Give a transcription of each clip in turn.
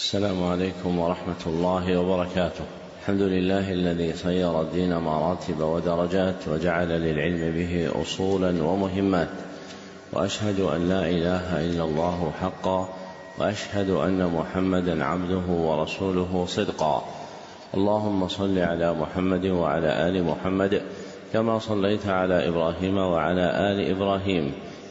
السلام عليكم ورحمة الله وبركاته. الحمد لله الذي صير الدين مراتب ودرجات وجعل للعلم به أصولا ومهمات، وأشهد أن لا إله إلا الله حقا، وأشهد أن محمدا عبده ورسوله صدقا. اللهم صل على محمد وعلى آل محمد كما صليت على إبراهيم وعلى آل إبراهيم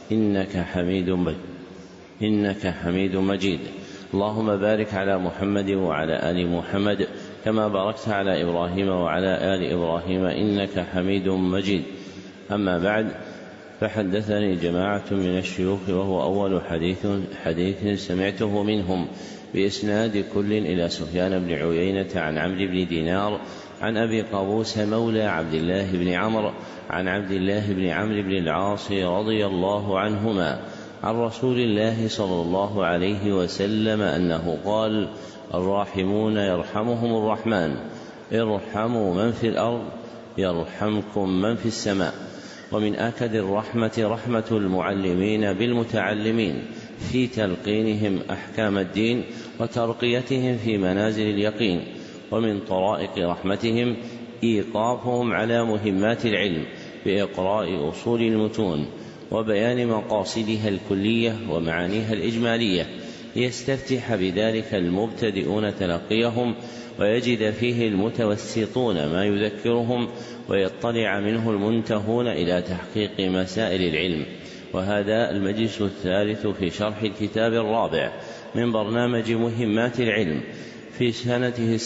إنك حميد مجيد. اللهم بارك على محمد وعلى آل محمد كما باركت على إبراهيم وعلى آل إبراهيم إنك حميد مجيد. أما بعد، فحدثني جماعة من الشيوخ وهو أول حديث سمعته منهم بإسناد كل إلى سفيان بن عيينة عن عمرو بن دينار عن أبي قابوس مولى عبد الله بن عمرو عن عبد الله بن عمرو بن العاص رضي الله عنهما عن رسول الله صلى الله عليه وسلم أنه قال: الراحمون يرحمهم الرحمن، ارحموا من في الأرض يرحمكم من في السماء. ومن آكد الرحمة رحمة المعلمين بالمتعلمين في تلقينهم أحكام الدين وترقيتهم في منازل اليقين. ومن طرائق رحمتهم إيقافهم على مهمات العلم بإقراء أصول المتون وبيان مقاصدها الكلية ومعانيها الإجمالية، ليستفتح بذلك المبتدئون تلقيهم ويجد فيه المتوسطون ما يذكرهم، ويطلع منه المنتهون إلى تحقيق مسائل العلم. وهذا المجلس الثالث في شرح الكتاب الرابع من برنامج مهمات العلم في سنته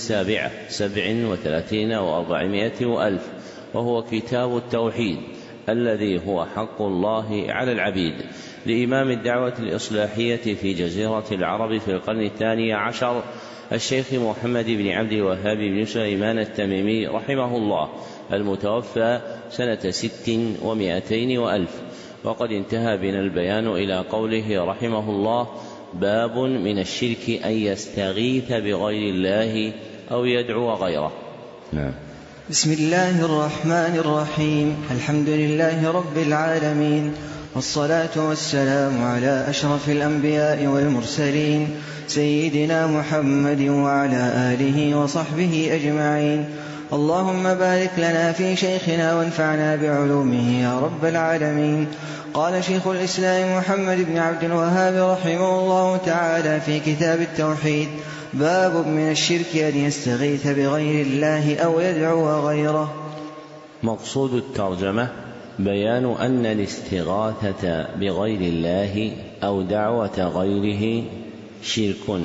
37 و400 وألف، وهو كتاب التوحيد الذي هو حق الله على العبيد، لإمام الدعوة الإصلاحية في جزيرة العرب في القرن 12 الشيخ محمد بن عبد الوهاب بن سليمان التميمي رحمه الله، المتوفى سنة 6 و200 وألف. وقد انتهى بنا البيان إلى قوله رحمه الله: باب من الشرك أن يستغيث بغير الله أو يدعو غيره. نعم. بسم الله الرحمن الرحيم. الحمد لله رب العالمين، والصلاة والسلام على أشرف الأنبياء والمرسلين، سيدنا محمد وعلى آله وصحبه أجمعين. اللهم بارك لنا في شيخنا وانفعنا بعلومه يا رب العالمين. قال شيخ الإسلام محمد بن عبد الوهاب رحمه الله تعالى في كتاب التوحيد: باب من الشرك أن يستغيث بغير الله أو يدعو غيره. مقصود الترجمة بيان أن الاستغاثة بغير الله أو دعوة غيره شرك.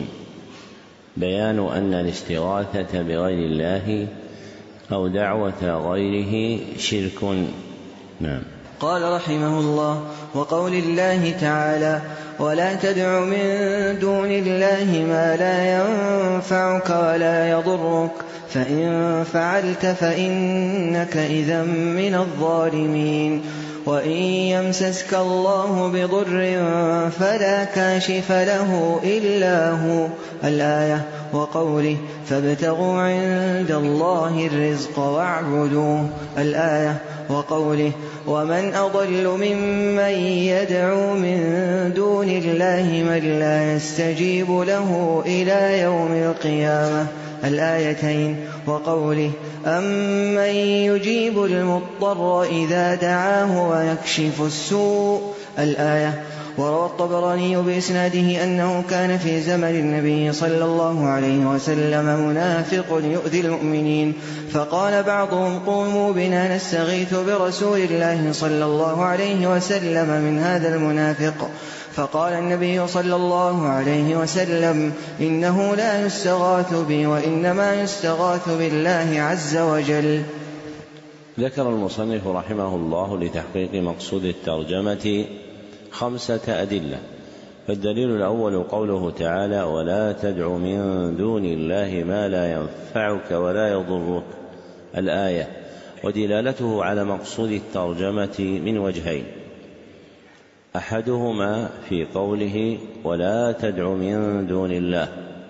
بيان أن الاستغاثة بغير الله أو دعوة غيره شرك. نعم. قال رحمه الله: وقول الله تعالى: ولا تدع من دون الله ما لا ينفعك ولا يضرك، فإن فعلت فإنك إذا من الظالمين. وإن يمسسك الله بضر فلا كاشف له إلا هو، الآية. وقوله: فابتغوا عند الله الرزق واعبدوه، الآية. وقوله: ومن أضل ممن يدعو من دون الله من لا يستجيب له إلى يوم القيامة، الآيتين. وقوله: أمن يجيب المضطر إذا دعاه ويكشف السوء، الآية. وروى الطبراني بإسناده أنه كان في زمن النبي صلى الله عليه وسلم منافق يؤذي المؤمنين، فقال بعضهم: قوموا بنا نستغيث برسول الله صلى الله عليه وسلم من هذا المنافق. فقال النبي صلى الله عليه وسلم: إنه لا يستغاث بي وإنما يستغاث بالله عز وجل. ذكر المصنف رحمه الله لتحقيق مقصود الترجمة 5 أدلة. فالدليل الأول قوله تعالى: ولا تدع من دون الله ما لا ينفعك ولا يضرك، الآية. ودلالته على مقصود الترجمة من وجهين: أحدهما في قوله: ولا تدع من دون الله،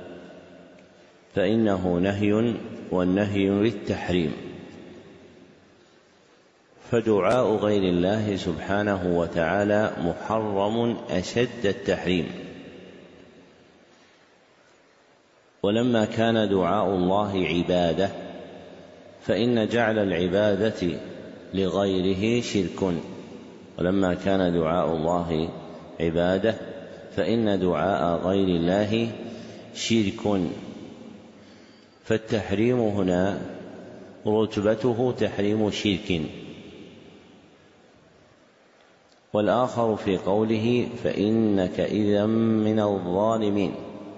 فإنه نهي، والنهي للتحريم، فدعاء غير الله سبحانه وتعالى محرم أشد التحريم. ولما كان دعاء الله عبادة فإن جعل العبادة لغيره شرك. ولما كان دعاء الله عبادة فإن دعاء غير الله شرك. فالتحريم هنا رتبته تحريم شرك. والآخر في قوله فإنك إذا من الظالمين،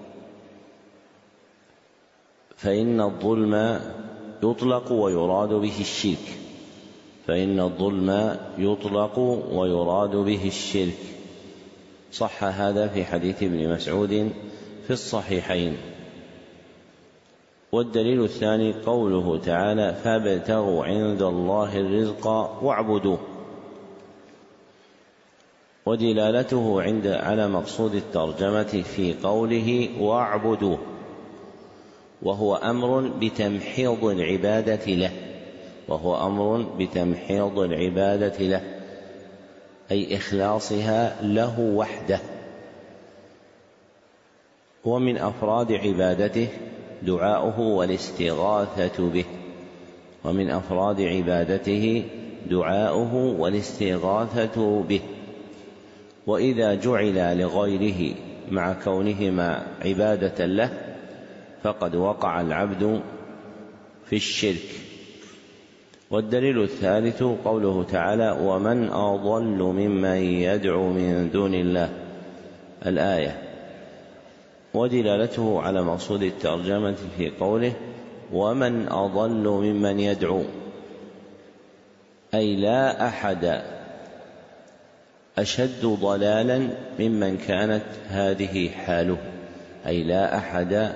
فإن الظلم يطلق ويراد به الشرك، فإن الظلم يطلق ويراد به الشرك. صح هذا في حديث ابن مسعود في الصحيحين. والدليل الثاني قوله تعالى فابتغوا عند الله الرزق واعبدوه، ودلالته على مقصود الترجمة في قوله واعبدوه، وهو أمر بتمحيض العبادة له، وهو أمر بتمحيض العبادة له، أي إخلاصها له وحده. ومن أفراد عبادته دعاؤه والاستغاثة به، ومن أفراد عبادته دعاؤه والاستغاثة به. وإذا جعل لغيره مع كونهما عبادة له فقد وقع العبد في الشرك. والدليل الثالث قوله تعالى ومن أضل ممن يدعو من دون الله، الآية، ودلالته على مقصود الترجمة في قوله ومن أضل ممن يدعو، أي لا أحد أشد ضلالا ممن كانت هذه حاله، أي لا أحد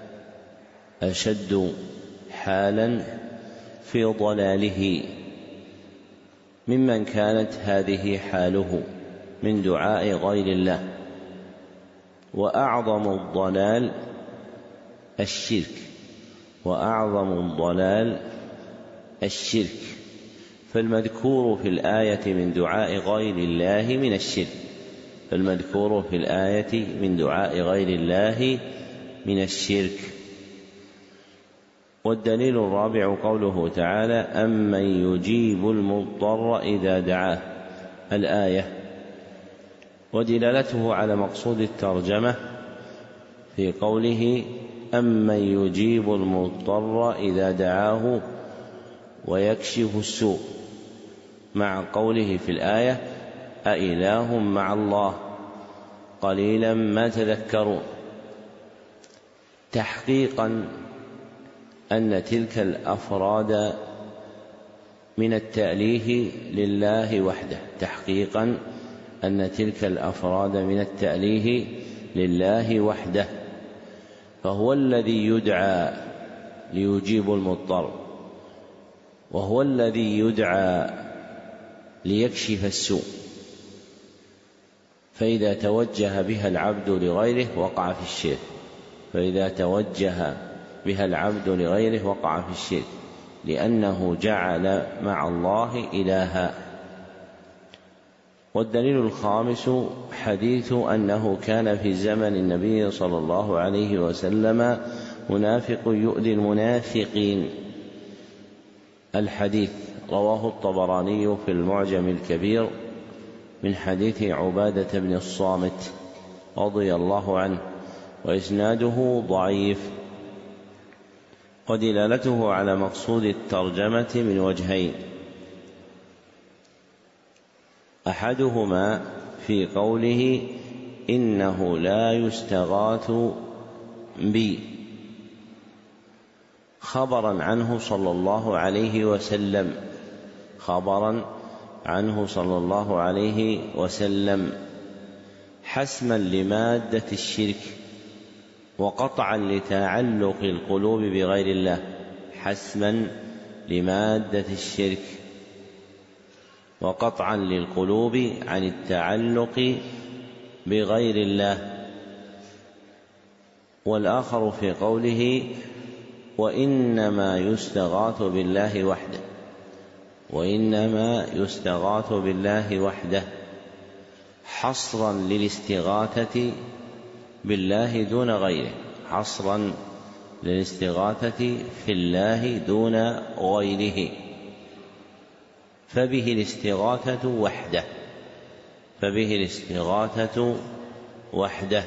أشد حالا في ضلاله ممن كانت هذه حاله من دعاء غير الله. وأعظم الضلال الشرك، وأعظم الضلال الشرك. فالمذكور في الآية من دعاء غير الله من الشرك، فالمذكور في الآية من دعاء غير الله من الشرك. والدليل الرابع قوله تعالى أمن يجيب المضطر إذا دعاه، الآية، ودلالته على مقصود الترجمة في قوله أمن يجيب المضطر إذا دعاه ويكشف السوء، مع قوله في الآية أإله مع الله قليلا ما تذكرون، تحقيقا أن تلك الأفراد من التأليه لله وحده، تحقيقا أن تلك الأفراد من التأليه لله وحده، فهو الذي يدعى ليجيب المضطر، وهو الذي يدعى ليكشف السوء. فإذا توجه بها العبد لغيره وقع في الشرك، فإذا توجه بها العبد لغيره وقع في الشرك، لأنه جعل مع الله إلها. والدليل الخامس حديث أنه كان في زمن النبي صلى الله عليه وسلم منافق يؤذي المنافقين، الحديث رواه الطبراني في المعجم الكبير من حديث عبادة بن الصامت رضي الله عنه، وإسناده ضعيف. ودلالته على مقصود الترجمة من وجهين، أحدهما في قوله إنه لا يستغاث بي، خبرا عنه صلى الله عليه وسلم، خبرا عنه صلى الله عليه وسلم، حسما لمادة الشرك وقطعا لتعلق القلوب بغير الله، حسما لمادة الشرك وقطعا للقلوب عن التعلق بغير الله. والآخر في قوله وإنما يستغاث بالله وحده، وإنما يستغاث بالله وحده، حصرا للاستغاثة بالله دون غيره، حصرا للاستغاثة في الله دون غيره، فبه الاستغاثة وحده.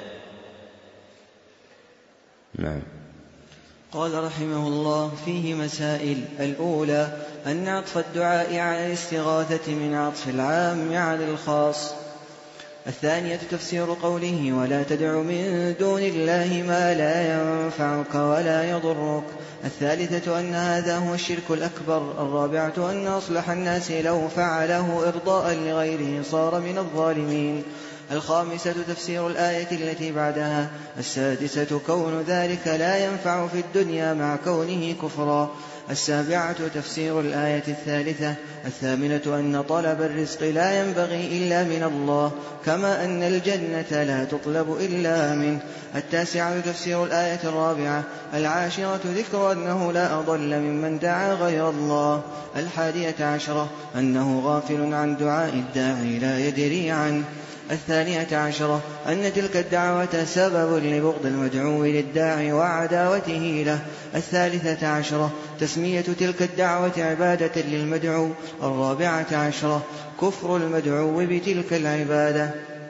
نعم. قال رحمه الله: فيه مسائل. الأولى أن عطف الدعاء على الاستغاثة من عطف العام على الخاص. الثانية تفسير قوله: ولا تدع من دون الله ما لا ينفعك ولا يضرك. الثالثة أن هذا هو الشرك الأكبر. الرابعة أن أصلح الناس لو فعله إرضاء لغيره صار من الظالمين. الخامسة تفسير الآية التي بعدها. السادسة كون ذلك لا ينفع في الدنيا مع كونه كفرا. السابعة تفسير الآية الثالثة. الثامنة أن طلب الرزق لا ينبغي إلا من الله، كما أن الجنة لا تطلب إلا منه. التاسعة تفسير الآية الرابعة. العاشرة ذكر أنه لا أضل ممن دعا غير الله. 11 أنه غافل عن دعاء الداعي لا يدري عنه. 12 أن تلك الدعوة سبب لبغض المدعو للداعي وعداوته له. 13 تسمية تلك الدعوة عبادة للمدعو. 14 كفر المدعو بتلك العبادة.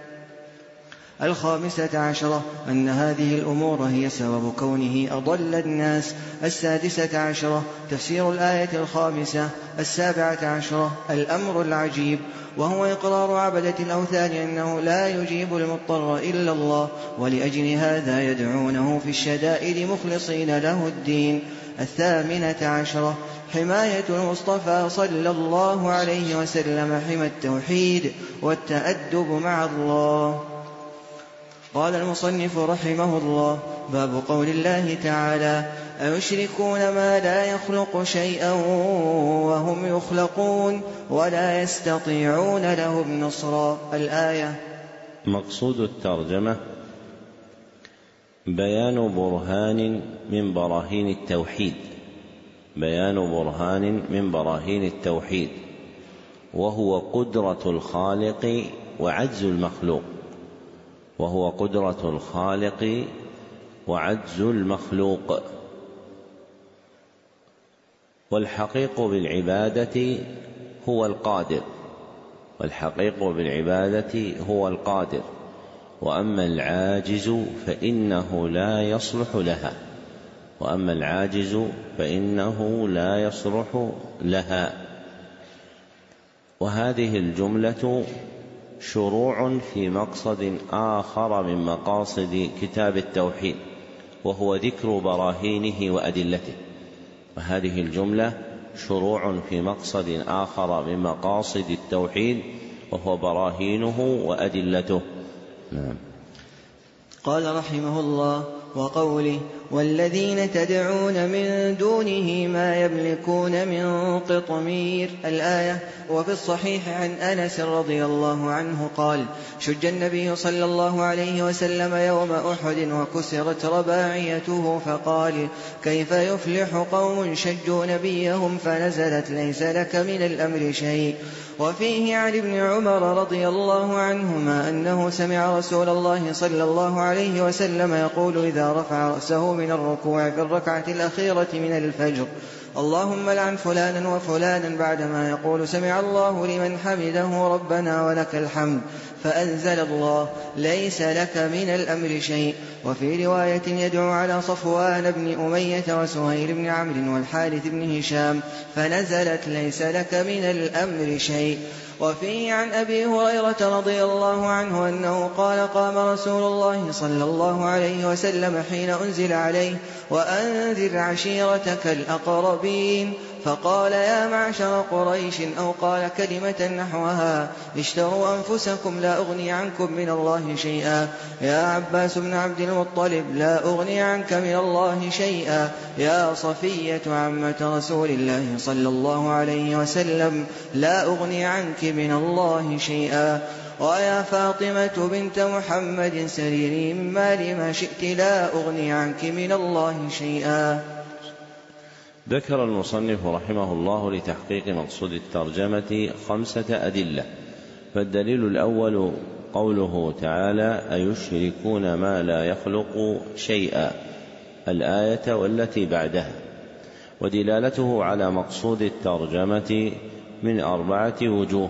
15 أن هذه الأمور هي سبب كونه أضل الناس. 16 تفسير الآية الخامسة. 17 الأمر العجيب، وهو إقرار عبدة الأوثان أنه لا يجيب المضطر إلا الله، ولأجل هذا يدعونه في الشدائد مخلصين له الدين. 18 حماية المصطفى صلى الله عليه وسلم حمى التوحيد والتأدب مع الله. قال المصنف رحمه الله: باب قول الله تعالى: أيشركون ما لا يخلق شيئا وهم يخلقون ولا يستطيعون لهم نصرا. الآية. مقصود الترجمة بيان برهان من براهين التوحيد، وهو قدرة الخالق وعجز المخلوق. والحقيق بالعبادة هو القادر، وأما العاجز فإنه لا يصلح لها. وهذه الجملة شروع في مقصد آخر من مقاصد كتاب التوحيد، وهو ذكر براهينه وأدلته. وهذه الجملة شروع في مقصد آخر من مقاصد التوحيد، وهو براهينه وأدلته. نعم. قال رحمه الله: وقوله: والذين تدعون من دونه ما يملكون من قطمير. الآية. وفي الصحيح عن أنس رضي الله عنه قال: شج النبي صلى الله عليه وسلم يوم أحد وكسرت رباعيته، فقال: كيف يفلح قوم شجوا نبيهم؟ فنزلت: ليس لك من الأمر شيء. وفيه عن ابن عمر رضي الله عنهما أنه سمع رسول الله صلى الله عليه وسلم يقول إذا رفع رأسه من الركوع في الركعة الأخيرة من الفجر: اللهم لعن فلانا وفلانا، بعدما يقول سمع الله لمن حمده ربنا ولك الحمد، فأنزل الله: ليس لك من الأمر شيء. وفي رواية يدعو على صفوان بن أمية وسهيل بن عمرو والحارث بن هشام، فنزلت: ليس لك من الأمر شيء. وفيه عن أبي هريرة رضي الله عنه أنه قال: قام رسول الله صلى الله عليه وسلم حين أنزل عليه: وأنذر عشيرتك الأقربين، فقال: يا معشر قريش، أو قال كلمة نحوها: اشتروا أنفسكم لا أغني عنكم من الله شيئا. يا عباس بن عبد المطلب، لا أغني عنك من الله شيئا. يا صفية عمة رسول الله صلى الله عليه وسلم، لا أغني عنك من الله شيئا. ويا فاطمة بنت محمد، سريري من مالي ما شئت، لا أغني عنك من الله شيئا. ذكر المصنف رحمه الله لتحقيق مقصود الترجمة 5 أدلة. فالدليل الأول قوله تعالى: أيشركون ما لا يخلق شيئا، الآية والتي بعدها. ودلالته على مقصود الترجمة من 4 وجوه: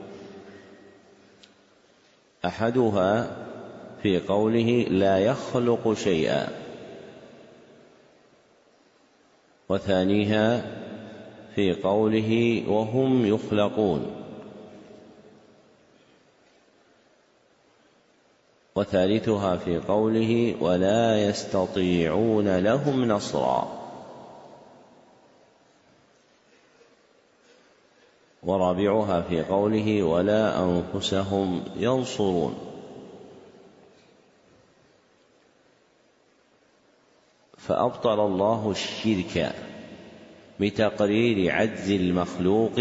أحدها في قوله لا يخلق شيئا، وثانيها في قوله وهم يخلقون، وثالثها في قوله ولا يستطيعون لهم نصرا، ورابعها في قوله ولا أنفسهم ينصرون. فأبطل الله الشرك بتقرير عجز المخلوق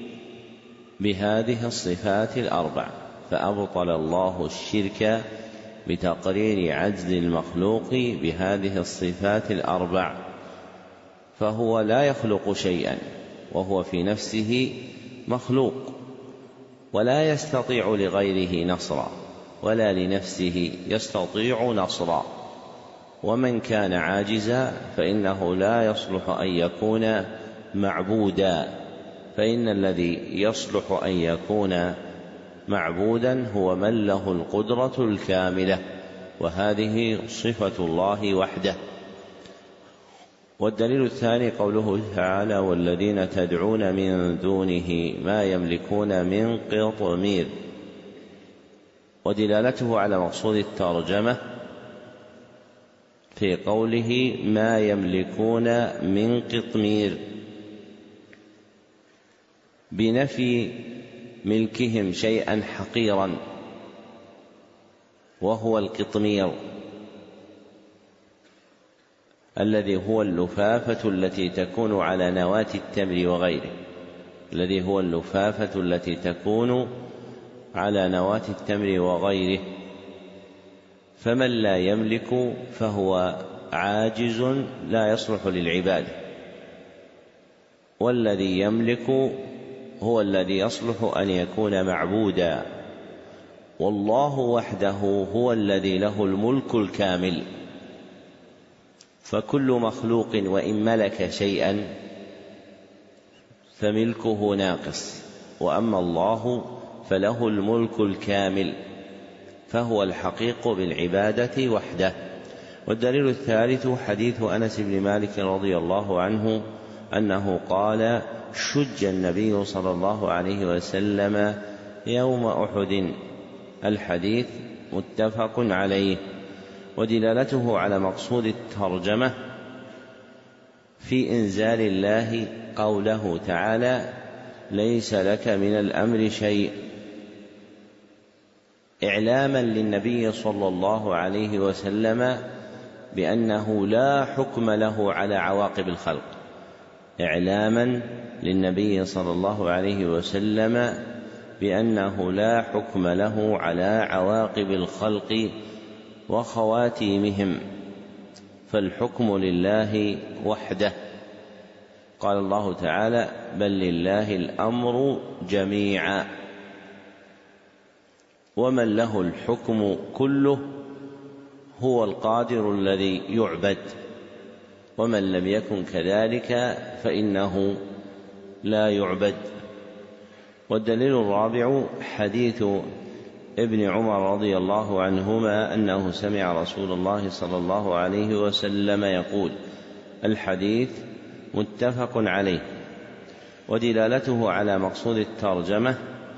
بهذه الصفات الأربع. فأبطل الله الشرك بتقرير عجز المخلوق بهذه الصفات الأربع، فهو لا يخلق شيئا وهو في نفسه مخلوق، ولا يستطيع لغيره نصرا، ولا لنفسه يستطيع نصرا. ومن كان عاجزا فإنه لا يصلح أن يكون معبودا، فإن الذي يصلح أن يكون معبودا هو من له القدرة الكاملة، وهذه صفة الله وحده. والدليل الثاني قوله تعالى والذين تدعون من دونه ما يملكون من قطمير. ودلالته على مقصود الترجمة في قوله ما يملكون من قطمير بنفي ملكهم شيئا حقيرا وهو القطمير الذي هو اللفافة التي تكون على نواة التمر وغيره، الذي هو اللفافة التي تكون على نواة التمر وغيره. فمن لا يملك فهو عاجز لا يصلح للعبادة، والذي يملك هو الذي يصلح أن يكون معبودا. والله وحده هو الذي له الملك الكامل، فكل مخلوق وإن ملك شيئا فملكه ناقص، وأما الله فله الملك الكامل، فهو الحقيق بالعبادة وحده. والدليل الثالث حديث أنس بن مالك رضي الله عنه أنه قال شج النبي صلى الله عليه وسلم يوم أحد. الحديث متفق عليه. ودلالته على مقصود الترجمة في إنزال الله قوله تعالى ليس لك من الأمر شيء، إعلاما للنبي صلى الله عليه وسلم بأنه لا حكم له على عواقب الخلق، إعلاما للنبي صلى الله عليه وسلم بأنه لا حكم له على عواقب الخلق وخواتيمهم، فالحكم لله وحده. قال الله تعالى بل لله الأمر جميعا، ومن له الحكم كله هو القادر الذي يعبد، ومن لم يكن كذلك فإنه لا يعبد. والدليل الرابع حديث ابن عمر رضي الله عنهما أنه سمع رسول الله صلى الله عليه وسلم يقول. الحديث متفق عليه. ودلالته على مقصود الترجمة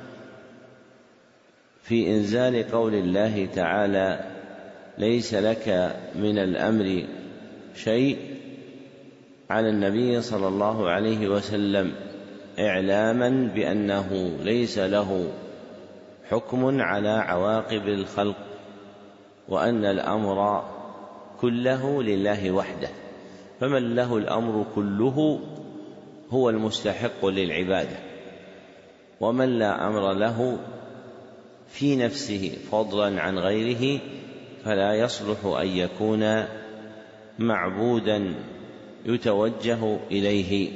في إنزال قول الله تعالى ليس لك من الأمر شيء على النبي صلى الله عليه وسلم، إعلاما بأنه ليس له حكم على عواقب الخلق، وأن الأمر كله لله وحده، فمن له الأمر كله هو المستحق للعبادة، ومن لا أمر له في نفسه فضلا عن غيره فلا يصلح أن يكون معبودا يتوجه إليه.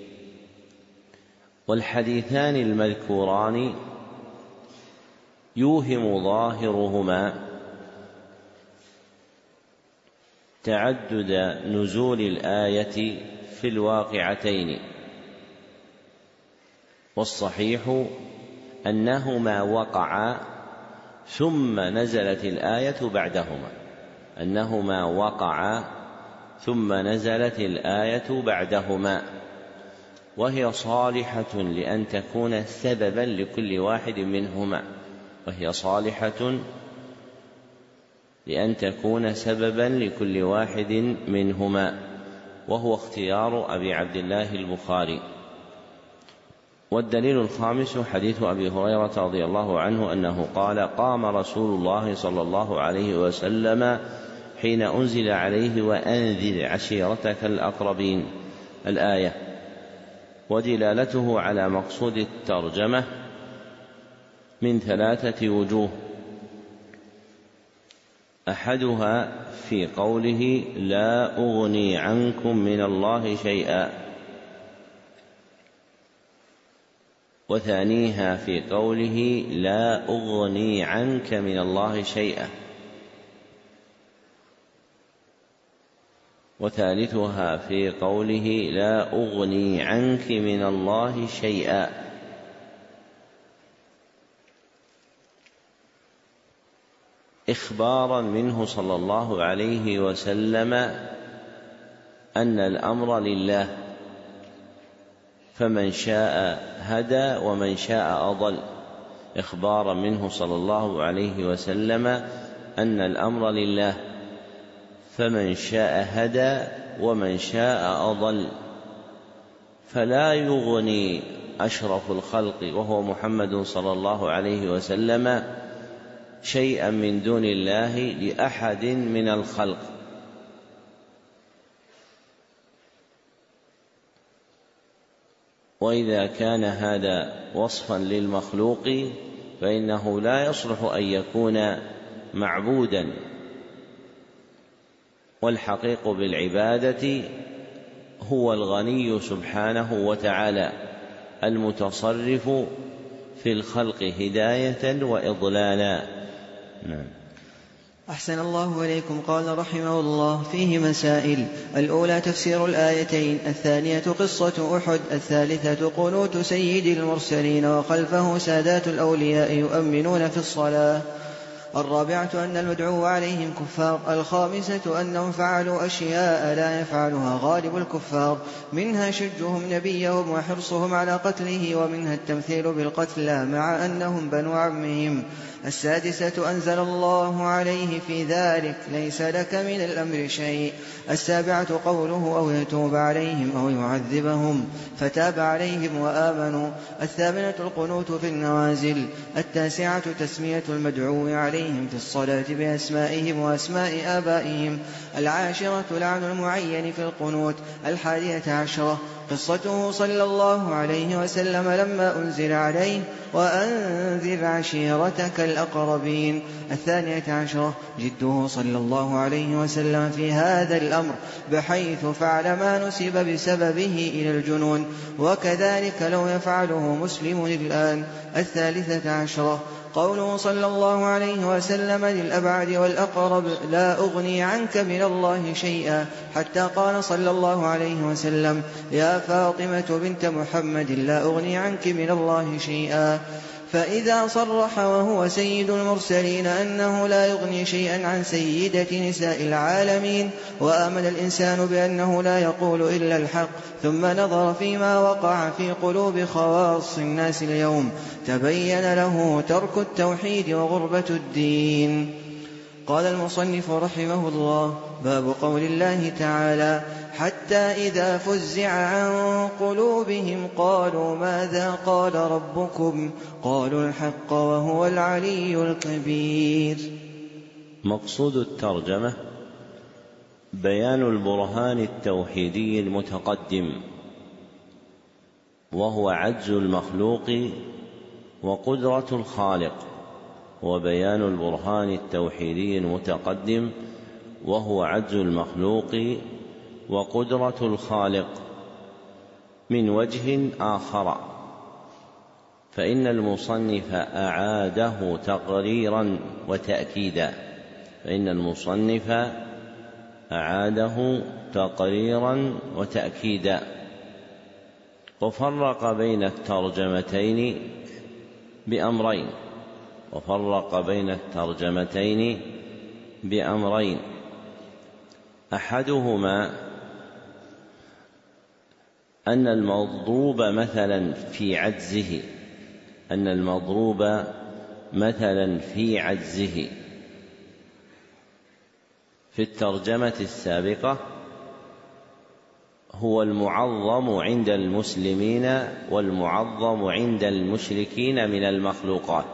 والحديثان المذكوران يوهم ظاهرهما تعدد نزول الآية في الواقعتين، والصحيح أنهما وقعا ثم نزلت الآية بعدهما، أنهما وقعا ثم نزلت الآية بعدهما، وهي صالحة لأن تكون سببا لكل واحد منهما، وهي صالحة لأن تكون سببا لكل واحد منهما، وهو اختيار أبي عبد الله البخاري. والدليل الخامس حديث أبي هريرة رضي الله عنه أنه قال: قام رسول الله صلى الله عليه وسلم حين أنزل عليه: وأنذر عشيرتك الأقربين، الآية. ودلالته على مقصود الترجمة من 3 وجوه: أحدها في قوله: لا أغني عنكم من الله شيئا، وثانيها في قوله: لا أغني عنك من الله شيئا، وثالثها في قوله: لا أغني عنك من الله شيئا. إخبارا منه صلى الله عليه وسلم أن الأمر لله، فمن شاء هدى ومن شاء أضل. إخبارا منه صلى الله عليه وسلم أن الأمر لله، فمن شاء هدى ومن شاء أضل. فلا يغني أشرف الخلق وهو محمد صلى الله عليه وسلم شيئا من دون الله لأحد من الخلق، وإذا كان هذا وصفا للمخلوق فإنه لا يصلح أن يكون معبودا، والحقيق بالعبادة هو الغني سبحانه وتعالى المتصرف في الخلق هداية وإضلالا. نعم. أحسن الله إليكم. قال رحمه الله: فيه مسائل: الأولى تفسير الآيتين، الثانية قصة أحد، الثالثة قنوت سيد المرسلين وخلفه سادات الأولياء يؤمنون في الصلاة، الرابعة أن المدعو عليهم كفار، الخامسة أنهم فعلوا أشياء لا يفعلها غالب الكفار، منها شجهم نبيهم وحرصهم على قتله، ومنها التمثيل بالقتلى مع أنهم بنو عمهم، السادسة أنزل الله عليه في ذلك: ليس لك من الأمر شيء، السابعة قوله: أو يتوب عليهم أو يعذبهم فتاب عليهم وآمنوا، الثامنة القنوت في النوازل، التاسعة تسمية المدعو عليهم في الصلاة بأسمائهم وأسماء آبائهم، العاشرة لعن المعين في القنوت، 11 قصته صلى الله عليه وسلم لما أنزل عليه: وأنذر عشيرتك الأقربين، 12 جده صلى الله عليه وسلم في هذا الأمر بحيث فعل ما نسب بسببه إلى الجنون، وكذلك لو يفعله مسلم الآن، 13 قوله صلى الله عليه وسلم للأبعد والأقرب: لا أغني عنك من الله شيئا، حتى قال صلى الله عليه وسلم: يا فاطمة بنت محمد لا أغني عنك من الله شيئا. فإذا صرح وهو سيد المرسلين أنه لا يغني شيئا عن سيدة نساء العالمين، وآمن الإنسان بأنه لا يقول إلا الحق، ثم نظر فيما وقع في قلوب خواص الناس اليوم، تبين له ترك التوحيد وغربة الدين. قال المصنف رحمه الله: باب قول الله تعالى: حتى إذا فزع عن قلوبهم قالوا ماذا قال ربكم قالوا الحق وهو العلي الكبير. مقصود الترجمة بيان البرهان التوحيدي المتقدم، وهو عجز المخلوق وقدرة الخالق، وبيان البرهان التوحيدي المتقدم وهو عجز المخلوق وقدرة الخالق من وجه آخر، فإن المصنف أعاده تقريرا وتأكيدا، فإن المصنف أعاده تقريرا وتأكيدا. وفرق بين الترجمتين بأمرين. أحدهما أن المضروب مثلا في عجزه في الترجمة السابقة هو المعظم عند المسلمين والمعظم عند المشركين من المخلوقات.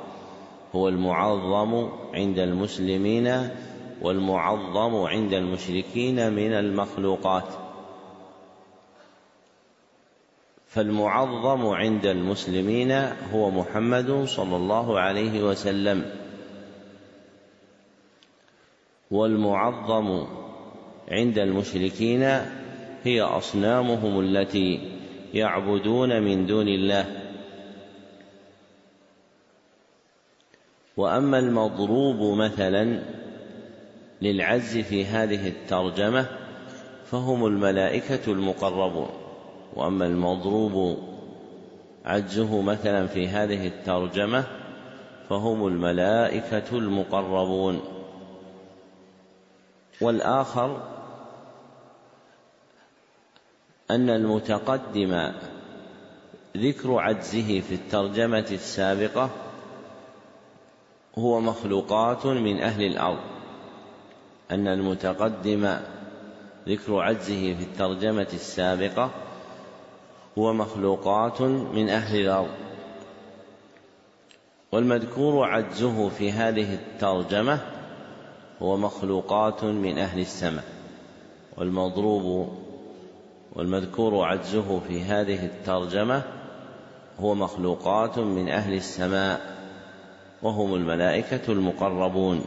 فالمعظم عند المسلمين هو محمد صلى الله عليه وسلم، والمعظم عند المشركين هي أصنامهم التي يعبدون من دون الله. وأما المضروب مثلا للعجز في هذه الترجمة فهم الملائكة المقربون. وأما المضروب عجزه مثلا في هذه الترجمة فهم الملائكة المقربون. والآخر أن المتقدم ذكر عجزه في الترجمة السابقة هو مخلوقات من أهل الأرض. والمذكور عجزه في هذه الترجمة هو مخلوقات من أهل السماء. والمذكور عجزه في هذه الترجمة هو مخلوقات من أهل السماء وهم الملائكة المقربون.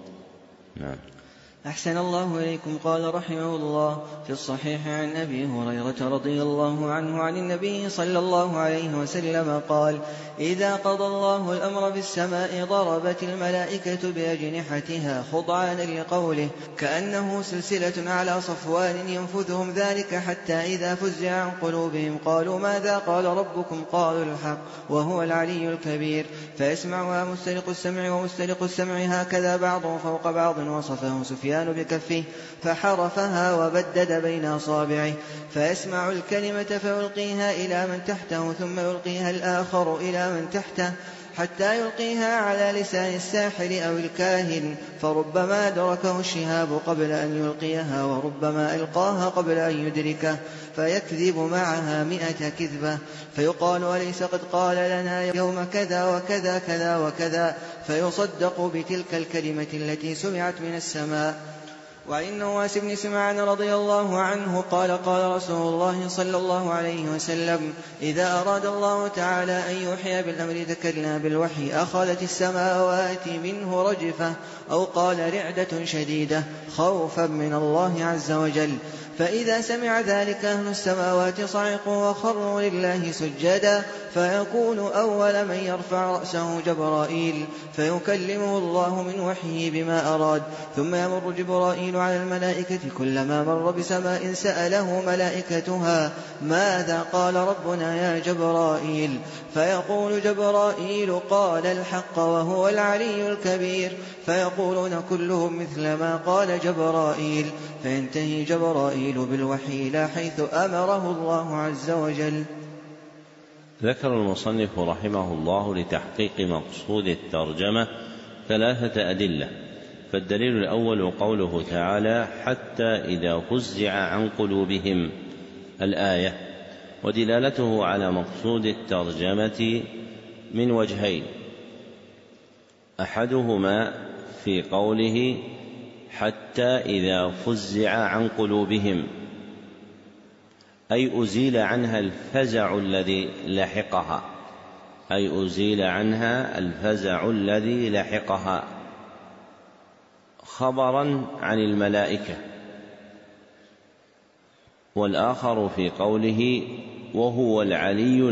نعم. أحسن الله إليكم. قال رحمه الله في الصحيح عن أبي هريرة رضي الله عنه عن النبي صلى الله عليه وسلم قال: إذا قضى الله الأمر في السماء ضربت الملائكة بأجنحتها خضعانا لقوله كأنه سلسلة على صفوان ينفذهم ذلك حتى إذا فزع عن قلوبهم قالوا ماذا قال ربكم؟ قالوا الحق وهو العلي الكبير. فيسمعها مسترق السمع ومسترق السمع هكذا بعضهم فوق بعض. وصفه سفيان بكفه فحرفها وبدد بين أصابعه. فيسمع الكلمة فيلقيها إلى من تحته ثم يلقيها الآخر إلى من تحته حتى يلقيها على لسان الساحر أو الكاهن، فربما أدركه الشهاب قبل أن يلقيها وربما ألقاها قبل أن يدركه فيكذب معها 100 كذبة. فيقال أليس قد قال لنا يوم كذا وكذا كذا وكذا؟ فيصدق بتلك الكلمة التي سمعت من السماء. وعن نواس بن سمعان رضي الله عنه قال: قال رسول الله صلى الله عليه وسلم: إذا أراد الله تعالى أن يوحي بالأمر تكلنا بالوحي أخذت السماوات منه رجفة، أو قال رعدة شديدة، خوفا من الله عز وجل. فإذا سمع ذلك أهل السماوات صعقوا وخروا لله سجدا، فيكون أول من يرفع رأسه جبرائيل فيكلمه الله من وحيه بما أراد. ثم يمر جبرائيل على الملائكة كلما مر بسماء سأله ملائكتها: ماذا قال ربنا يا جبرائيل؟ فيقول جبرائيل: قال الحق وهو العلي الكبير. فيقولون كلهم مثل ما قال جبرائيل، فينتهي جبرائيل بالوحي إلى حيث أمره الله عز وجل. ذكر المصنف رحمه الله لتحقيق مقصود الترجمة 3 أدلة. فالدليل الأول قوله تعالى: حتى إذا فزع عن قلوبهم، الآية، ودلالته على مقصود الترجمة من وجهين: أحدهما في قوله حتى إذا فزع عن قلوبهم، أي أزيل عنها الفزع الذي لحقها، خبرا عن الملائكة. والآخر في قوله وهو العلي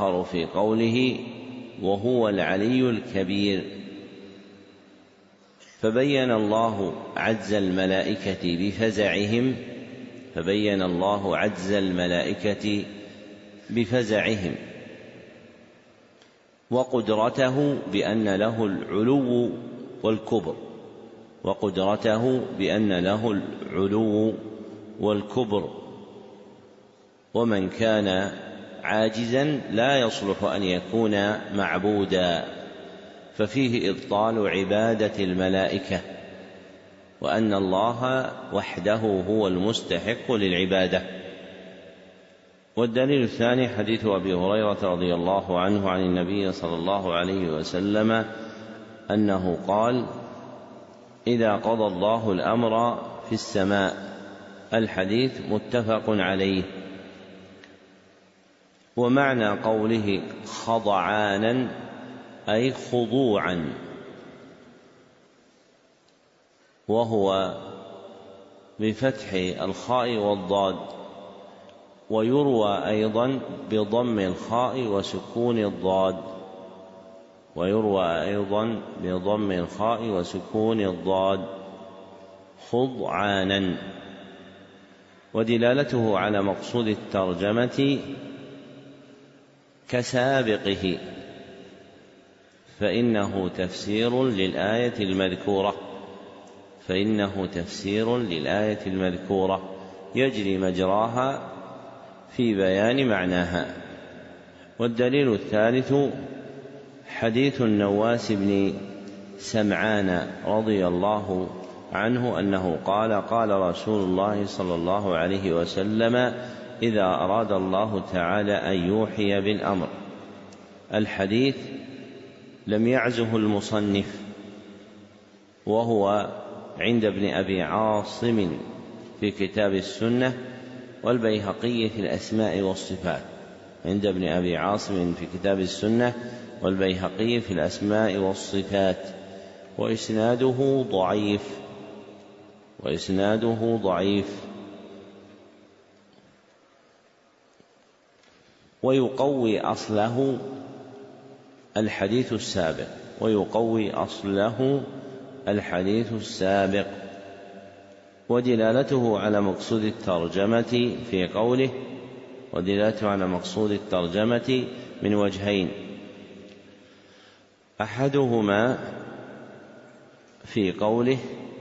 الكبير، فبين الله عجز الملائكة بفزعهم وقدرته بأن له العلو والكبر، ومن كان عاجزا لا يصلح أن يكون معبودا، ففيه إبطال عبادة الملائكة، وأن الله وحده هو المستحق للعبادة. والدليل الثاني حديث أبي هريرة رضي الله عنه عن النبي صلى الله عليه وسلم أنه قال: إذا قضى الله الأمر في السماء. الحديث متفق عليه. ومعنى قوله خضعانا أي خضوعا، وهو بفتح الخاء والضاد، ويروى أيضا بضم الخاء وسكون الضاد خضعانا. ودلالته على مقصود الترجمة كسابقه، فإنه تفسير للآية المذكورة يجري مجراها في بيان معناها. والدليل الثالث حديث النواس بن سمعان رضي الله عنه أنه قال: قال رسول الله صلى الله عليه وسلم: إذا أراد الله تعالى أن يوحي بالأمر. الحديث لم يعزه المصنف، وهو عند ابن أبي عاصم في كتاب السنة، والبيهقي في الأسماء والصفات. عند ابن أبي عاصم في كتاب السنة، والبيهقي في الأسماء والصفات، وإسناده ضعيف. ويقوي أصله الحديث السابق. ودلالته على مقصود الترجمة من وجهين: أحدهما في قوله: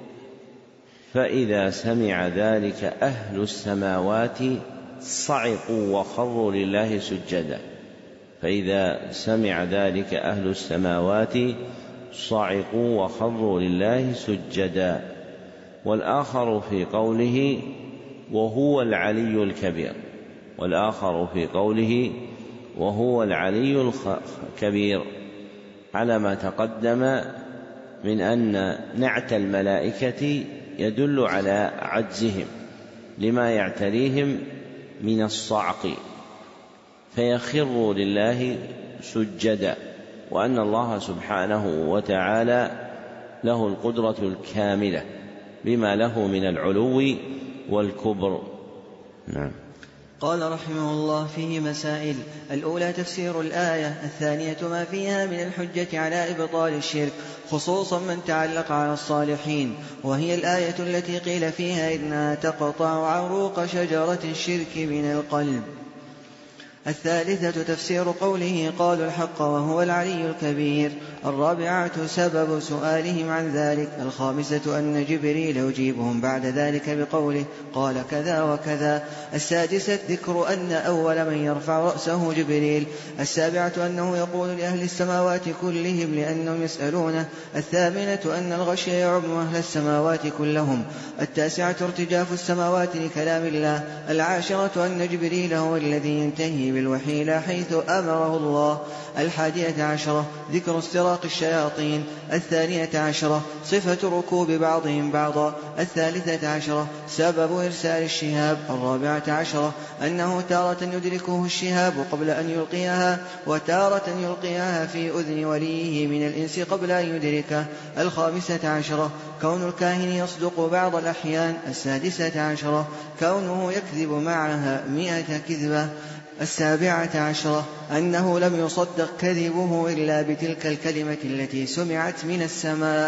فإذا سمع ذلك أهل السماوات صعقوا وخروا لله سجدا. والآخر في قوله: وهو العلي الكبير، على ما تقدم من أن نعت الملائكة يدل على عجزهم لما يعتريهم من الصعق، فيخر لله سجدا، وأن الله سبحانه وتعالى له القدرة الكاملة بما له من العلو والكبر. نعم. قال رحمه الله: فيه مسائل. الأولى تفسير الآية، الثانية ما فيها من الحجة على إبطال الشرك، خصوصا من تعلق على الصالحين، وهي الآية التي قيل فيها إنها تقطع عروق شجرة الشرك من القلب. الثالثة تفسير قوله: قالوا الحق وهو العلي الكبير. الرابعة سبب سؤالهم عن ذلك. الخامسة أن جبريل يجيبهم بعد ذلك بقوله: قال كذا وكذا. السادسة ذكر أن أول من يرفع رأسه جبريل. السابعة أنه يقول لأهل السماوات كلهم لأنهم يسألونه. الثامنة أن الغشي يعم أهل السماوات كلهم. التاسعة ارتجاف السماوات لكلام الله. العاشرة أن جبريل هو الذي ينتهي بالوحي لا حيث أمره الله. 11 ذكر استراق الشياطين. 12 صفة ركوب بعضهم بعضا. 13 سبب إرسال الشهاب. 14 أنه تارة يدركه الشهاب قبل أن يلقيها، وتارة يلقيها في أذن وليه من الإنس قبل أن يدركه. 15 كون الكاهن يصدق بعض الأحيان. 16 كونه يكذب معها 100 كذبة. 17 أنه لم يصدق كذبه إلا بتلك الكلمة التي سمعت من السماء.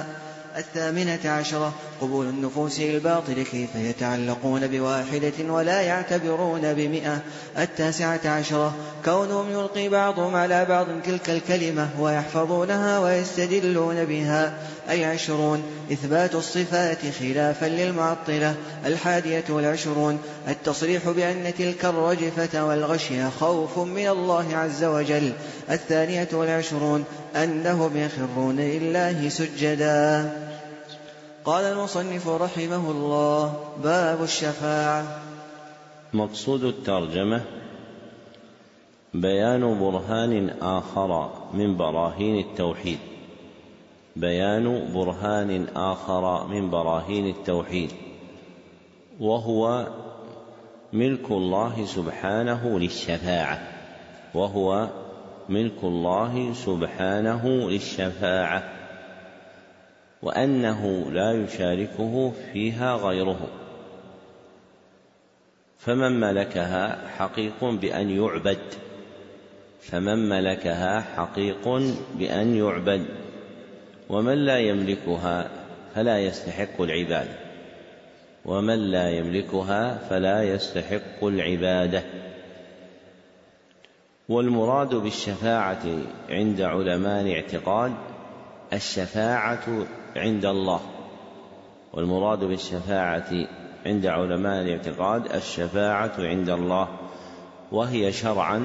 18 قبول النفوس الباطل كيف يتعلقون بواحدة ولا يعتبرون ب100. 19 كونهم يلقي بعضهم على بعض تلك الكلمة ويحفظونها ويستدلون بها. 20 إثبات الصفات خلافا للمعطلة. 21 التصريح بأن تلك الرجفة والغشية خوف من الله عز وجل. 22 أنهم يخرون لله سجدا. قال المصنف رحمه الله: باب الشفاعة. مقصود الترجمة بيان برهان آخر من براهين التوحيد، بيان برهان آخر من براهين التوحيد، وهو ملك الله سبحانه للشفاعة، وهو ملك الله سبحانه للشفاعة، وأنه لا يشاركه فيها غيره، فمن ملكها حقيق بأن يعبد، فمن ملكها حقيق بأن يعبد، ومن لا يملكها فلا يستحق العبادة، ومن لا يملكها فلا يستحق العبادة. والمراد بالشفاعة عند علماء الاعتقاد الشفاعة عند الله، والمراد بالشفاعة عند علماء الاعتقاد الشفاعة عند الله، وهي شرعا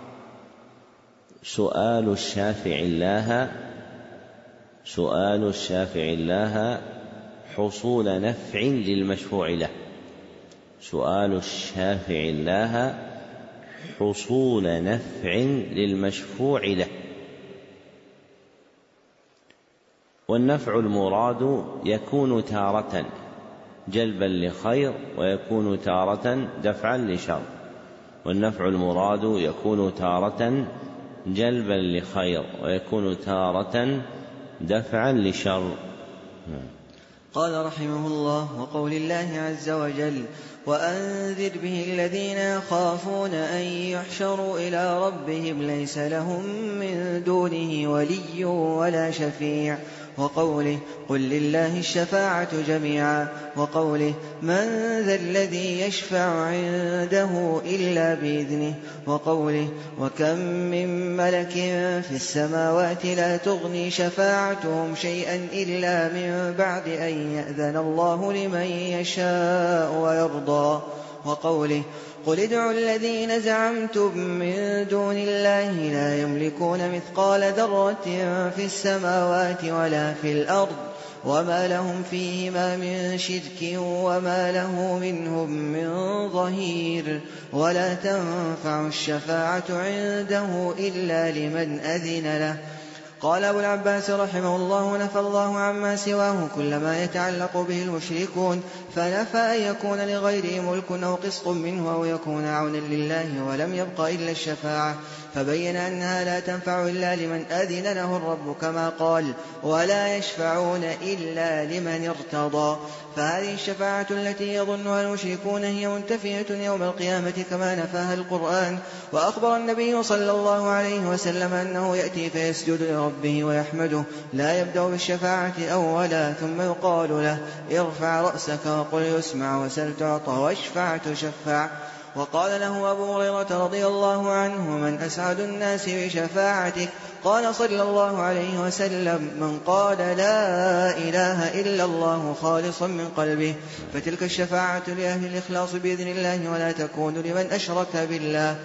سؤال الشافع الله حصول نفع للمشفوع له، سؤال الشافع الله حصول نفع للمشفوع له. والنفع المراد يكون تارة جلبا لخير ويكون تارة دفعا لشر، والنفع المراد يكون تارة جلبا لخير ويكون تارة دفعا لشر. قال رحمه الله: وقول الله عز وجل: وأنذر به الذين يخافون أن يحشروا إلى ربهم ليس لهم من دونه ولي ولا شفيع. وقوله: قل لله الشفاعة جميعا. وقوله: من ذا الذي يشفع عنده إلا بإذنه. وقوله: وكم من ملك في السماوات لا تغني شفاعتهم شيئا إلا من بعد أن يأذن الله لمن يشاء ويرضى. وقوله: قل ادعوا الذين زعمتم من دون الله لا يملكون مثقال ذرة في السماوات ولا في الأرض وما لهم فيهما من شرك وما له منهم من ظهير ولا تنفع الشفاعة عنده إلا لمن أذن له. قال أبو العباس رحمه الله: نفى الله عما سواه كل ما يتعلق به المشركون، فنفى أن يكون لغيره ملك أو قسط منه أو يكون عونا لله، ولم يبق إلا الشفاعة، فبين أنها لا تنفع إلا لمن أذن له الرب كما قال: ولا يشفعون إلا لمن ارتضى. فهذه الشفاعة التي يظنها المشركون هي منتفية يوم القيامة كما نفاها القرآن. وأخبر النبي صلى الله عليه وسلم أنه يأتي فيسجد لربه ويحمده، لا يبدأ بالشفاعة أولا، ثم يقال له: ارفع رأسك وقل يسمع وسل تعطى واشفع تشفع. وقال له أبو هريرة رضي الله عنه: من أسعد الناس بشفاعتك؟ قال صلى الله عليه وسلم: من قال لا إله إلا الله خالصا من قلبه. فتلك الشفاعة لأهل الإخلاص بإذن الله، ولا تكون لمن أشرك بالله.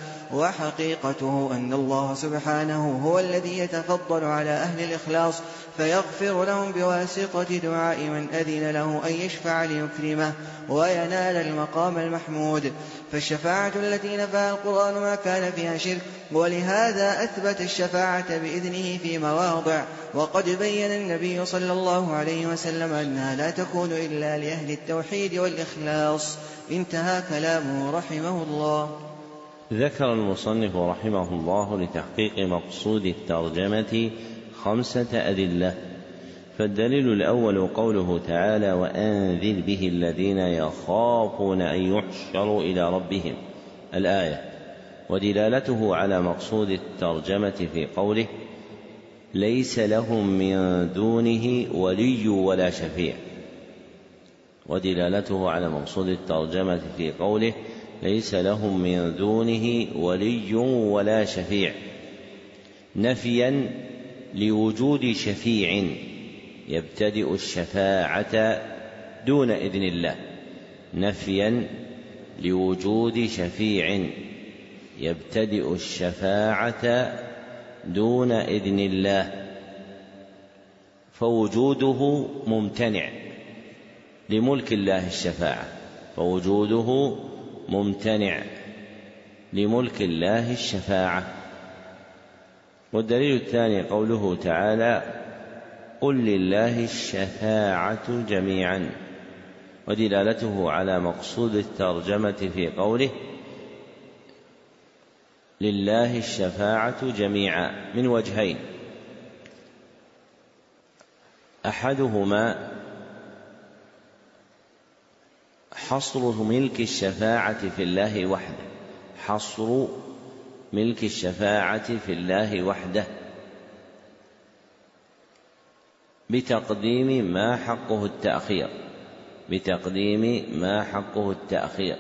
وحقيقته أن الله سبحانه هو الذي يتفضل على أهل الإخلاص فيغفر لهم بواسطة دعاء من أذن له أن يشفع ليكرمه وينال المقام المحمود. فالشفاعة التي نفاها القرآن ما كان فيها شرك، ولهذا أثبت الشفاعة بإذنه في مواضع، وقد بين النبي صلى الله عليه وسلم أنها لا تكون إلا لأهل التوحيد والإخلاص. انتهى كلامه رحمه الله. ذكر المصنف رحمه الله لتحقيق مقصود الترجمة 5 أدلة. فالدليل الأول قوله تعالى: وأنذر به الذين يخافون أن يحشروا إلى ربهم، الآية، ودلالته على مقصود الترجمة في قوله: ليس لهم من دونه ولي ولا شفيع. ودلالته على مقصود الترجمة في قوله ليس لهم من دونه ولي ولا شفيع نفيا لوجود شفيع يبتدئ الشفاعة دون إذن الله، نفيا لوجود شفيع يبتدئ الشفاعة دون إذن الله، فوجوده ممتنع لملك الله الشفاعة، فوجوده ممتنع لملك الله الشفاعة. والدليل الثاني قوله تعالى قل لله الشفاعة جميعا، ودلالته على مقصود الترجمة في قوله لله الشفاعة جميعا من وجهين: أحدهما حصر ملك الشفاعة في الله وحده، حصر ملك الشفاعة في الله وحده بتقديم ما حقه التأخير، بتقديم ما حقه التأخير،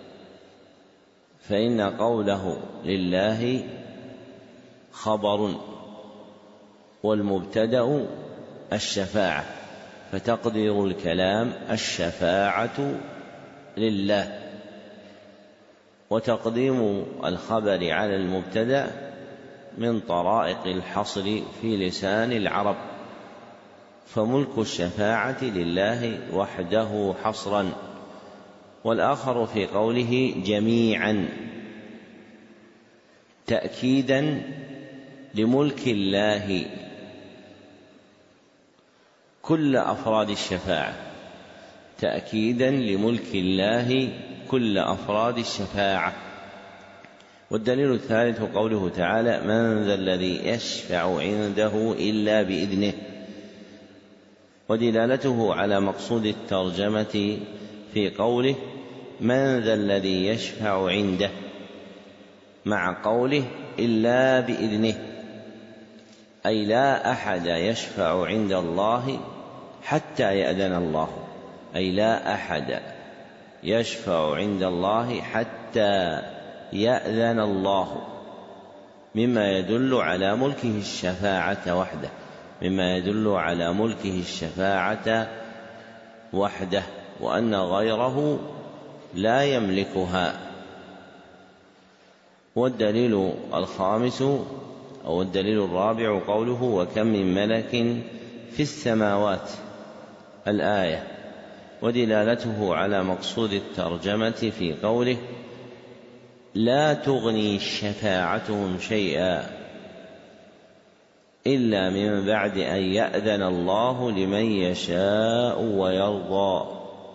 فإن قوله لله خبر والمبتدأ الشفاعة، فتقدير الكلام الشفاعة لله، وتقديم الخبر على المبتدأ من طرائق الحصر في لسان العرب، فملك الشفاعة لله وحده حصرا. والآخر في قوله جميعا تأكيدا لملك الله كل أفراد الشفاعة، تأكيدا لملك الله كل أفراد الشفاعة. والدليل الثالث قوله تعالى من ذا الذي يشفع عنده إلا بإذنه، ودلالته على مقصود الترجمة في قوله من ذا الذي يشفع عنده مع قوله إلا بإذنه، أي لا أحد يشفع عند الله حتى يأذن الله، أي لا أحد يشفع عند الله حتى يأذن الله، مما يدل على ملكه الشفاعة وحده، مما يدل على ملكه الشفاعة وحده، وأن غيره لا يملكها. والدليل الخامس أو الدليل الرابع قوله وكم من ملك في السماوات الآية، ودلالته على مقصود الترجمة في قوله لا تغني شفاعتهم شيئا إلا من بعد أن يأذن الله لمن يشاء ويرضى.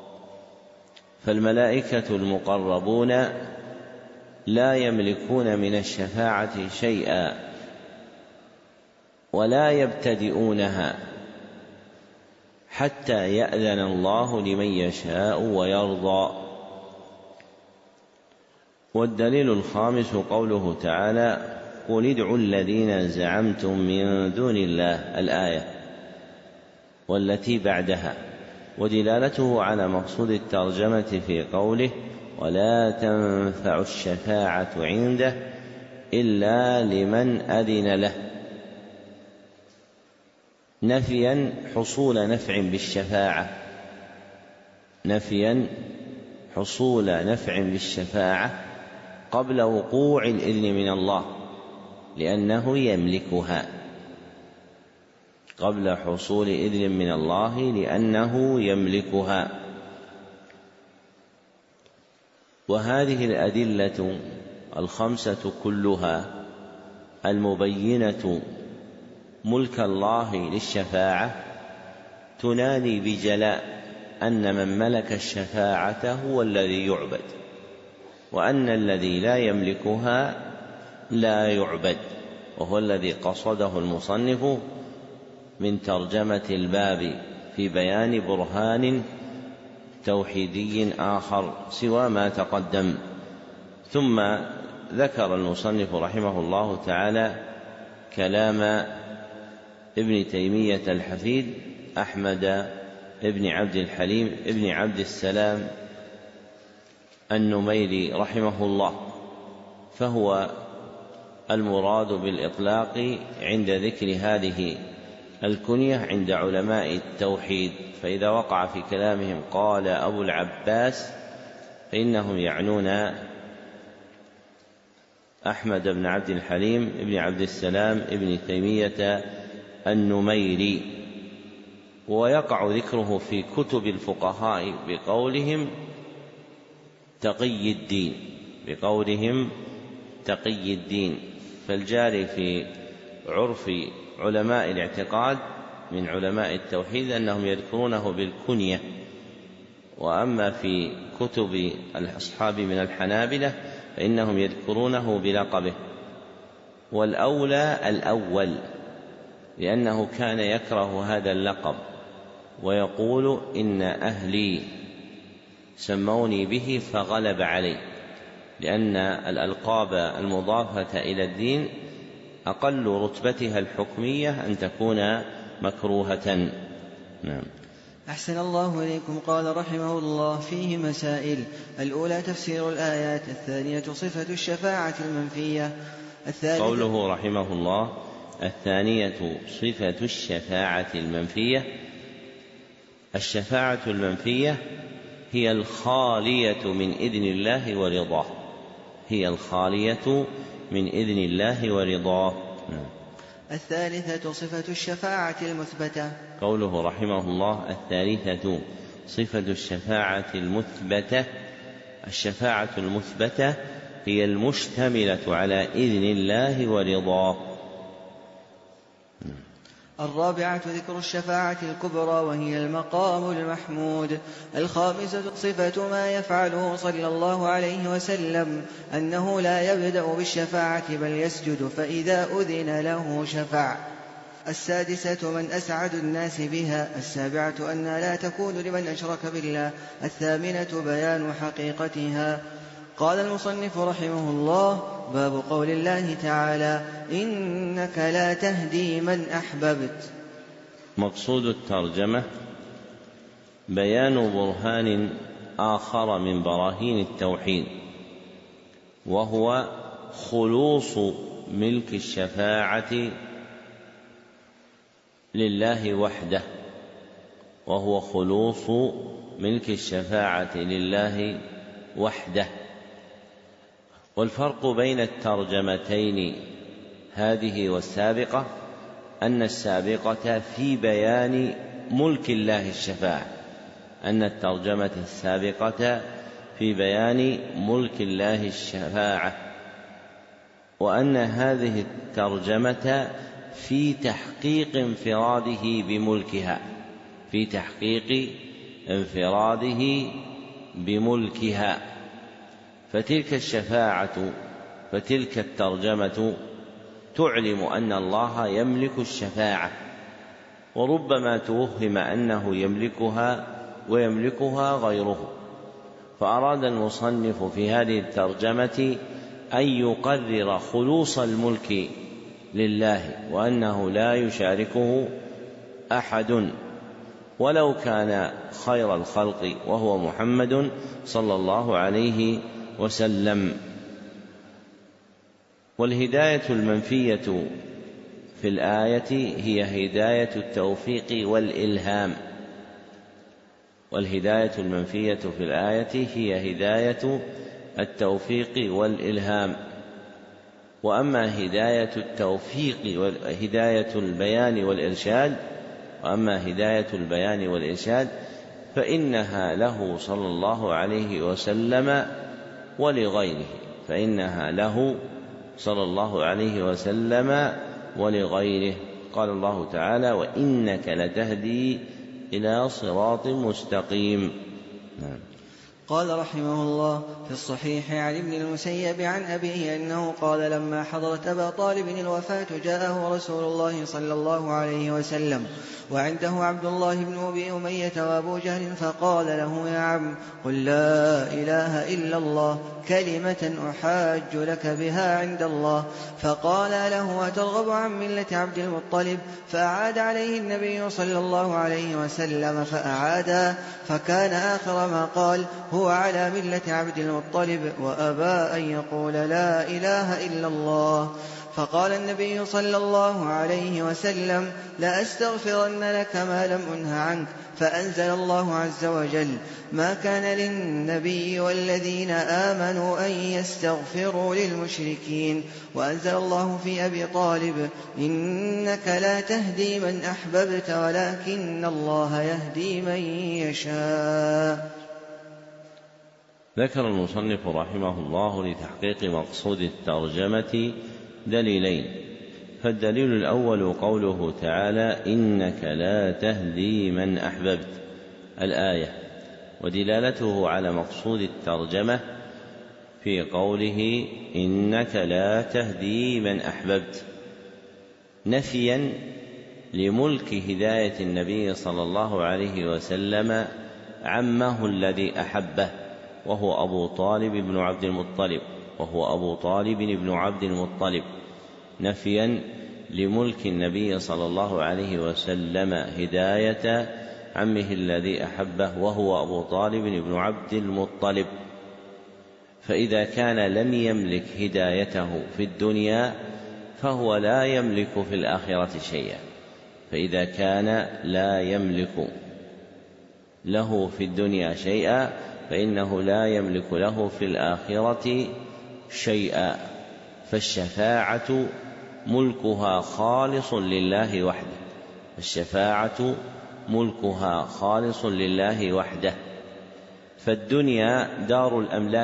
فالملائكة المقربون لا يملكون من الشفاعة شيئا ولا يبتدئونها حتى يأذن الله لمن يشاء ويرضى. والدليل الخامس قوله تعالى قل ادعوا الذين زعمتم من دون الله الآية والتي بعدها، ودلالته على مقصود الترجمة في قوله ولا تنفع الشفاعة عنده إلا لمن أذن له، نفيا حصول نفع بالشفاعة، نفيا حصول نفع بالشفاعة قبل وقوع الإذن من الله لأنه يملكها، قبل حصول إذن من الله لأنه يملكها. وهذه الأدلة الخمسة كلها المبينة ملك الله للشفاعة تنادي بجلاء أن من ملك الشفاعة هو الذي يعبد، وأن الذي لا يملكها لا يعبد، وهو الذي قصده المصنف من ترجمة الباب في بيان برهان توحيدي آخر سوى ما تقدم. ثم ذكر المصنف رحمه الله تعالى كلام ابن تيمية الحفيد أحمد ابن عبد الحليم ابن عبد السلام النميري رحمه الله، فهو المراد بالإطلاق عند ذكر هذه الكنية عند علماء التوحيد. فإذا وقع في كلامهم قال أبو العباس فإنهم يعنون أحمد بن عبد الحليم ابن عبد السلام ابن تيمية النميري. ويقع ذكره في كتب الفقهاء بقولهم تقي الدين، فالجاري في عرف علماء الاعتقاد من علماء التوحيد أنهم يذكرونه بالكنية، وأما في كتب الأصحاب من الحنابلة فإنهم يذكرونه بلقبه، والأولى الأول لأنه كان يكره هذا اللقب ويقول إن أهلي سموني به فغلب علي، لأن الألقاب المضافة إلى الدين أقل رتبتها الحكمية أن تكون مكروهة. نعم. أحسن الله إليكم. قال رحمه الله: فيه مسائل. الأولى تفسير الآيات، الثانية صفة الشفاعة المنفية، قوله رحمه الله الثانية صفة الشفاعة المنفية. الشفاعة المنفية هي الخالية من إذن الله ورضاه، الثالثة صفة الشفاعة المثبتة. قوله رحمه الله الثالثة صفة الشفاعة المثبتة. الشفاعة المثبتة هي المشتملة على إذن الله ورضاه. الرابعة ذكر الشفاعة الكبرى وهي المقام المحمود. الخامسة صفة ما يفعله صلى الله عليه وسلم، أنه لا يبدأ بالشفاعة بل يسجد، فإذا أذن له شفع. السادسة من أسعد الناس بها. السابعة أنها لا تكون لمن أشرك بالله. الثامنة بيان حقيقتها. قال المصنف رحمه الله: باب قول الله تعالى: إنك لا تهدي من أحببت. مقصود الترجمة بيان برهان آخر من براهين التوحيد، وهو خلوص ملك الشفاعة لله وحده. والفرق بين الترجمتين هذه والسابقة أن السابقة في بيان ملك الله الشفاعة، أن الترجمة السابقة في بيان ملك الله الشفاعة، وأن هذه الترجمة في تحقيق انفراده بملكها. فتلك الترجمة تعلم أن الله يملك الشفاعة، وربما توهم أنه يملكها ويملكها غيره، فأراد المصنف في هذه الترجمة أن يقرر خلوص الملك لله، وأنه لا يشاركه أحد ولو كان خير الخلق وهو محمد صلى الله عليه وسلم. والهداية المنفية في الآية هي هداية التوفيق والإلهام. وأما هداية التوفيق وهداية البيان والإرشاد فإنها له صلى الله عليه وسلم ولغيره. قال الله تعالى: وإنك لتهدي إلى صراط مستقيم. قال رحمه الله في الصحيح عن ابن المسيب عن أبيه أنه قال لما حضرت أبا طالب الوفاة جاءه رسول الله صلى الله عليه وسلم وعنده عبد الله بن أبي أمية وأبو جهل فقال له يا عم قل لا إله إلا الله كلمة أحاج لك بها عند الله. فقال له أترغب عن ملة عبد المطلب؟ فأعاد عليه النبي صلى الله عليه وسلم فأعادا، فكان آخر ما قال هو على ملة عبد المطلب وأبى أن يقول لا إله إلا الله. فقال النبي صلى الله عليه وسلم لأستغفرن لك ما لم أنه عنك. فأنزل الله عز وجل ما كان للنبي والذين آمنوا أن يستغفروا للمشركين. وأنزل الله في أبي طالب إنك لا تهدي من أحببت ولكن الله يهدي من يشاء. ذكر المصنف رحمه الله لتحقيق مقصود الترجمة دليلين. فالدليل الأول قوله تعالى إنك لا تهدي من أحببت الآية، ودلالته على مقصود الترجمة في قوله إنك لا تهدي من أحببت نفيا لملك هداية النبي صلى الله عليه وسلم عمه الذي أحبه وهو أبو طالب بن عبد المطلب نفيا لملك النبي صلى الله عليه وسلم هداية عمه الذي أحبه وهو أبو طالب بن عبد المطلب. فإذا كان لم يملك هدايته في الدنيا فهو لا يملك في الآخرة شيئا. فإذا كان لا يملك له في الدنيا شيئا فإنه لا يملك له في الآخرة شيئا. فالشفاعة ملكها خالص لله وحده، الشفاعة ملكها خالص لله وحده. فالدنيا دار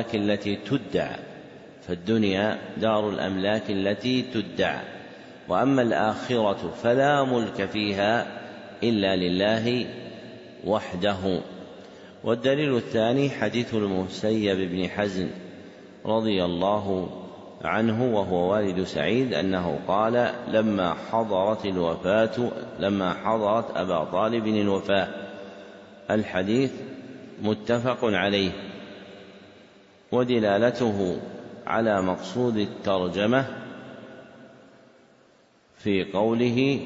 الأملاك التي تدعى، وأما الآخرة فلا ملك فيها إلا لله وحده. والدليل الثاني حديث المسيب بن حزن رضي الله عنه وهو والد سعيد أنه قال لما حضرت أبا طالب الوفاة. الحديث متفق عليه. ودلالته على مقصود الترجمة في قوله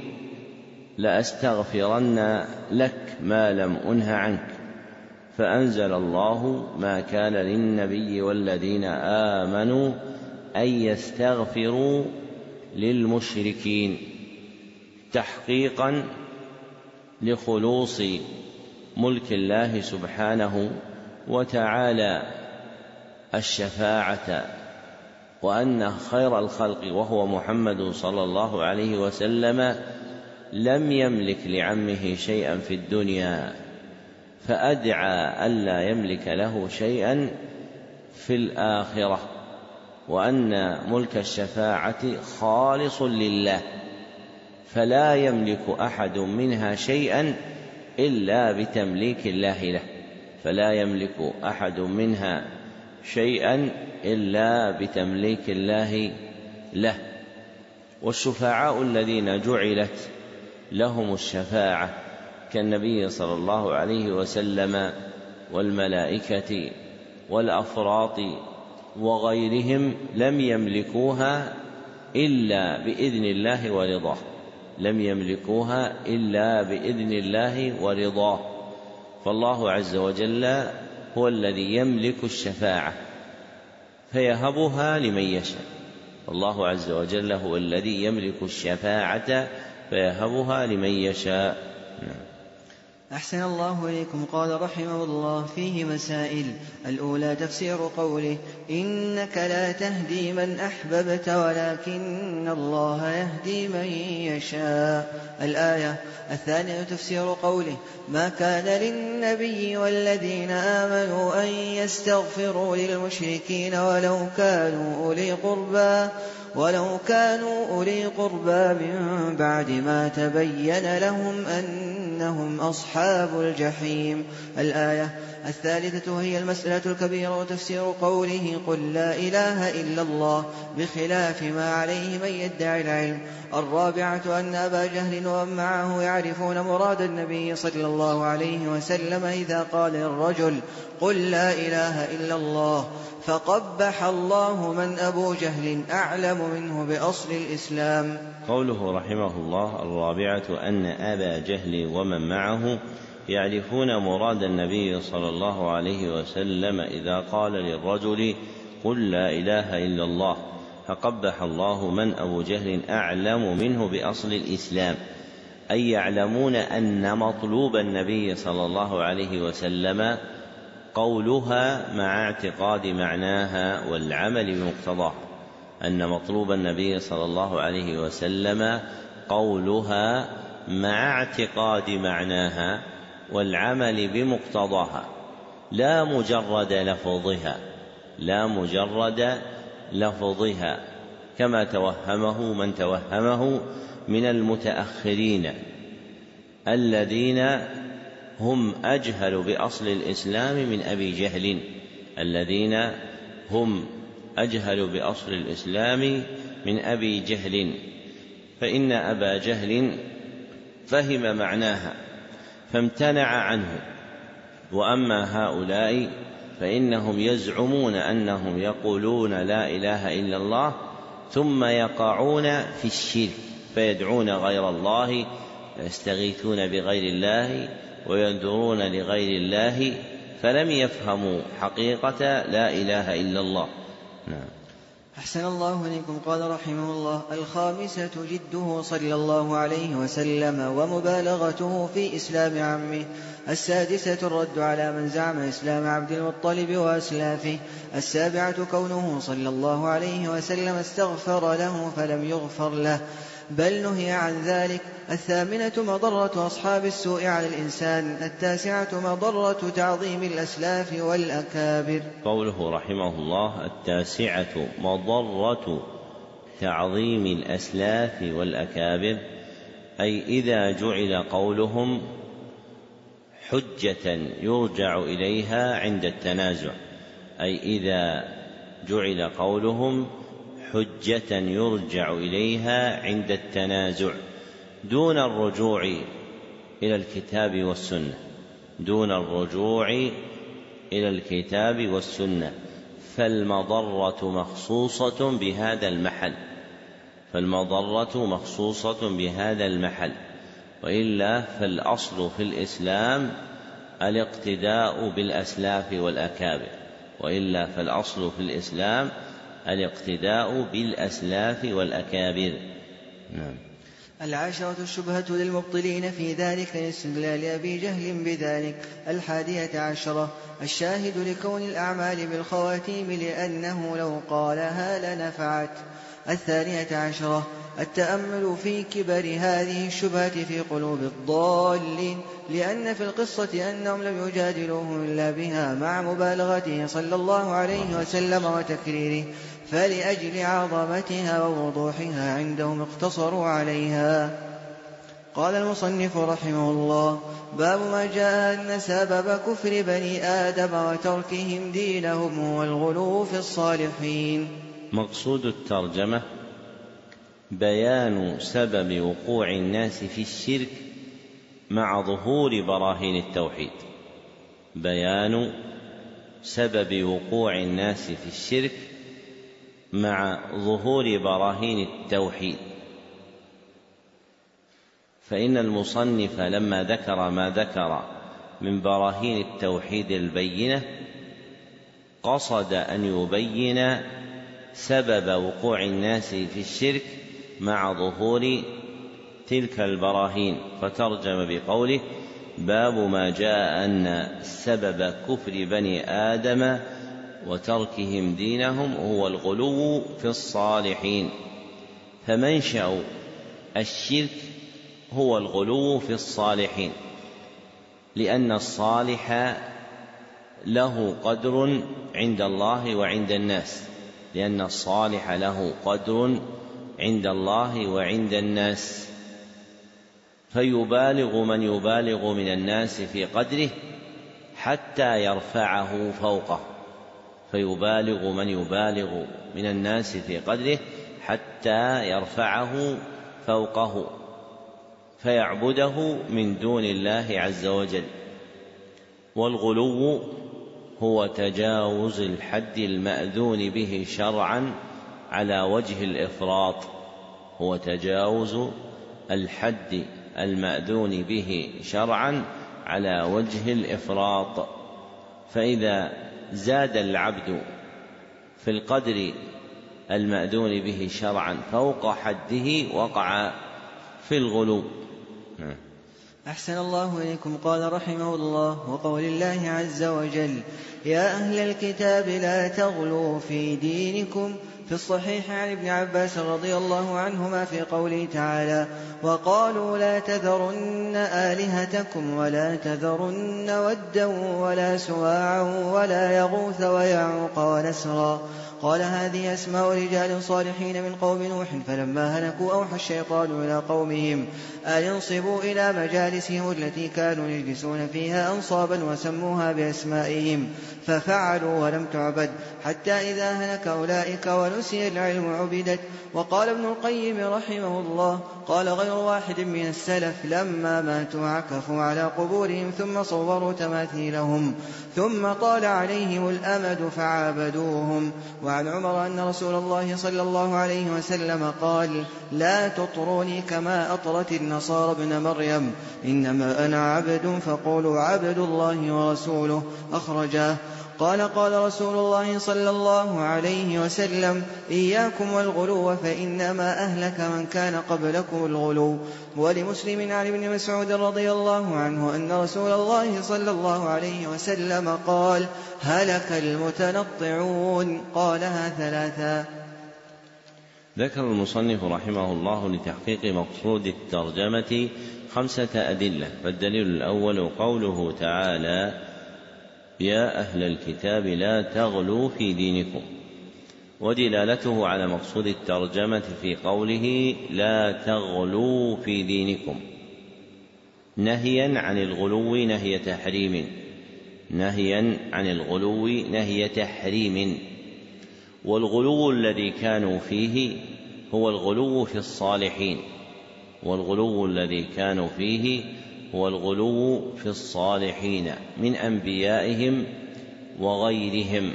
لأستغفرن لك ما لم أنه عنك. فأنزل الله ما كان للنبي والذين آمنوا أن يستغفروا للمشركين تحقيقا لخلوص ملك الله سبحانه وتعالى الشفاعة، وأن خير الخلق وهو محمد صلى الله عليه وسلم لم يملك لعمه شيئا في الدنيا فأدعى ألا يملك له شيئا في الآخرة، وأن ملك الشفاعة خالص لله فلا يملك أحد منها شيئا إلا بتمليك الله له، فلا يملك أحد منها شيئا إلا بتمليك الله له. والشفعاء الذين جعلت لهم الشفاعة كالنبي صلى الله عليه وسلم والملائكة والأفراط وغيرهم لم يملكوها إلا بإذن الله ورضاه. فالله عز وجل هو الذي يملك الشفاعة فيهبها لمن يشاء. الله عز وجل هو الذي يملك الشفاعة فيهبها لمن يشاء. أحسن الله إليكم. قال رحمه الله فيه مسائل. الأولى تفسير قوله إنك لا تهدي من أحببت ولكن الله يهدي من يشاء الآية. الثانية تفسير قوله ما كان للنبي والذين آمنوا أن يستغفروا للمشركين ولو كانوا أولي قربى من بعد ما تبين لهم أنهم أصحاب الجحيم الآية. الثالثة هي المسألة الكبيرة وتفسير قوله قل لا إله إلا الله بخلاف ما عليه من يدعي العلم. الرابعة أن أبا جهل ومن معه يعرفون مراد النبي صلى الله عليه وسلم إذا قال للرجل قل لا إله إلا الله، فقبح الله من أبو جهل أعلم منه بأصل الإسلام. قوله رحمه الله: الرابعة أن أبا جهل ومن معه يعرفون مراد النبي صلى الله عليه وسلم إذا قال للرجل قل لا إله إلا الله، فقبح الله من أبو جهل أعلم منه بأصل الإسلام، أي يعلمون أن مطلوب النبي صلى الله عليه وسلم قولها مع اعتقاد معناها والعمل بمقتضاها، أن مطلوب النبي صلى الله عليه وسلم قولها مع اعتقاد معناها والعمل بمقتضاها، لا مجرد لفظها كما توهمه من توهمه من المتأخرين الذين هم أجهل بأصل الإسلام من أبي جهل، فإن أبا جهل فهم معناها فامتنع عنه. وأما هؤلاء فإنهم يزعمون أنهم يقولون لا إله إلا الله ثم يقعون في الشرك، فيدعون غير الله، يستغيثون بغير الله، وينذرون لغير الله، فلم يفهموا حقيقة لا إله إلا الله. نعم. أحسن الله إليكم. قال رحمه الله: الخامسة جده صلى الله عليه وسلم ومبالغته في إسلام عمه. السادسة الرد على من زعم إسلام عبد المطلب وأسلافه. السابعة كونه صلى الله عليه وسلم استغفر له فلم يغفر له بل نهي عن ذلك. الثامنة مضرة أصحاب السوء على الإنسان. التاسعة مضرة تعظيم الأسلاف والأكابر. قوله رحمه الله: التاسعة مضرة تعظيم الأسلاف والأكابر، أي إذا جعل قولهم حجة يرجع إليها عند التنازع، أي إذا جعل قولهم حجة يرجع إليها عند التنازع دون الرجوع إلى الكتاب والسنة، فالمضرة مخصوصة بهذا المحل، وإلا فالأصل في الإسلام الاقتداء بالأسلاف والأكابر. نعم. العاشرة الشبهة للمبطلين في ذلك لاستدلال أبي جهل بذلك. 11 الشاهد لكون الأعمال بالخواتيم لأنه لو قالها لنفعت. 12 التأمل في كبر هذه الشبهة في قلوب الضالين، لأن في القصة أنهم لم يجادلوه إلا بها مع مبالغته صلى الله عليه وسلم وتكريره، فلأجل عظمتها ووضوحها عندهم اقتصروا عليها. قال المصنف رحمه الله: باب ما جاء أن سبب كفر بني آدم وتركهم دينهم هو الغلو في الصالحين. مقصود الترجمة بيان سبب وقوع الناس في الشرك مع ظهور براهين التوحيد. فإن المصنف لما ذكر ما ذكر من براهين التوحيد البينة قصد أن يبين سبب وقوع الناس في الشرك مع ظهور تلك البراهين، فترجم بقوله: باب ما جاء أن سبب كفر بني آدم وتركهم دينهم هو الغلو في الصالحين. فمنشأ الشرك هو الغلو في الصالحين، لأن الصالح له قدر عند الله وعند الناس، فيبالغ من يبالغ من الناس في قدره حتى يرفعه فوقه، فيبالغ من يبالغ من الناس في قدره حتى يرفعه فوقه فيعبده من دون الله عز وجل. والغلو هو تجاوز الحد المأذون به شرعا على وجه الإفراط، هو تجاوز الحد المأذون به شرعا على وجه الإفراط. فإذا زاد العبد في القدر المأذون به شرعا فوق حده وقع في الغلو. أحسن الله إليكم. قال رحمه الله: وقول الله عز وجل: يا أهل الكتاب لا تغلوا في دينكم. في الصحيح عن ابن عباس رضي الله عنهما في قوله تعالى: وقالوا لا تذرن آلهتكم ولا تذرن ودا ولا سواعا ولا يغوث ويعوق ونسرا. قال: هذه أسماء رجال صالحين من قوم نوح، فلما هلكوا أوحى الشيطان إلى قومهم أن ينصبوا إلى مجالسهم التي كانوا يجلسون فيها أنصابا وسموها بأسمائهم، ففعلوا ولم تعبد، حتى إذا هلك أولئك ونسي العلم عبدت. وقال ابن القيم رحمه الله: قال غير واحد من السلف لما ماتوا عكفوا على قبورهم ثم صوروا تماثيلهم ثم طال عليهم الأمد فعابدوهم. وعن عمر أن رسول الله صلى الله عليه وسلم قال: لا تطروني كما أطرت النصارى ابن مريم، إنما أنا عبد فقولوا عبد الله ورسوله. أخرجاه. قال رسول الله صلى الله عليه وسلم: إياكم والغلو فإنما أهلك من كان قبلكم الغلو. ولمسلم عن ابن مسعود رضي الله عنه أن رسول الله صلى الله عليه وسلم قال: هلك المتنطعون. قالها ثلاثا. ذكر المصنف رحمه الله لتحقيق مقصود الترجمة 5 أدلة. فالدليل الأول قوله تعالى: يا أهل الكتاب لا تغلوا في دينكم، ودلالته على مقصود الترجمة في قوله لا تغلوا في دينكم نهيا عن الغلو نهي تحريم، نهيا عن الغلو نهي تحريم. والغلو الذي كانوا فيه هو الغلو في الصالحين، والغلو الذي كانوا فيه هو الغلو في الصالحين من أنبيائهم وغيرهم،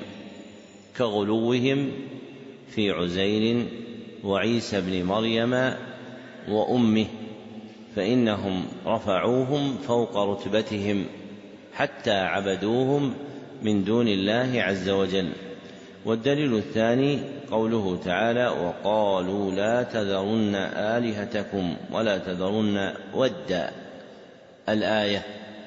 كغلوهم في عزير وعيسى بن مريم وأمه، فإنهم رفعوهم فوق رتبتهم حتى عبدوهم من دون الله عز وجل. والدليل الثاني قوله تعالى: وقالوا لا تذرن آلهتكم ولا تذرن ودا، الآية.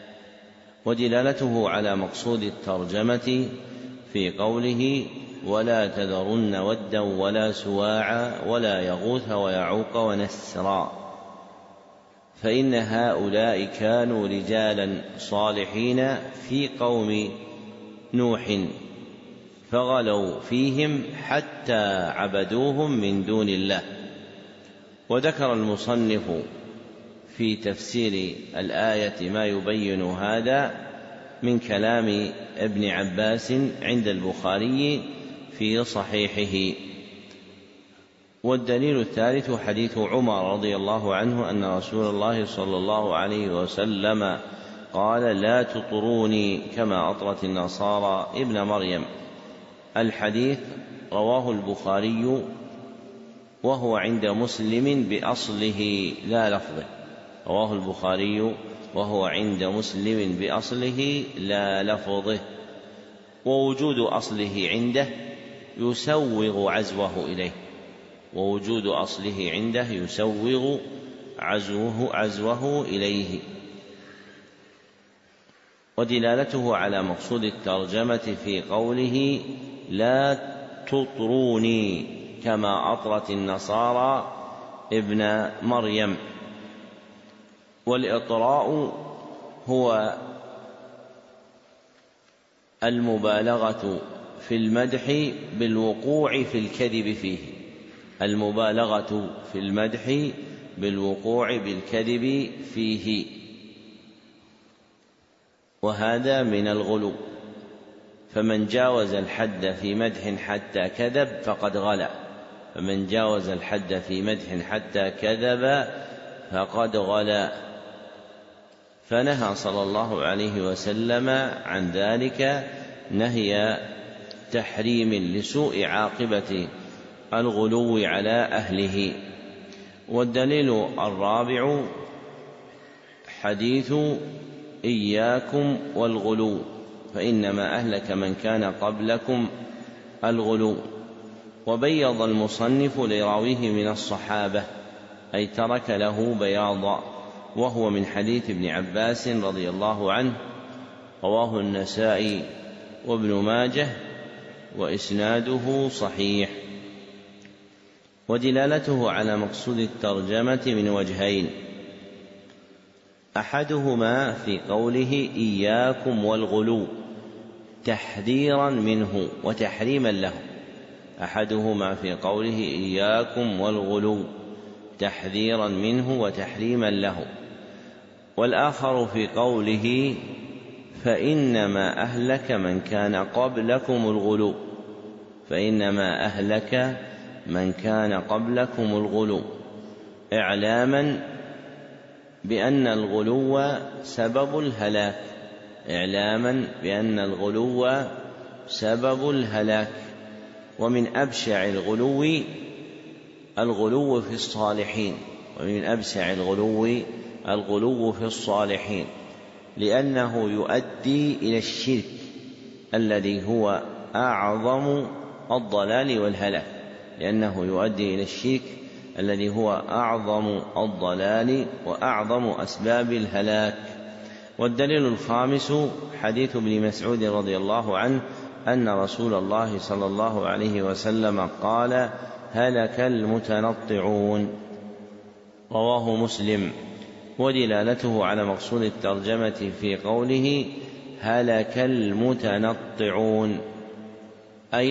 ودلالته على مقصود الترجمة في قوله: ولا تذرن ودا ولا سواعا ولا يغوث ويعوق ونسرا، فإن هؤلاء كانوا رجالا صالحين في قوم نوح فغلوا فيهم حتى عبدوهم من دون الله. وذكر المصنف في تفسير الآية ما يبين هذا من كلام ابن عباس عند البخاري في صحيحه. والدليل الثالث حديث عمر رضي الله عنه أن رسول الله صلى الله عليه وسلم قال: لا تطروني كما أطرت النصارى ابن مريم. الحديث رواه البخاري وهو عند مسلم بأصله لا لفظه، رواه البخاري وهو عند مسلم بأصله لا لفظه. ووجود أصله عنده يسوغ عزوه إليه، ووجود أصله عنده يسوغ عزوه إليه. ودلالته على مقصود الترجمة في قوله: لا تطروني كما أطرت النصارى ابن مريم. والإطراء هو المبالغة في المدح بالوقوع في الكذب فيه، المبالغة في المدح بالوقوع بالكذب فيه. وهذا من الغلو. فمن جاوز الحد في مدح حتى كذب فقد غلا، فمن جاوز الحد في مدح حتى كذب فقد غلا. فنهى صلى الله عليه وسلم عن ذلك نهي تحريم لسوء عاقبة الغلو على أهله. والدليل الرابع حديث إياكم والغلو فإنما أهلك من كان قبلكم الغلو. وبيض المصنف لراويه من الصحابة، أي ترك له بياضا، وهو من حديث ابن عباس رضي الله عنه، رواه النسائي وابن ماجه وإسناده صحيح. ودلالته على مقصود الترجمة من وجهين: أحدهما في قوله إياكم والغلو تحذيرا منه وتحريما له، أحدهما في قوله إياكم والغلو تحذيرا منه وتحريما له، والآخر في قوله فإنما أهلك من كان قبلكم الغلو، فإنما أهلك من كان قبلكم الغلو، إعلاما بأن الغلو سبب الهلاك، إعلاما بأن الغلو سبب الهلاك. ومن أبشع الغلو في الصالحين، ومن أبشع الغلو في الصالحين، لأنه يؤدي إلى الشرك الذي هو أعظم الضلال والهلاك، لأنه يؤدي إلى الشرك الذي هو أعظم الضلال وأعظم أسباب الهلاك. والدليل الخامس حديث ابن مسعود رضي الله عنه أن رسول الله صلى الله عليه وسلم قال: هلك المتنطعون، رواه مسلم. ودلالته على مقصود الترجمة في قوله هلك المتنطعون أي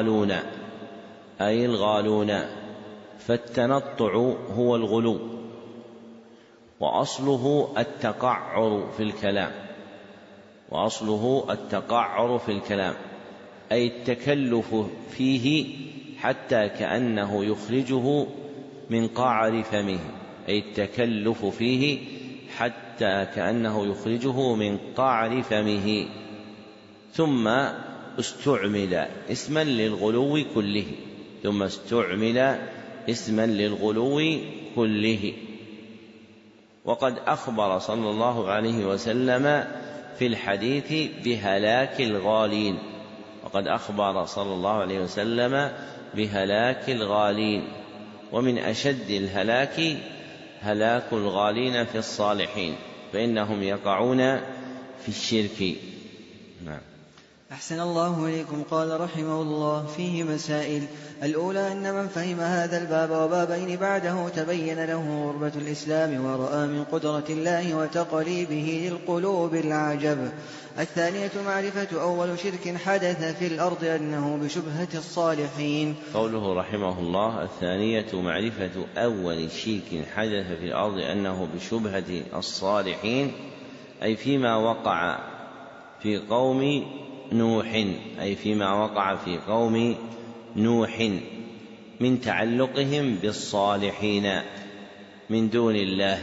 الغالون، فالتنطع هو الغلو، وأصله التقعر في الكلام، أي التكلف فيه حتى كأنه يخرجه من قعر فمه، أي التكلف فيه حتى كأنه يخرجه من قعر فمه. ثم استعمل اسما للغلو كله. وقد أخبر صلى الله عليه وسلم في الحديث بهلاك الغالين، ومن أشد الهلاك هلاك الغالين في الصالحين، فإنهم يقعون في الشرك. نعم. أحسن الله إليكم. قال رحمه الله: فيه مسائل. الأولى أن من فهم هذا الباب وبابين بعده تبين له غربة الإسلام ورأى من قدرة الله وتقليبه للقلوب العجب. الثانية معرفة أول شرك حدث في الأرض أنه بشبهة الصالحين. قوله رحمه الله: الثانية معرفة أول شرك حدث في الأرض أنه بشبهة الصالحين، أي فيما وقع في قوم نوح من تعلقهم بالصالحين من دون الله.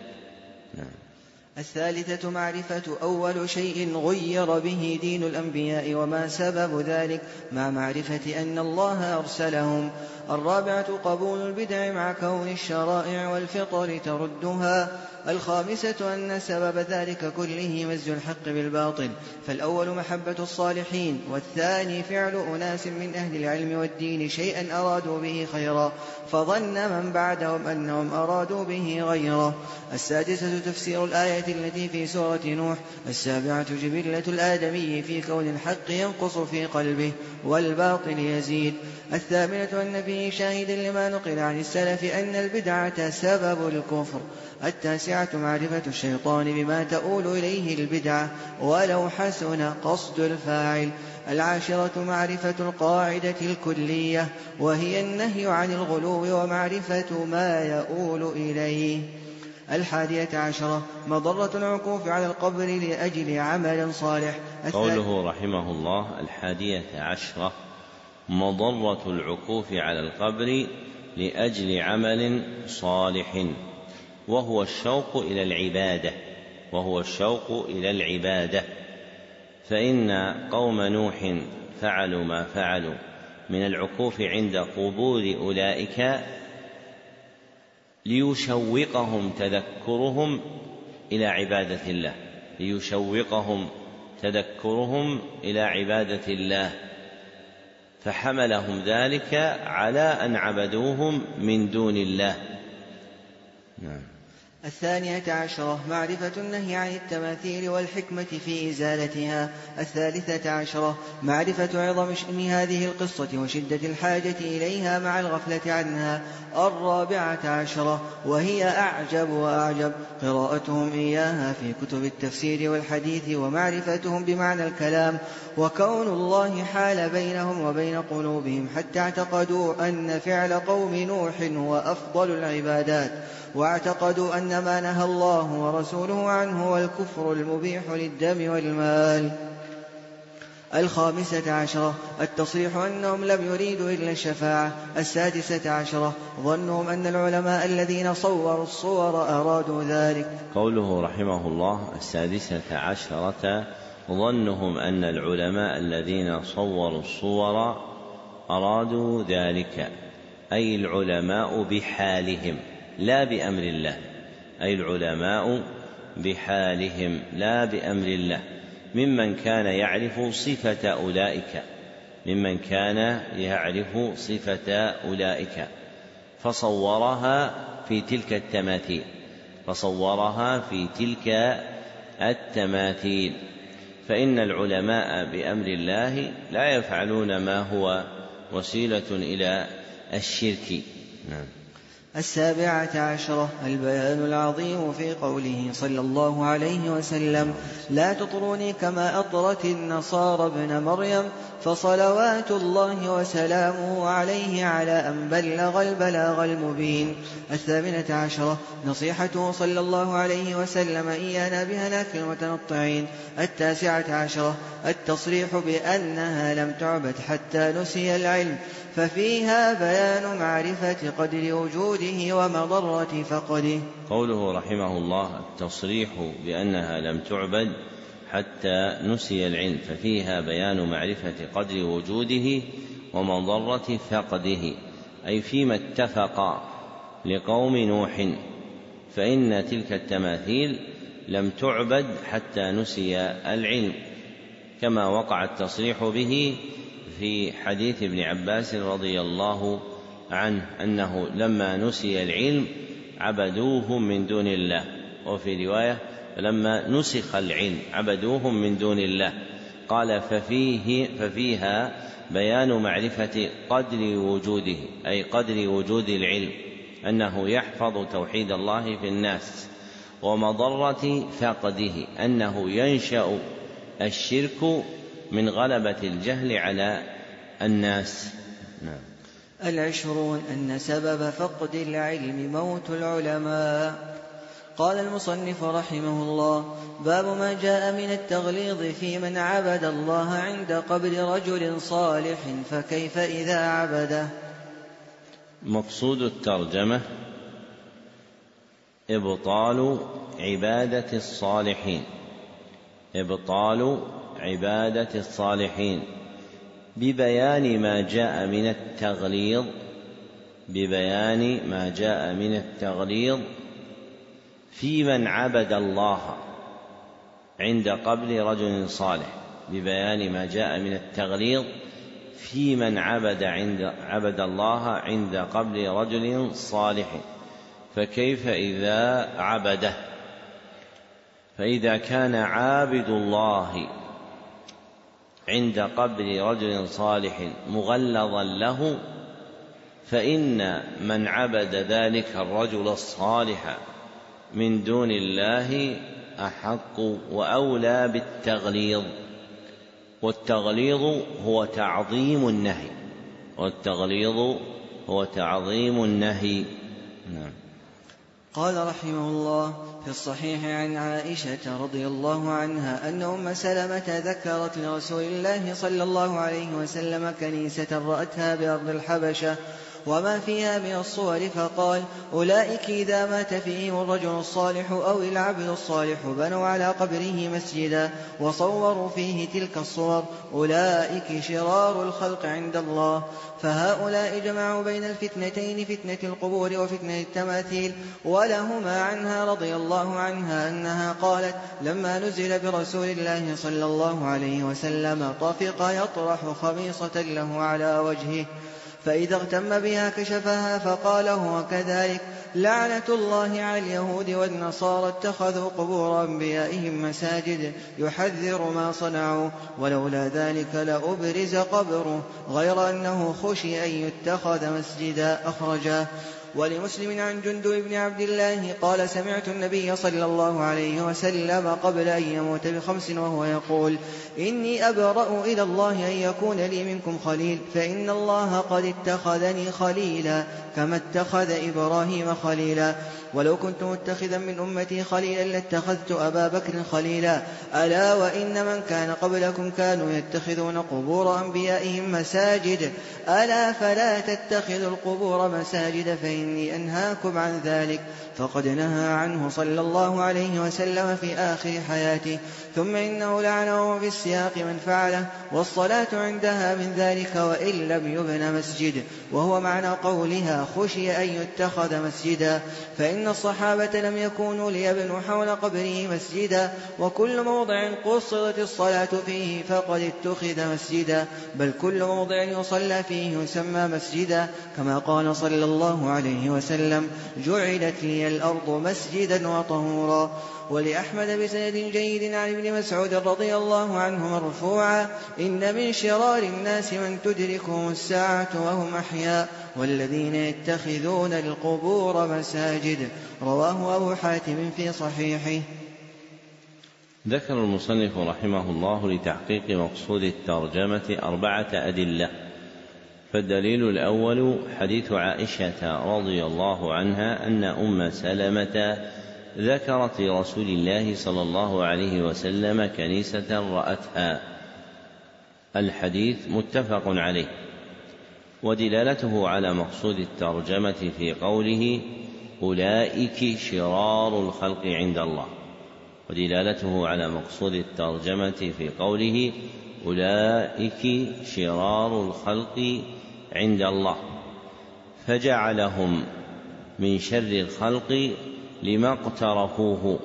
الثالثة معرفة أول شيء غير به دين الأنبياء وما سبب ذلك مع معرفة أن الله أرسلهم. الرابعة قبول البدع مع كون الشرائع والفطر تردها. الخامسة أن سبب ذلك كله مزج الحق بالباطل، فالأول محبة الصالحين، والثاني فعل أناس من أهل العلم والدين شيئا أرادوا به خيرا فظن من بعدهم أنهم أرادوا به غيره. السادسة تفسير الآية التي في سورة نوح. السابعة جبلة الآدمي في كون الحق ينقص في قلبه والباطل يزيد. الثامنة أن فيه شاهدا لما نقل عن السلف أن البدعة سبب الكفر. التاسعة معرفة الشيطان بما تؤول إليه البدعة ولو حسن قصد الفاعل. العاشرة معرفة القاعدة الكلية وهي النهي عن الغلو ومعرفة ما يؤول إليه. 11 مضرة العكوف على القبر لأجل عمل صالح. قوله رحمه الله 11 مضرة العكوف على القبر لأجل عمل صالح، وهو الشوق إلى العبادة، فإن قوم نوح فعلوا ما فعلوا من العكوف عند قبور أولئك ليشوقهم تذكرهم إلى عبادة الله، فحملهم ذلك على أن عبدوهم من دون الله. 12 معرفة النهي عن التماثيل والحكمة في إزالتها. 13 معرفة عظم شأن هذه القصة وشدة الحاجة إليها مع الغفلة عنها. 14 وهي أعجب وأعجب قراءتهم إياها في كتب التفسير والحديث ومعرفتهم بمعنى الكلام، وكون الله حال بينهم وبين قلوبهم حتى اعتقدوا أن فعل قوم نوح هو أفضل العبادات، واعتقدوا أن ما نهى الله ورسوله عنه والكفر المبيح للدم والمال. 15 التصريح أنهم لم يريدوا إلا الشفاعة. 16 ظنهم أن العلماء الذين صوروا الصور أرادوا ذلك. قوله رحمه الله 16 ظنهم أن العلماء الذين صوروا الصور أرادوا ذلك، أي العلماء بحالهم لا بأمر الله، أي العلماء بحالهم لا بأمر الله، ممن كان يعرف صفة أولئك فصورها في تلك التماثيل، فإن العلماء بأمر الله لا يفعلون ما هو وسيلة إلى الشرك. 17 البيان العظيم في قوله صلى الله عليه وسلم: لا تطروني كما أطرت النصارى ابن مريم، فصلوات الله وسلامه عليه على أن بلغ البلاغ المبين. 18 نصيحته صلى الله عليه وسلم إيانا بهلاك المتنطعين. 19 التصريح بأنها لم تعبد حتى نسي العلم، ففيها بيان معرفة قدر وجوده ومضرة فقده. قوله رحمه الله التصريح بأنها لم تعبد حتى نسي العلم، ففيها بيان معرفة قدر وجوده ومضرة فقده، أي فيما اتفق لقوم نوح، فإن تلك التماثيل لم تعبد حتى نسي العلم، كما وقع التصريح به في حديث ابن عباس رضي الله عنه أنه لما نسي العلم عبدوهم من دون الله، وفي رواية لما نسخ العلم عبدوهم من دون الله. قال ففيها بيان معرفة قدر وجوده، أي قدر وجود العلم، أنه يحفظ توحيد الله في الناس، ومضرة فقده، أنه ينشأ الشرك من غلبة الجهل على الناس. 20 أن سبب فقد العلم موت العلماء. قال المصنف رحمه الله: باب ما جاء من التغليظ في من عبد الله عند قبر رجل صالح، فكيف إذا عبده. مقصود الترجمة إبطال عبادة الصالحين ببيان ما جاء من التغليظ في من عبد الله عند قبر رجل صالح، ببيان ما جاء من التغليظ في من عبد الله عند قبر رجل صالح، فكيف إذا عبده. فإذا كان عابد الله عند قبر رجل صالح مغلظا له، فإن من عبد ذلك الرجل الصالح من دون الله أحق وأولى بالتغليظ، والتغليظ هو تعظيم النهي. قال رحمه الله: في الصحيح عن عائشة رضي الله عنها أن أم سلمة ذكرت لرسول الله صلى الله عليه وسلم كنيسة رأتها بأرض الحبشة وما فيها من الصور، فقال: أولئك إذا مات فيهم الرجل الصالح أو العبد الصالح بنوا على قبره مسجدا وصوروا فيه تلك الصور، أولئك شرار الخلق عند الله. فهؤلاء جمعوا بين الفتنتين، فتنة القبور وفتنة التماثيل. ولهما عنها رضي الله عنها أنها قالت: لما نزل برسول الله صلى الله عليه وسلم طفق يطرح خميصة له على وجهه، فإذا اغتم بها كشفها، فقال هو كذلك: لعنة الله على اليهود والنصارى اتخذوا قبور أنبيائهم مساجد، يحذر ما صنعوا، ولولا ذلك لأبرز قبره، غير أنه خشي أن يتخذ مسجدا. أخرجاه. ولمسلم عن جندب بن عبد الله قال: سمعت النبي صلى الله عليه وسلم قبل أن يموت ب5 وهو يقول: إني أبرأ إلى الله أن يكون لي منكم خليل، فإن الله قد اتخذني خليلا كما اتخذ إبراهيم خليلا، ولو كنت متخذا من أمتي خليلا لاتخذت أبا بكر خليلا. ألا وإن من كان قبلكم كانوا يتخذون قبور أنبيائهم مساجد، ألا فلا تتخذوا القبور مساجد فإني أنهاكم عن ذلك. فقد نهى عنه صلى الله عليه وسلم في آخر حياته. ثم إنه لعنه في السياق من فعله، والصلاة عندها من ذلك وإن لم يبن مسجد، وهو معنى قولها: خشي أن يتخذ مسجدا، فإن الصحابة لم يكونوا ليبنوا حول قبره مسجدا، وكل موضع قصدت الصلاة فيه فقد اتخذ مسجدا، بل كل موضع يصلى فيه يسمى مسجدا، كما قال صلى الله عليه وسلم: جعلت لي الأرض مسجدا وطهورا. ولأحمد بسند جيد عن ابن مسعود رضي الله عنه مرفوعا: إن من شرار الناس من تدركهم الساعة وهم أحياء، والذين يتخذون القبور مساجد. رواه أبو حاتم في صحيحه. ذكر المصنف رحمه الله لتحقيق مقصود الترجمة 4 أدلة. فالدليل الأول حديث عائشة رضي الله عنها أن أم سلمة ذكرت لرسول الله صلى الله عليه وسلم كنيسة رأتها. الحديث متفق عليه، ودلالته على مقصود الترجمة في قوله: أولئك شرار الخلق عند الله. ودلالته على مقصود الترجمة في قوله: أولئك شرار الخلق عند الله، فجعلهم من شر الخلق لما اقترفوه،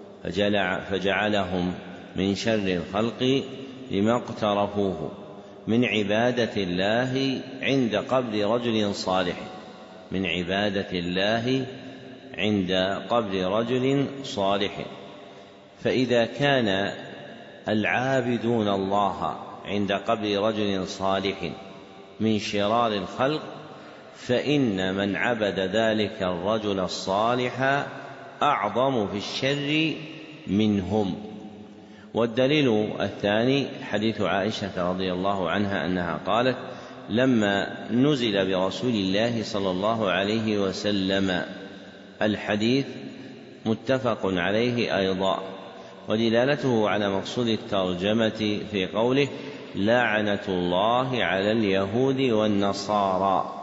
فجعلهم من شر الخلق لما اقترفوه من عبادة الله عند قبر رجل صالح، من عبادة الله عند قبر رجل صالح. فإذا كان العابدون الله عند قبر رجل صالح من شرار الخلق، فإن من عبد ذلك الرجل الصالح أعظم في الشر منهم. والدليل الثاني حديث عائشة رضي الله عنها أنها قالت: لما نزل برسول الله صلى الله عليه وسلم. الحديث متفق عليه أيضا، ودلالته على مقصود الترجمة في قوله: لعنة الله على اليهود والنصارى،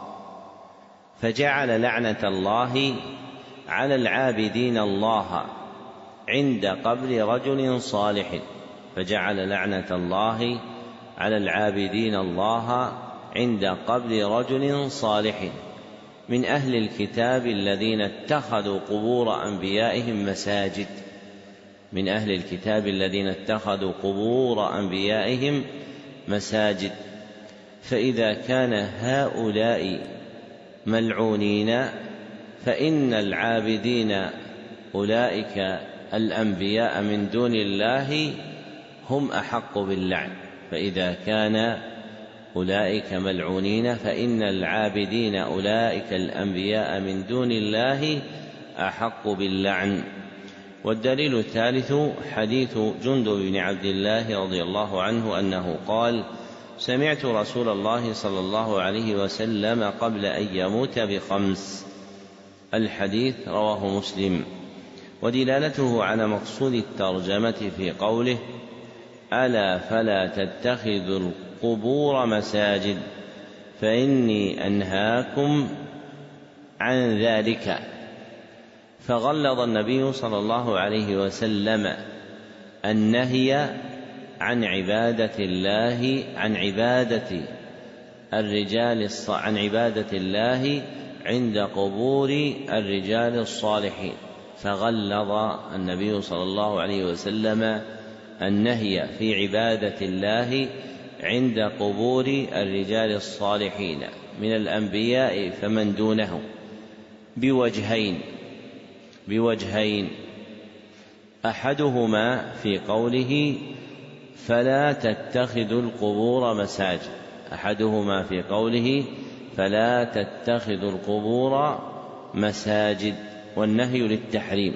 فجعل لعنة الله على العابدين الله عند قبر رجل صالح، فجعل لعنة الله على العابدين الله عند قبر رجل صالح من أهل الكتاب الذين اتخذوا قبور أنبيائهم مساجد، من أهل الكتاب الذين اتخذوا قبور أنبيائهم مساجد. فإذا كان هؤلاء ملعونين، فإن العابدين أولئك الأنبياء من دون الله هم أحق باللعن. فإذا كان أولئك ملعونين، فإن العابدين أولئك الأنبياء من دون الله أحق باللعن. والدليل الثالث حديث جندب بن عبد الله رضي الله عنه أنه قال: سمعت رسول الله صلى الله عليه وسلم قبل أن يموت ب5. الحديث رواه مسلم. ودلالته على مقصود الترجمة في قوله: ألا فلا تتخذوا القبور مساجد فإني أنهاكم عن ذلك. فغلظ النبي صلى الله عليه وسلم النهي عن عبادة الله عند قبور الرجال الصالحين. فغلظ النبي صلى الله عليه وسلم النهي في عبادة الله عند قبور الرجال الصالحين من الأنبياء فمن دونهم بوجهين: أحدهما في قوله: فلا تتخذوا القبور مساجد، والنهي للتحريم.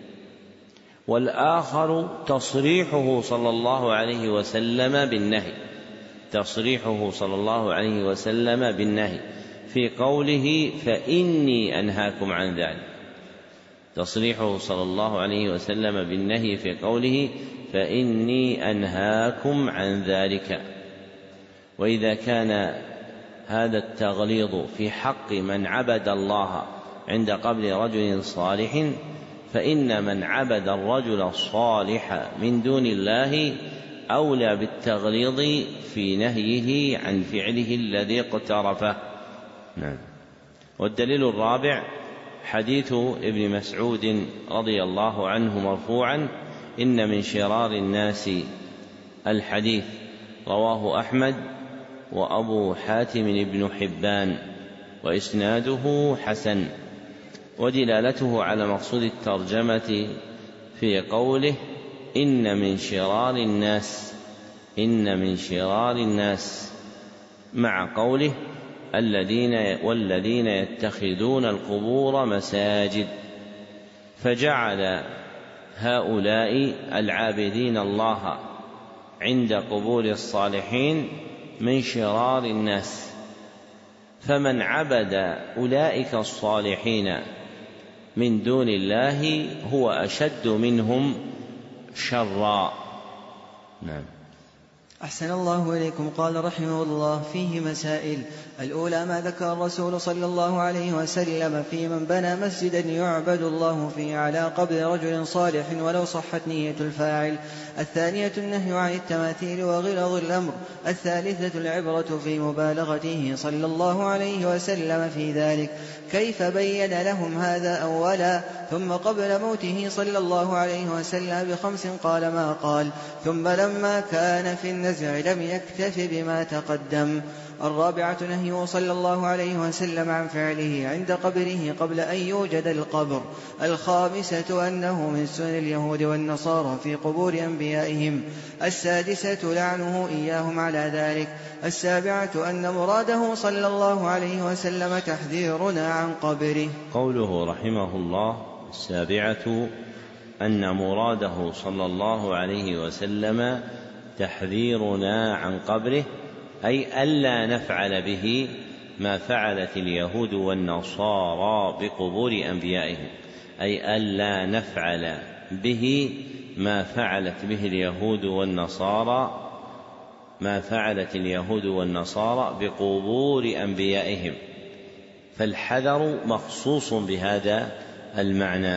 والآخر تصريحه صلى الله عليه وسلم بالنهي في قوله: فإني أنهاكم عن ذلك. وإذا كان هذا التغليظ في حق من عبد الله عند قبر رجل صالح، فإن من عبد الرجل الصالح من دون الله أولى بالتغليظ في نهيه عن فعله الذي اقترفه. والدليل الرابع حديث ابن مسعود رضي الله عنه مرفوعا: إن من شرار الناس. الحديث رواه أحمد وأبو حاتم بن حبان، وإسناده حسن. ودلالته على مقصود الترجمة في قوله: إن من شرار الناس، مع قوله: والذين يتخذون القبور مساجد. فجعل هؤلاء العابدين الله عند قبور الصالحين من شرار الناس، فمن عبد أولئك الصالحين من دون الله هو أشد منهم شرا. أحسن الله إليكم. قال رحمه الله: فيه مسائل. الأولى ما ذكر الرسول صلى الله عليه وسلم في من بنى مسجدا يعبد الله فيه على قبر رجل صالح ولو صحت نية الفاعل. الثانية النهي عن التماثيل وغلظ الأمر. الثالثة العبرة في مبالغته صلى الله عليه وسلم في ذلك، كيف بين لهم هذا أولا، ثم قبل موته صلى الله عليه وسلم ب5 قال ما قال، ثم لما كان في النزع لم يكتف بما تقدم. الرابعة نهيه صلى الله عليه وسلم عن فعله عند قبره قبل أن يوجد القبر. الخامسة أنه من سنن اليهود والنصارى في قبور أنبيائهم. السادسة لعنه إياهم على ذلك. السابعة أن مراده صلى الله عليه وسلم تحذيرنا عن قبره. قوله رحمه الله: السابعة أن مراده صلى الله عليه وسلم تحذيرنا عن قبره، أي ألا نفعل به ما فعلت اليهود والنصارى بقبور أنبيائهم، أي ألا نفعل به ما فعلت اليهود والنصارى بقبور أنبيائهم. فالحذر مخصوص بهذا المعنى.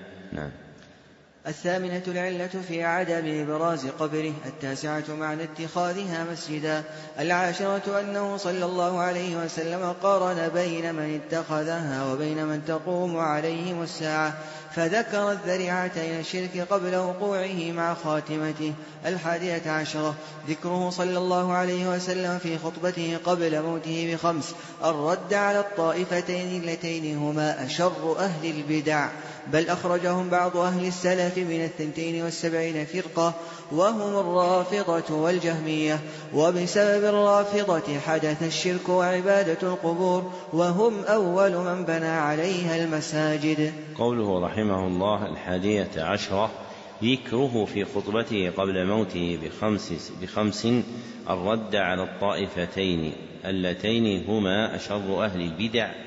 الثامنة العلة في عدم إبراز قبره. التاسعة معنى اتخاذها مسجدا. العاشرة أنه صلى الله عليه وسلم قارن بين من اتخذها وبين من تقوم عليهم الساعة، فذكر الذريعتين الشرك قبل وقوعه مع خاتمته. 11 ذكره صلى الله عليه وسلم في خطبته قبل موته ب5 الرد على الطائفتين اللتين هما أشر أهل البدع، بل أخرجهم بعض أهل السلف من 72 فرقة، وهم الرافضة والجهمية، وبسبب الرافضة حدث الشرك وعبادة القبور، وهم أول من بنى عليها المساجد. قوله رحمه الله: 11 ذكره في خطبته قبل موته ب5 الرد على الطائفتين اللتين هما أشر أهل البدع،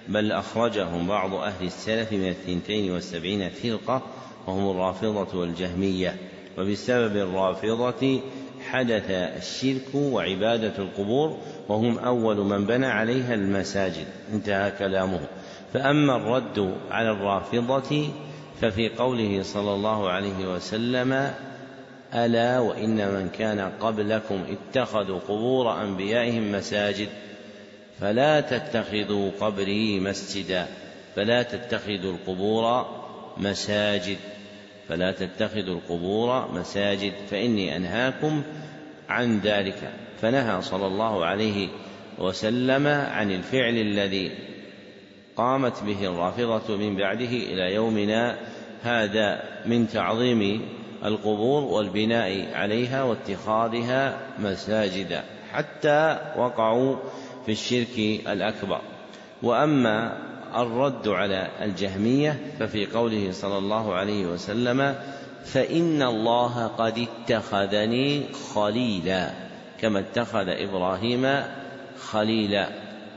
بل أخرجهم بعض أهل السلف من 72 فرقة وهم الرافضة والجهمية، وبسبب الرافضة حدث الشرك وعبادة القبور، وهم أول من بنى عليها المساجد. انتهى كلامه. فأما الرد على الرافضة ففي قوله صلى الله عليه وسلم: ألا وإن من كان قبلكم اتخذوا قبور أنبيائهم مساجد فلا تتخذوا قبري مسجدا، فلا تتخذوا القبور مساجد، فلا تتخذوا القبور مساجد فإني أنهاكم عن ذلك. فنهى صلى الله عليه وسلم عن الفعل الذي قامت به الرافضة من بعده إلى يومنا هذا من تعظيم القبور والبناء عليها واتخاذها مساجد، حتى وقعوا في الشرك الأكبر. وأما الرد على الجهمية ففي قوله صلى الله عليه وسلم: فإن الله قد اتخذني خليلا كما اتخذ إبراهيم خليلا.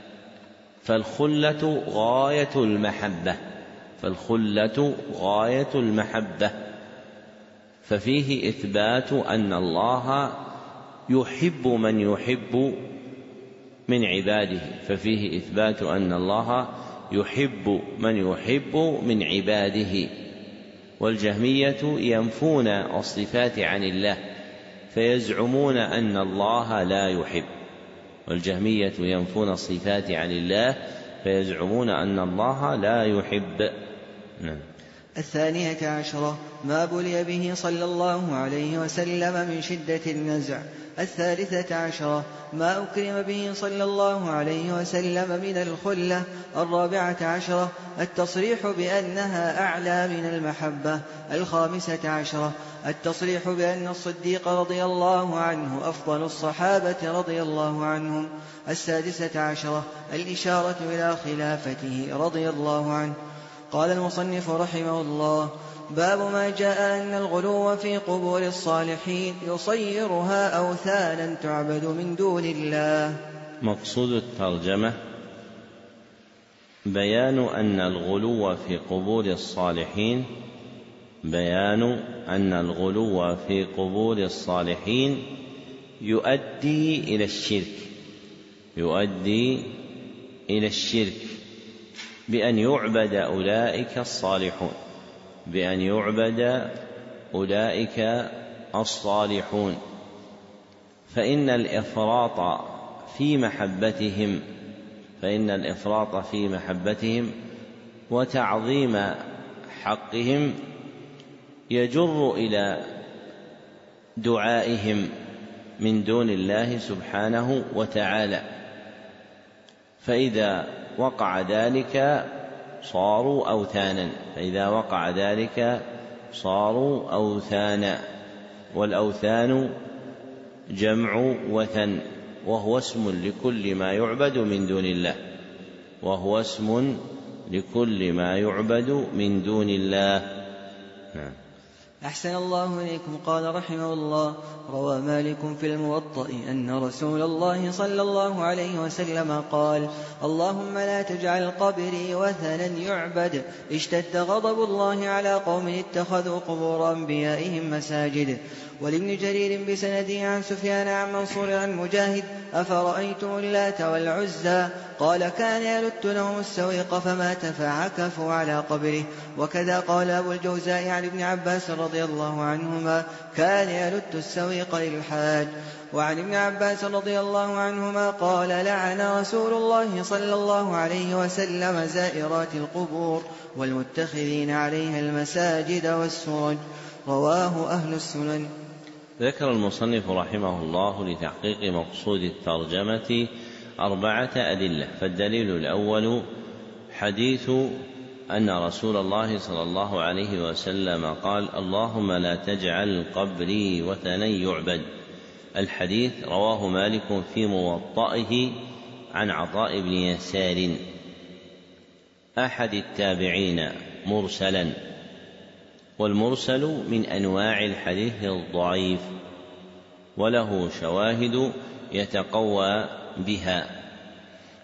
فالخلة غاية المحبة، فالخلة غاية المحبة، ففيه إثبات أن الله يحب من يحب من عباده، ففيه إثبات أن الله يحب من يحب من عباده. والجهمية ينفون الصفات عن الله فيزعمون أن الله لا يحب، والجهمية ينفون الصفات عن الله فيزعمون أن الله لا يحب. 12 ما بلي به صلى الله عليه وسلم من شدة النزع. 13 ما أكرم به صلى الله عليه وسلم من الخلة. 14 التصريح بأنها أعلى من المحبة. 15 التصريح بأن الصديق رضي الله عنه أفضل الصحابة رضي الله عنهم. 16 الإشارة إلى خلافته رضي الله عنه. قال المصنف رحمه الله: باب ما جاء أن الغلو في قبور الصالحين يصيرها أوثانا تعبد من دون الله. مقصود الترجمة بيان أن الغلو في قبور الصالحين، بيان أن الغلو في قبور الصالحين يؤدي إلى الشرك، يؤدي إلى الشرك بأن يعبد أولئك الصالحون، بأن يعبد أولئك الصالحون. فإن الإفراط في محبتهم، فإن الإفراط في محبتهم وتعظيم حقهم يجر إلى دعائهم من دون الله سبحانه وتعالى، فإذا وقع ذلك صاروا أوثانا، فإذا وقع ذلك صاروا أوثانا. والأوثان جمع وثن، وهو اسم لكل ما يعبد من دون الله، وهو اسم لكل ما يعبد من دون الله. أحسن الله إليكم. قال رحمه الله: روى مالك في الموطأ أن رسول الله صلى الله عليه وسلم قال: اللهم لا تجعل قبري وثنا يعبد. اشتد غضب الله على قوم اتخذوا قبور أنبيائهم مساجد. ولابن جرير بسنده عن سفيان عن منصور عن مجاهد: أفرأيتم اللات والعزى؟ قال: كان يلت لهم السويق فمات فعكفوا على قبره. وكذا قال أبو الجوزاء عن ابن عباس رضي الله عنهما: كان يلت السويق للحاج. وعن ابن عباس رضي الله عنهما قال: لعن رسول الله صلى الله عليه وسلم زائرات القبور والمتخذين عليها المساجد والسرج. رواه أهل السنن. ذكر المصنف رحمه الله لتحقيق مقصود الترجمة 4 أدلة. فالدليل الأول حديث أن رسول الله صلى الله عليه وسلم قال: اللهم لا تجعل قبري وثنا يعبد. الحديث رواه مالك في موطئه عن عطاء بن يسار أحد التابعين مرسلا، والمرسل من أنواع الحديث الضعيف، وله شواهد يتقوى بها.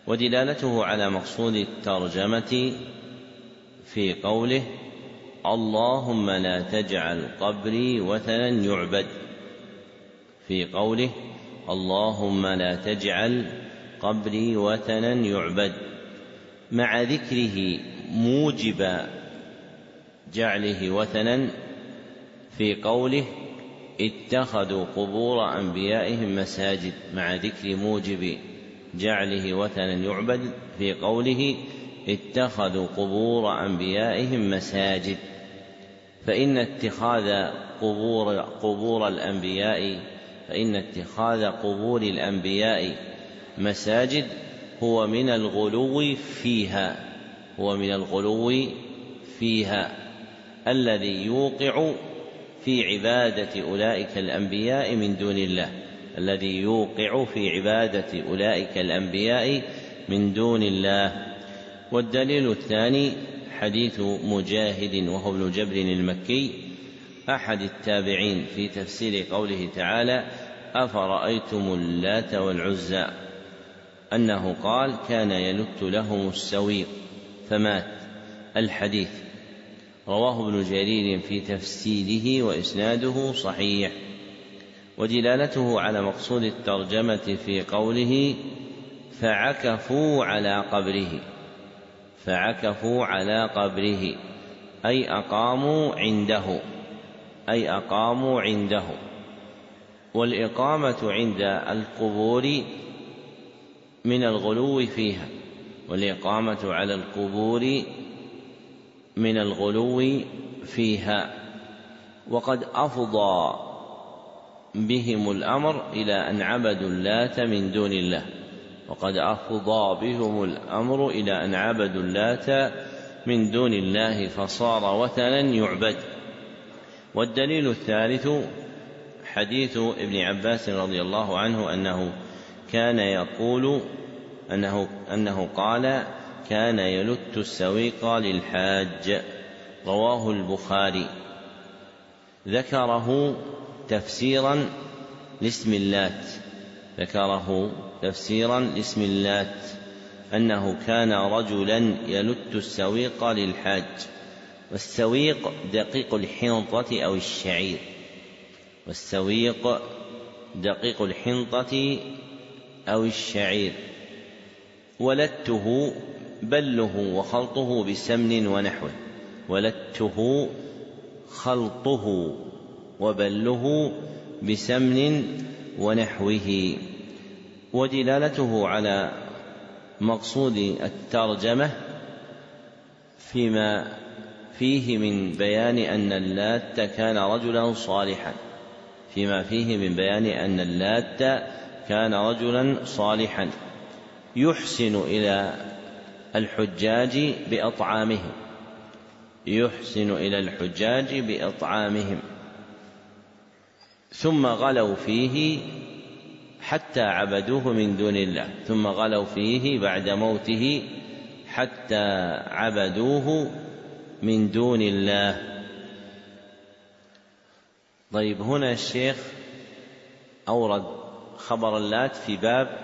ودلالته على مقصود الترجمة في قوله اللهم لا تجعل قبري وثنا يعبد، في قوله اللهم لا تجعل قبري وثنا يعبد، مع ذكره موجب جعله وثنا في قوله اتخذوا قبور أنبيائهم مساجد، مع ذكر موجب جعله وثنا يعبد في قوله اتخذوا قبور أنبيائهم مساجد. فإن اتخاذ قبور الأنبياء مساجد هو من الغلو فيها الذي يوقع في عبادة أولئك الأنبياء من دون الله. والدليل الثاني حديث مجاهد وهو ابن جبر المكي أحد التابعين في تفسير قوله تعالى أفرأيتم اللات والعزى، أنه قال كان يلت لهم السويق فمات. الحديث رواه ابن جرير في تفسيره وإسناده صحيح. ودلالته على مقصود الترجمة في قوله فعكفوا على قبره أي أقاموا عنده. والإقامة عند القبور من الغلو فيها، والإقامة على القبور من الغلو فيها. وقد أفضى بهم الأمر إلى أن عبدوا اللات من دون الله فصار وثنا يعبد. والدليل الثالث حديث ابن عباس رضي الله عنه أنه قال كان يلت السويق للحاج، رواه البخاري. ذكره تفسيرا لاسم اللات أنه كان رجلا يلت السويق للحاج. والسويق دقيق الحنطة أو الشعير. ولته بله وخلطه بسمن ونحوه، ولته خلطه وبله بسمن ونحوه. ودلالته على مقصود الترجمة فيما فيه من بيان أن اللات كان رجلا صالحا يحسن إلى الحجاج بإطعامهم، ثم غلوا فيه حتى عبدوه من دون الله، ثم غلوا فيه بعد موته حتى عبدوه من دون الله. طيب، هنا الشيخ أورد خبر اللات في باب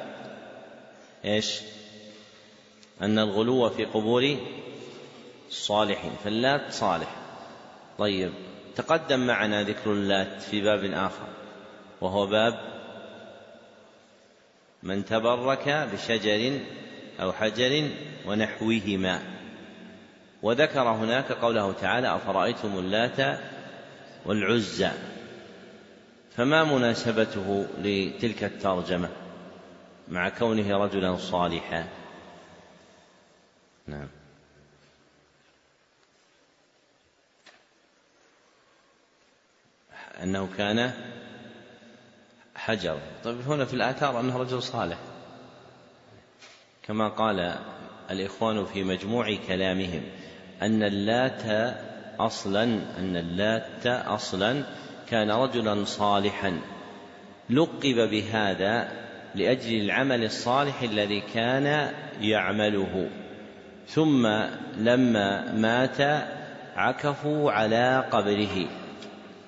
أن الغلو في قبور الصالحين، فاللات صالح. طيب، تقدم معنا ذكر اللات في باب آخر وهو باب من تبرك بشجر أو حجر ونحوهما، وذكر هناك قوله تعالى أفرأيتم اللات والعزى. فما مناسبته لتلك الترجمة مع كونه رجلا صالحا؟ نعم. أنه كان حجر. طيب، هنا في الآثار أنه رجل صالح، كما قال الإخوان في مجموع كلامهم أن اللات أصلا كان رجلا صالحا، لقب بهذا لأجل العمل الصالح الذي كان يعمله، ثم لما مات عكفوا على قبره،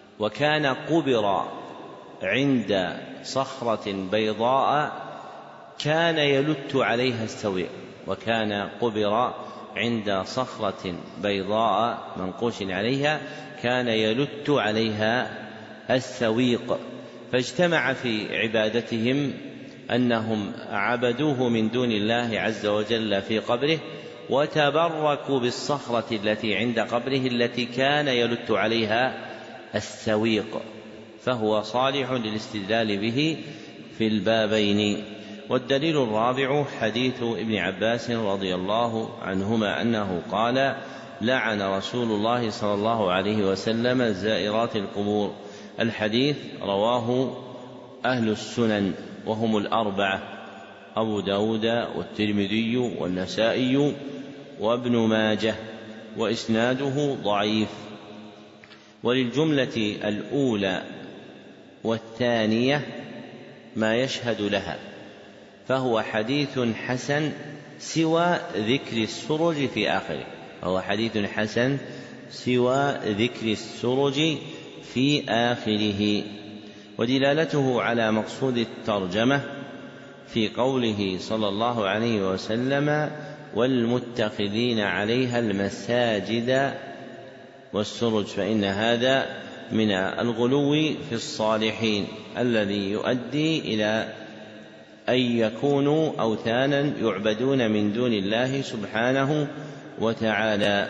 وكان قبر عند صخرة بيضاء كان يلت عليها السويق، وكان قبر عند صخرة بيضاء منقوش عليها كان يلت عليها السويق، فاجتمع في عبادتهم أنهم عبدوه من دون الله عز وجل في قبره، وتبركوا بالصخرة التي عند قبره التي كان يلت عليها السويق، فهو صالح للاستدلال به في البابين. والدليل الرابع حديث ابن عباس رضي الله عنهما أنه قال: لعن رسول الله صلى الله عليه وسلم زائرات القبور. الحديث رواه أهل السنن وهم الأربعة: أبو داود والترمذي والنسائي وابن ماجه، وإسناده ضعيف. وللجملة الأولى والثانية ما يشهد لها، فهو حديث حسن سوى ذكر السرج في آخره، فهو حديث حسن سوى ذكر السرج في آخره. ودلالته على مقصود الترجمة في قوله صلى الله عليه وسلم: والمتخذين عليها المساجد والسرج، فإن هذا من الغلو في الصالحين الذي يؤدي إلى أن يكونوا أوثانا يعبدون من دون الله سبحانه وتعالى.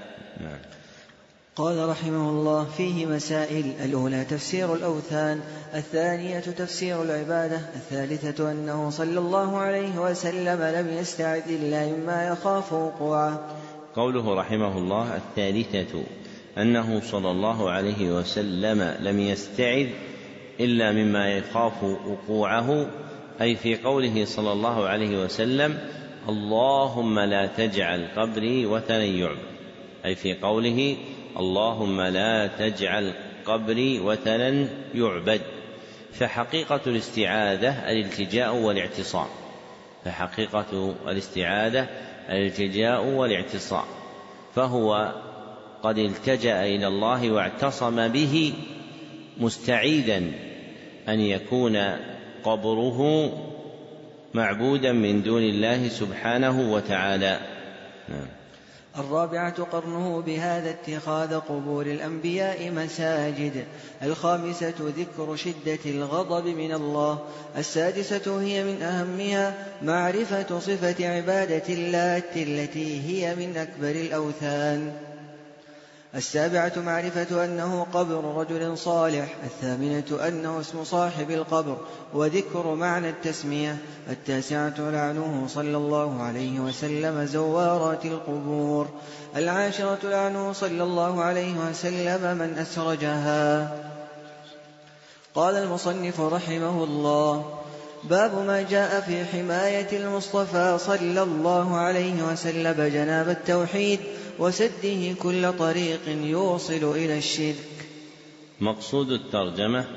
قال رحمه الله: فيه مسائل: الأولى تفسير الأوثان، الثانية تفسير العبادة، الثالثة أنه صلى الله عليه وسلم لم يستعذ إلا مما يخاف وقوعه. قوله رحمه الله: الثالثة أنه صلى الله عليه وسلم لم يستعذ إلا مما يخاف وقوعه، أي في قوله صلى الله عليه وسلم: اللهم لا تجعل قبري وثنا يعبد، أي في قوله: اللهم لا تجعل قبري وثنا يعبد. فحقيقة الاستعاذة الالتجاء والاعتصام، فحقيقة الاستعاذة الالتجاء والاعتصام، فهو قد التجأ إلى الله واعتصم به مستعيذا أن يكون قبره معبودا من دون الله سبحانه وتعالى. الرابعة قرنه بهذا اتخاذ قبور الأنبياء مساجد. الخامسة ذكر شدة الغضب من الله. السادسة هي من أهمها معرفة صفة عبادة اللات التي هي من أكبر الأوثان. السابعة معرفة أنه قبر رجل صالح. الثامنة أنه اسم صاحب القبر وذكر معنى التسمية. التاسعة لعنه صلى الله عليه وسلم زوارات القبور. العاشرة لعنه صلى الله عليه وسلم من أسرجها. قال المصنف رحمه الله: باب ما جاء في حماية المصطفى صلى الله عليه وسلم جناب التوحيد وسده كل طريق يوصل إلى الشرك. مقصود الترجمة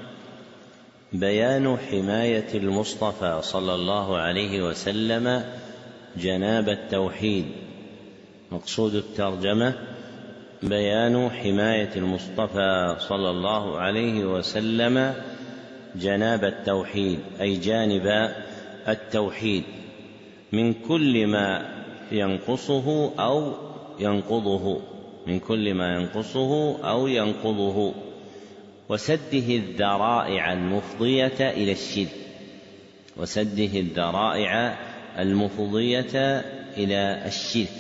بيان حماية المصطفى صلى الله عليه وسلم جناب التوحيد. مقصود الترجمة بيان حماية المصطفى صلى الله عليه وسلم جناب التوحيد، أي جانب التوحيد، من كل ما ينقصه أو ينقضه، من كل ما ينقصه أو ينقضه، وسده الذرائع المفضية إلى الشرك، وسده الذرائع المفضية إلى الشرك.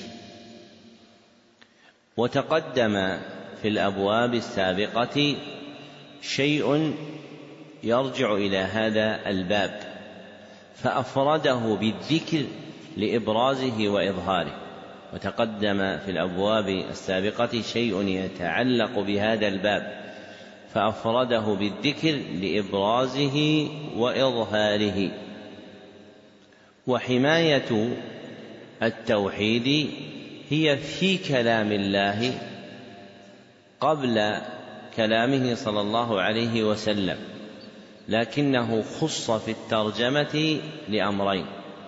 وتقدم في الأبواب السابقة شيء يرجع إلى هذا الباب، فأفرده بالذكر لإبرازه وإظهاره. وتقدم في الأبواب السابقة شيء يتعلق بهذا الباب، فأفرده بالذكر لإبرازه وإظهاره. وحماية التوحيد هي في كلام الله قبل كلامه صلى الله عليه وسلم، لكنه خص في الترجمة لأمرين.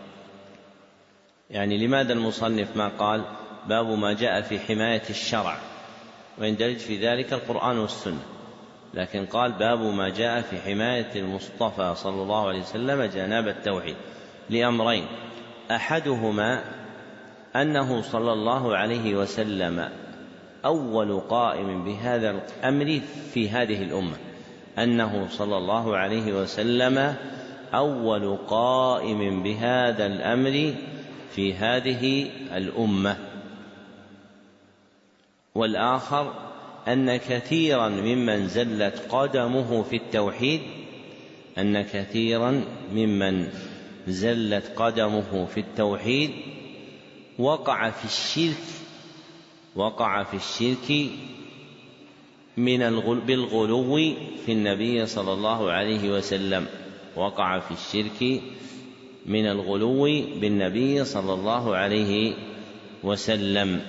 يعني لماذا المصنف ما قال باب ما جاء في حماية الشرع ويندرج في ذلك القرآن والسنة، لكن قال باب ما جاء في حماية المصطفى صلى الله عليه وسلم جناب التوحيد؟ لأمرين: أحدهما أنه صلى الله عليه وسلم أول قائم بهذا الأمر في هذه الأمة، أنه صلى الله عليه وسلم أول قائم بهذا الأمر في هذه الأمة. والآخر أن كثيرا ممن زلت قدمه في التوحيد، أن كثيرا ممن زلت قدمه في التوحيد وقع في الشرك بالغلو في النبي صلى الله عليه وسلم، وقع في الشرك من الغلو بالنبي صلى الله عليه وسلم.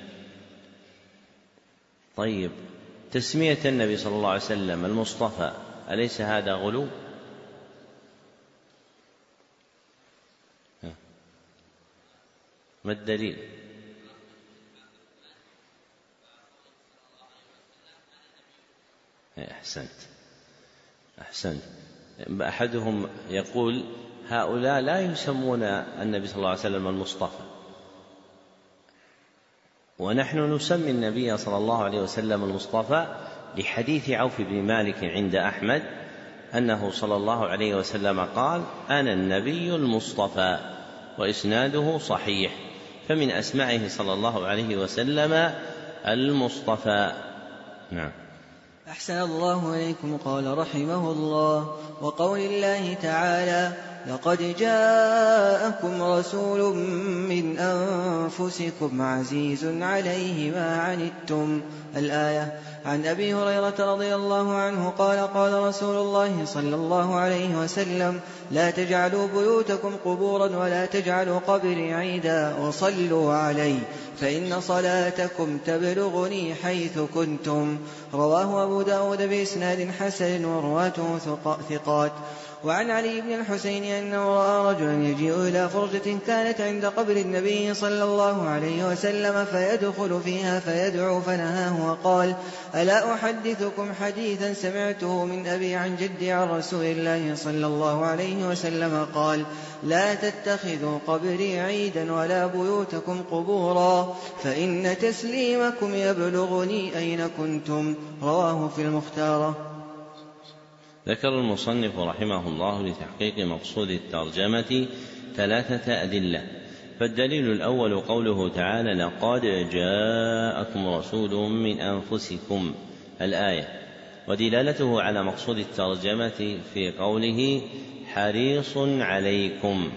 طيب، تسمية النبي صلى الله عليه وسلم المصطفى أليس هذا غلو؟ ما الدليل؟ أحسنت. أحدهم يقول هؤلاء لا يسمون النبي صلى الله عليه وسلم المصطفى، ونحن نسمي النبي صلى الله عليه وسلم المصطفى لحديث عوف بن مالك عند أحمد أنه صلى الله عليه وسلم قال: أنا النبي المصطفى، وإسناده صحيح. فمن أسمائه صلى الله عليه وسلم المصطفى. نعم. أحسن الله إليكم. قال رحمه الله: وقول الله تعالى: لقد جاءكم رسول من أنفسكم عزيز عليه ما عنتم، الآية. عن أبي هريرة رضي الله عنه قال: قال رسول الله صلى الله عليه وسلم: لا تجعلوا بيوتكم قبورا ولا تجعلوا قبري عيدا وصلوا علي فإن صلاتكم تبلغني حيث كنتم. رواه أبو داود بإسناد حسن ورواته ثقات. وعن علي بن الحسين أنه رأى رجلا يجيء إلى فرجة كانت عند قبر النبي صلى الله عليه وسلم فيدخل فيها فيدعو، فنهاه وقال: ألا أحدثكم حديثا سمعته من أبي عن جدي عن رسول الله صلى الله عليه وسلم قال: لا تتخذوا قبري عيدا ولا بيوتكم قبورا فإن تسليمكم يبلغني أين كنتم. رواه في المختارة. ذكر المصنف رحمه الله لتحقيق مقصود الترجمة 3 أدلة. فالدليل الأول قوله تعالى: لقد جاءكم رسول من أنفسكم، الآية، ودلالته على مقصود الترجمة في قوله: حريص عليكم،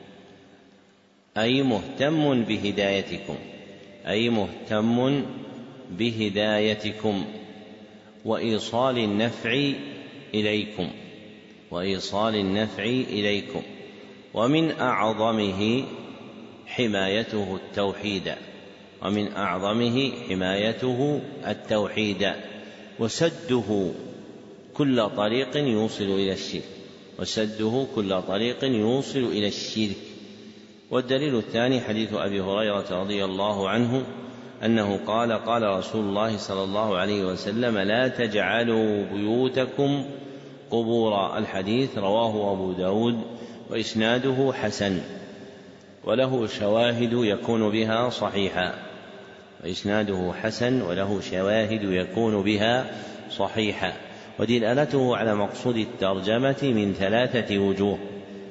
أي مهتم بهدايتكم وإيصال النفع إليكم. ومن أعظمه حمايته التوحيد وسده كل طريق يوصل إلى الشرك. والدليل الثاني حديث أبي هريرة رضي الله عنه أنه قال: قال رسول الله صلى الله عليه وسلم: لا تجعلوا بيوتكم قبورا. الحديث رواه أبو داود وإسناده حسن وله شواهد يكون بها صحيحا. ودلالته على مقصود الترجمة من 3 وجوه: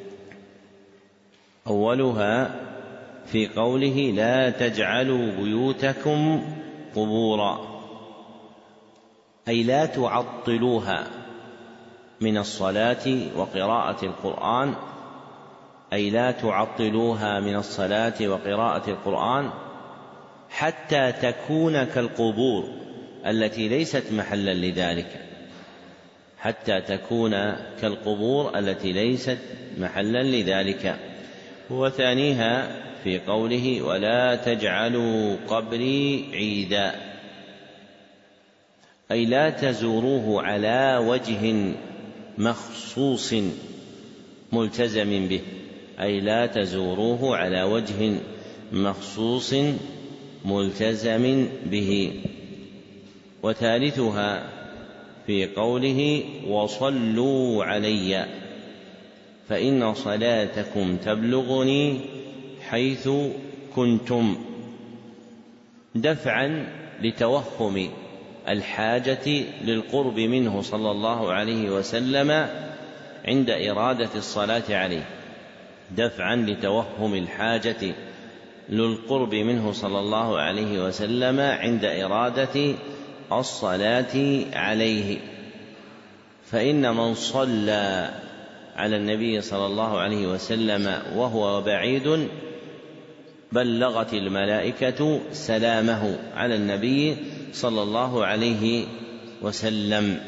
أولها في قوله: لا تجعلوا بيوتكم قبورا، أي لا تعطلوها من الصلاة وقراءة القرآن، حتى تكون كالقبور التي ليست محلا لذلك. وثانيها في قوله: ولا تجعلوا قبري عيدا، أي لا تزوروه على وجه مخصوص ملتزم به. وثالثها في قوله: وصلوا علي، فإن صلاتكم تبلغني حيث كنتم، دفعا لتوهم الحاجة للقرب منه صلى الله عليه وسلم عند إرادة الصلاة عليه، دفعا لتوهم الحاجة للقرب منه صلى الله عليه وسلم عند إرادة الصلاة عليه. فإن من صلى على النبي صلى الله عليه وسلم وهو بعيد بلغت الملائكة سلامه على النبي صلى الله عليه وسلم.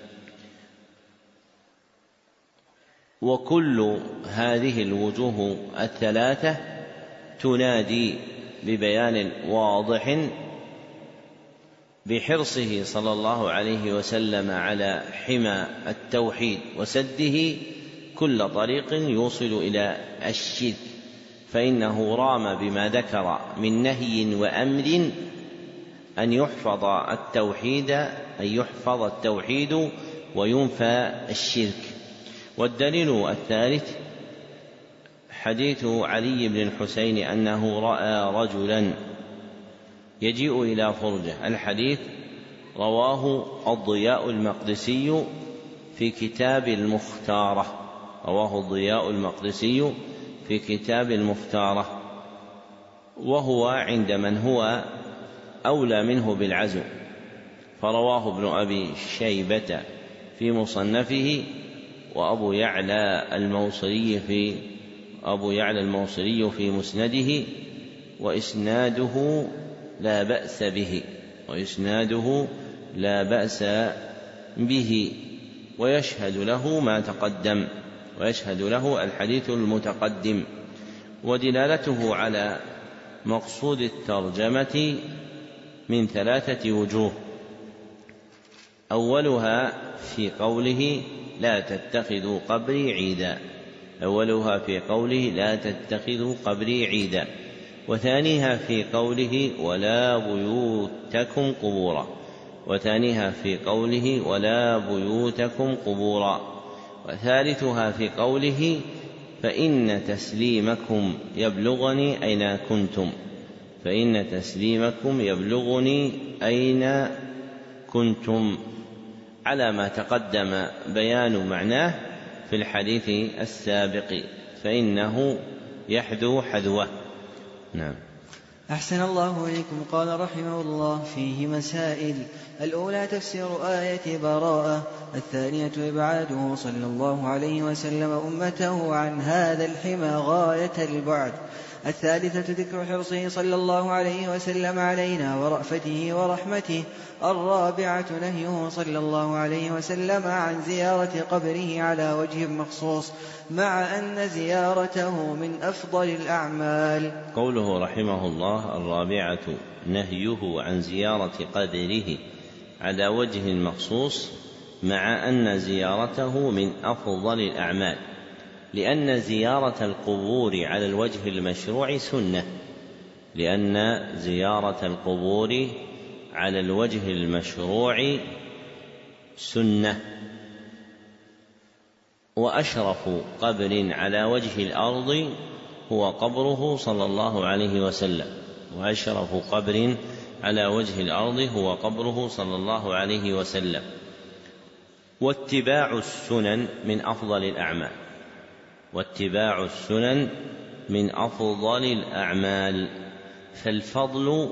وكل هذه الوجوه الثلاثة تنادي ببيان واضح بحرصه صلى الله عليه وسلم على حمى التوحيد وسده كل طريق يوصل إلى الشرك، فإنه رام بما ذكر من نهي وأمر أن يحفظ التوحيد وينفى الشرك. والدليل الثالث حديث علي بن الحسين أنه رأى رجلا يجيء إلى فرجة. الحديث رواه الضياء المقدسي في كتاب المختارة، وهو عند من هو أولى منه بالعزو، فرواه ابن أبي شيبة في مصنفه، وأبو يعلى الموصلي في مسنده، وإسناده لا بأس به، ويشهد له الحديث المتقدم. ودلالته على مقصود الترجمة من 3 وجوه: أولها في قوله لا تتخذوا قبري عيدا، وثانيها في قوله ولا بيوتكم قبورا، وثالثها في قوله فإن تسليمكم يبلغني أين كنتم، على ما تقدم بيان معناه في الحديث السابق، فإنه يحذو حذوه. نعم. أحسن الله إليكم. قال رحمه الله: فيه مسائل. الأولى تفسير آية براءة، الثانية إبعاده صلى الله عليه وسلم أمته عن هذا الحمى غاية البعد، الثالثة ذكر حرصه صلى الله عليه وسلم علينا ورأفته ورحمته، الرابعة نهيه صلى الله عليه وسلم عن زيارة قبره على وجه مخصوص، مع أن زيارته من أفضل الأعمال. قوله رحمه الله: الرابعة نهيه عن زيارة قبره على وجه مخصوص، مع أن زيارته من أفضل الأعمال، لأن زيارة القبور على الوجه المشروع سنة، وأشرف قبر على وجه الأرض هو قبره صلى الله عليه وسلم، واتباع السنن من أفضل الأعمال، فالفضل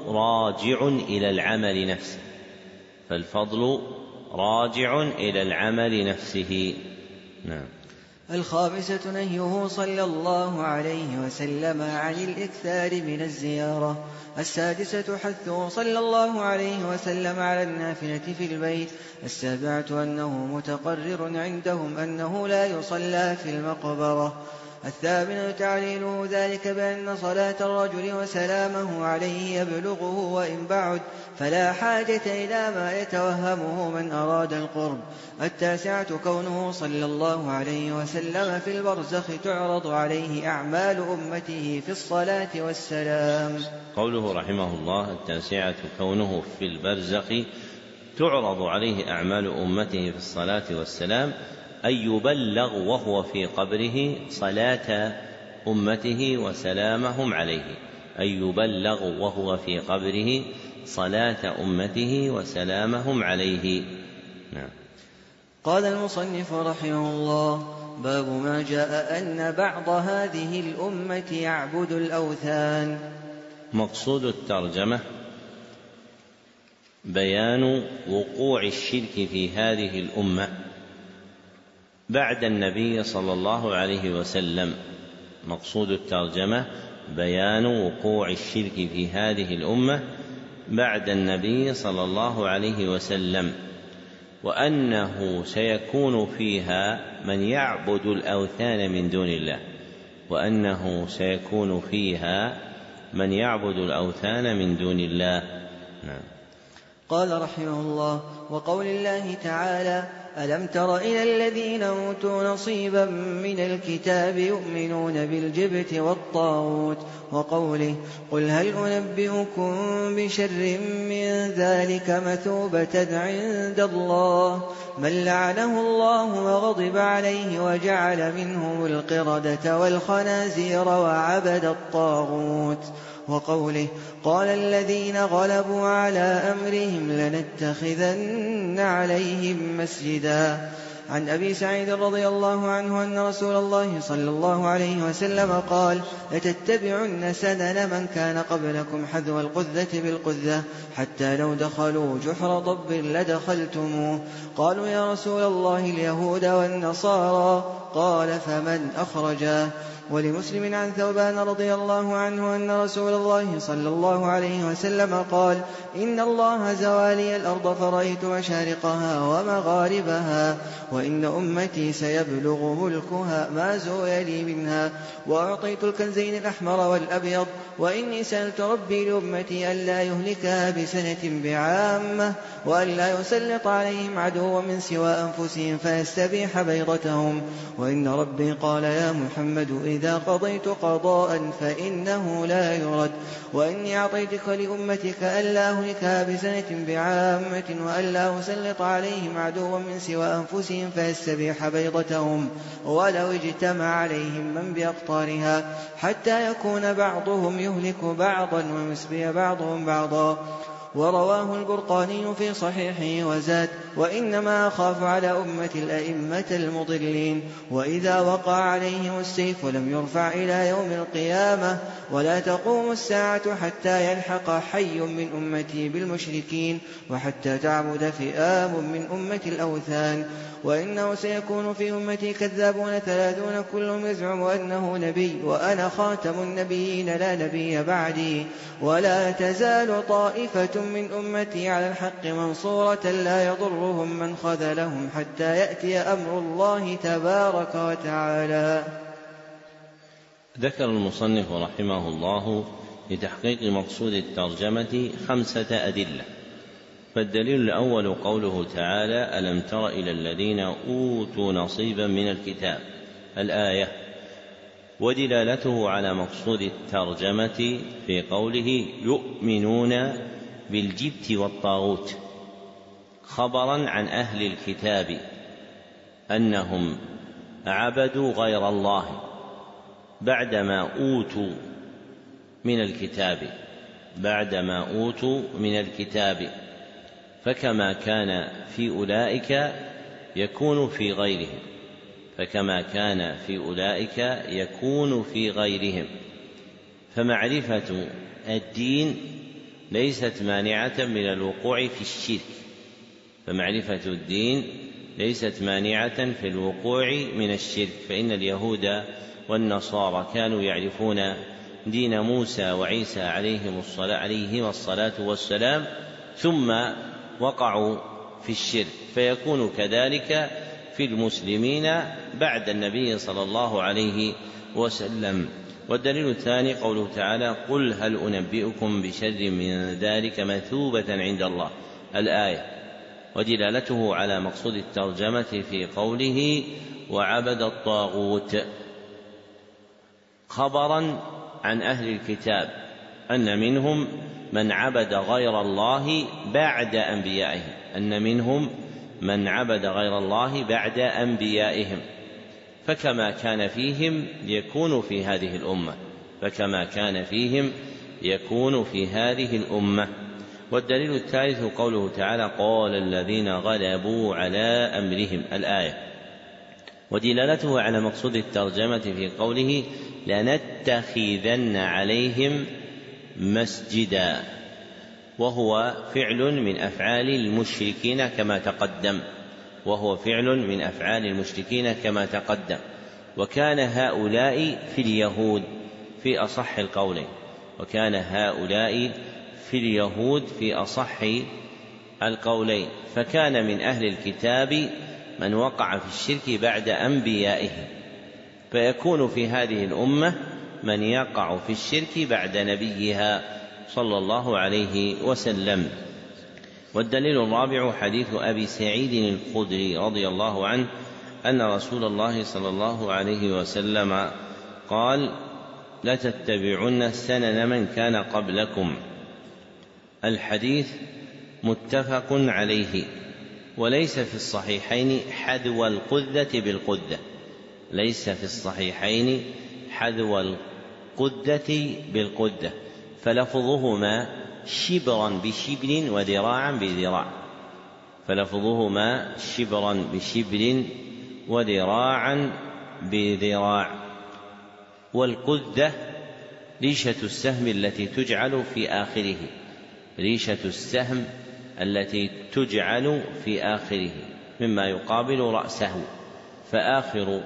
راجع إلى العمل نفسه. نعم. الخامسة نهيه صلى الله عليه وسلم عن الإكثار من الزيارة، السادسة حثه صلى الله عليه وسلم على النافلة في البيت، السابعة أنه متقرر عندهم أنه لا يصلى في المقبرة، الثامنة تعليله ذلك بأن صلاة الرجل وسلامه عليه يبلغه وإن بعد، فلا حاجة إلى ما يتوهمه من أراد القرب، التاسعة كونه صلى الله عليه وسلم في البرزخ تعرض عليه أعمال أمته في الصلاة والسلام. قوله رحمه الله: التاسعة كونه في البرزخ تعرض عليه أعمال أمته في الصلاة والسلام، أن يبلغ وهو في قبره صلاة أمته وسلامهم عليه، أن يبلغ وهو في قبره صلاة أمته وسلامهم عليه. نعم. قال المصنف رحمه الله: باب ما جاء أن بعض هذه الأمة يعبد الأوثان. مقصود الترجمة بيان وقوع الشرك في هذه الأمة بعد النبي صلى الله عليه وسلم. مقصود الترجمة بيان وقوع الشرك في هذه الأمة بعد النبي صلى الله عليه وسلم، وأنه سيكون فيها من يعبد الأوثان من دون الله، وأنه سيكون فيها من يعبد الأوثان من دون الله. نعم. قال رحمه الله: وقول الله تعالى: ألم تر إلى الذين أوتوا نصيبا من الكتاب يؤمنون بالجبت والطاغوت، وقوله: قل هل أنبئكم بشر من ذلك مثوبة عند الله من لعنه الله وغضب عليه وجعل منهم القردة والخنازير وعبد الطاغوت، وقوله: قال الذين غلبوا على أمرهم لنتخذن عليهم مسجدا. عن أبي سعيد رضي الله عنه أن رسول الله صلى الله عليه وسلم قال: لتتبعن سنن من كان قبلكم حذو القذة بالقذة حتى لو دخلوا جحر ضب لدخلتموه. قالوا: يا رسول الله اليهود والنصارى. قال: فمن أخرجاه؟ ولمسلم عن ثوبان رضي الله عنه أن رسول الله صلى الله عليه وسلم قال: إن الله زوالي الأرض فرأيت مشارقها ومغاربها، وإن أمتي سيبلغ ملكها ما زوي لي منها، وأعطيت الكنزين الأحمر والأبيض، وإني سألت ربي لأمتي ألا يهلكها بسنة بعامة، وألا يسلط عليهم عدوا من سوى أنفسهم فيستبيح بيضتهم، وإن ربي قال: يا محمد إذا قضيت قضاء فإنه لا يرد، وإني أعطيتك لأمتك ألا أهلكها بسنة بعامة، وألا أسلط عليهم عدوا من سوى أنفسهم فيستبيح بيضتهم، ولو اجتمع عليهم من بأقطارها حتى يكون بعضهم يهلك بعضا ويسبي بعضهم بعضا. ورواه البرقاني في صحيحه وزاد: وإنما أخاف على أمة الأئمة المضلين، وإذا وقع عليهم السيف لم يرفع إلى يوم القيامة، ولا تقوم الساعة حتى يلحق حي من أمتي بالمشركين، وحتى تعبد فئام من أمة الأوثان. وإنه سيكون في أمتي كذابون 30 كلهم يزعم أنه نبي، وأنا خاتم النبيين لا نبي بعدي، ولا تزال طائفة من أمتي على الحق منصورة لا يضرهم من خذلهم حتى يأتي أمر الله تبارك وتعالى. ذكر المصنف رحمه الله لتحقيق مقصود الترجمة 5 أدلة. فالدليل الأول قوله تعالى: ألم تر إلى الذين أوتوا نصيبا من الكتاب، الآية، ودلالته على مقصود الترجمة في قوله: يؤمنون بالجبت والطاغوت، خبرا عن أهل الكتاب أنهم عبدوا غير الله بعدما أوتوا من الكتاب، فكما كان في أولئك يكون في غيرهم، فمعرفة الدين ليست مانعة من الوقوع في الشرك، فإن اليهود والنصارى كانوا يعرفون دين موسى وعيسى عليهما الصلاة والسلام، ثم وقعوا في الشرك، فيكون كذلك في المسلمين بعد النبي صلى الله عليه وسلم. والدليل الثاني قوله تعالى: قل هل أنبئكم بشر من ذلك مثوبة عند الله، الآية، ودلالته على مقصود الترجمة في قوله: وعبد الطاغوت، خبرا عن أهل الكتاب أن منهم من عبد غير الله بعد أنبيائهم، من عبد غير الله بعد أنبيائهم، فكما كان فيهم يكون في هذه الأمة، فكما كان فيهم يكون في هذه الأمة. والدليل الثالث قوله تعالى: قال الذين غلبوا على أمرهم، الآية. ودلالته على مقصود الترجمة في قوله: لنتخذن عليهم مسجدا، وهو فعل من أفعال المشركين كما تقدم، وهو فعل من أفعال المشركين كما تقدم. وكان هؤلاء في اليهود في أصح القولين، وكان هؤلاء في اليهود في أصح القولين، فكان من أهل الكتاب من وقع في الشرك بعد أنبيائه، فيكون في هذه الأمة من يقع في الشرك بعد نبيها صلى الله عليه وسلم. والدليل الرابع حديث أبي سعيد الخدري رضي الله عنه أن رسول الله صلى الله عليه وسلم قال: لتتبعن سنن من كان قبلكم. الحديث متفق عليه، وليس في الصحيحين حذو القذة بالقذة، ليس في الصحيحين حذو القذة بالقذة، فلفظهما شبرا بشبر وذراعا بذراع، فلفظهما شبرا بشبر وذراعا بذراع. والقذة ريشة السهم التي تجعل في آخره، ريشة السهم التي تجعل في آخره مما يقابل رأسه، فآخر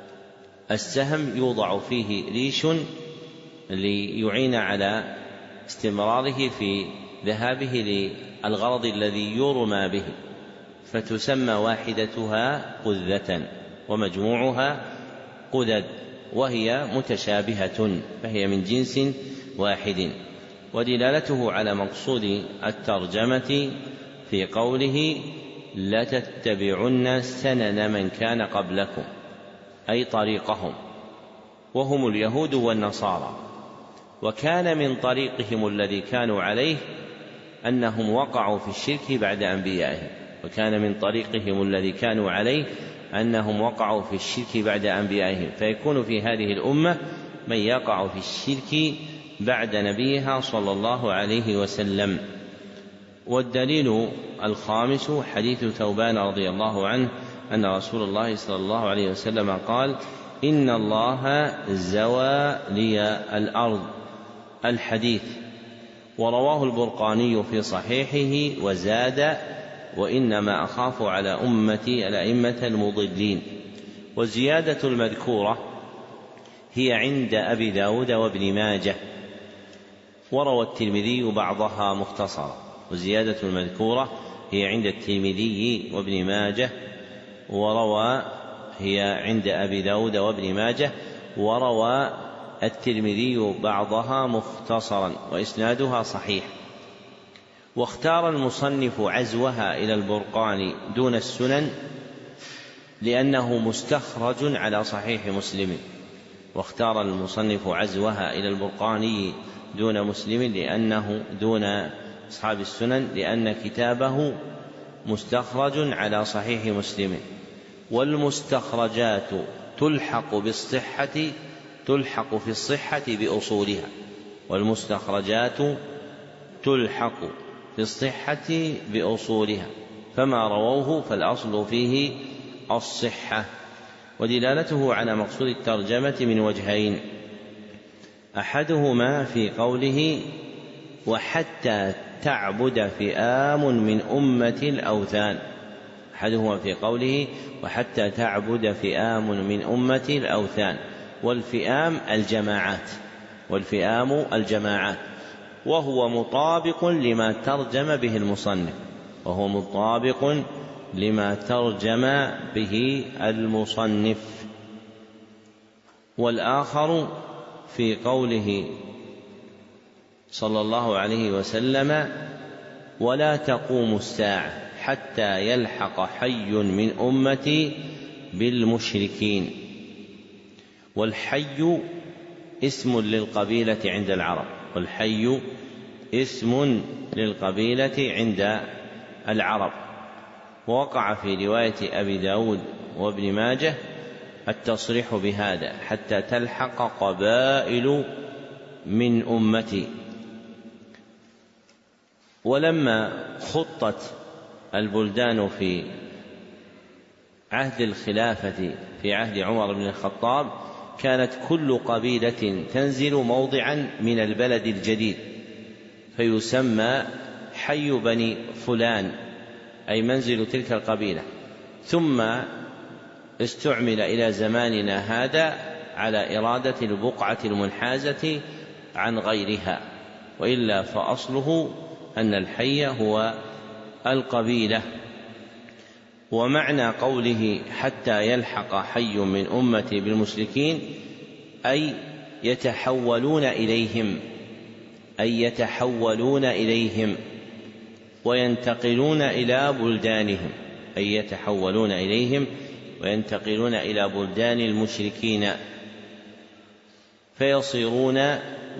السهم يوضع فيه ريش ليعين على استمراره في ذهابه للغرض الذي يرمى به، فتسمى واحدتها قذة ومجموعها قذد، وهي متشابهة، فهي من جنس واحد. ودلالته على مقصود الترجمة في قوله: لتتبعن سنن من كان قبلكم، أي طريقهم، وهم اليهود والنصارى. وكان من طريقهم الذي كانوا عليه أنهم وقعوا في الشرك بعد أنبيائهم، وكان من طريقهم الذي كانوا عليه أنهم وقعوا في الشرك بعد أنبيائهم، فيكون في هذه الأمة من يقع في الشرك بعد نبيها صلى الله عليه وسلم. والدليل الخامس حديث ثوبان رضي الله عنه أن رسول الله صلى الله عليه وسلم قال: إن الله زوى لي الأرض، الحديث. ورواه البرقاني في صحيحه وزاد: وإنما أخاف على أمتي الأئمة المضلين. والزيادة المذكورة هي عند أبي داود وابن ماجه، وروى الترمذي بعضها مختصرا. والزيادة المذكورة هي عند الترمذي وابن ماجه، هي عند أبي داود وابن ماجه، وروى الترمذي بعضها مختصرا، وإسنادها صحيح. واختار المصنف عزوها إلى البرقان دون السنن لأنه مستخرج على صحيح مسلم، واختار المصنف عزوها إلى البرقاني دون مسلم لأنه دون أصحاب السنن لأن كتابه مستخرج على صحيح مسلم. والمستخرجات تلحق في الصحة بأصولها، والمستخرجات تلحق في الصحة بأصولها، فما رووه فالأصل فيه الصحة. ودلالته على مقصود الترجمة من وجهين: أحدهما في قوله: وحتى تعبد فئام من أمة الأوثان، أحدهما في قوله: وحتى تعبد فئام من أمة الأوثان. والفئام الجماعات، وهو مطابق لما ترجم به المصنف، والآخر في قوله صلى الله عليه وسلم: ولا تقوم الساعة حتى يلحق حي من أمتي بالمشركين. والحي اسم للقبيلة عند العرب، ووقع في رواية أبي داود وابن ماجه التصريح بهذا: حتى تلحق قبائل من أمتي. ولما خطت البلدان في عهد الخلافة في عهد عمر بن الخطاب كانت كل قبيلة تنزل موضعا من البلد الجديد فيسمى حي بني فلان، أي منزل تلك القبيلة، ثم استعمل إلى زماننا هذا على إرادة البقعة المنحازة عن غيرها، وإلا فأصله أن الحي هو القبيلة. ومعنى قوله حتى يلحق حي من أمتي بالمشركين أي يتحولون إليهم وينتقلون إلى بلدانهم، أي يتحولون إليهم وينتقلون إلى بلدان المشركين فيصيرون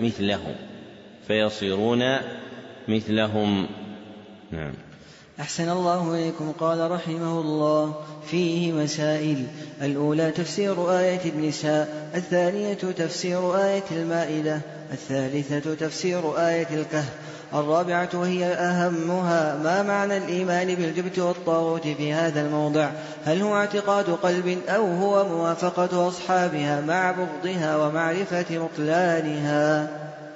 مثلهم. نعم. أحسن الله إليكم. قال رحمه الله: فيه مسائل: الأولى تفسير آية النساء، الثانية تفسير آية المائدة، الثالثة تفسير آية الكهف، الرابعة وهي أهمها ما معنى الإيمان بالجبت والطاغوت في هذا الموضع، هل هو اعتقاد قلب أو هو موافقة أصحابها مع بغضها ومعرفة بطلانها.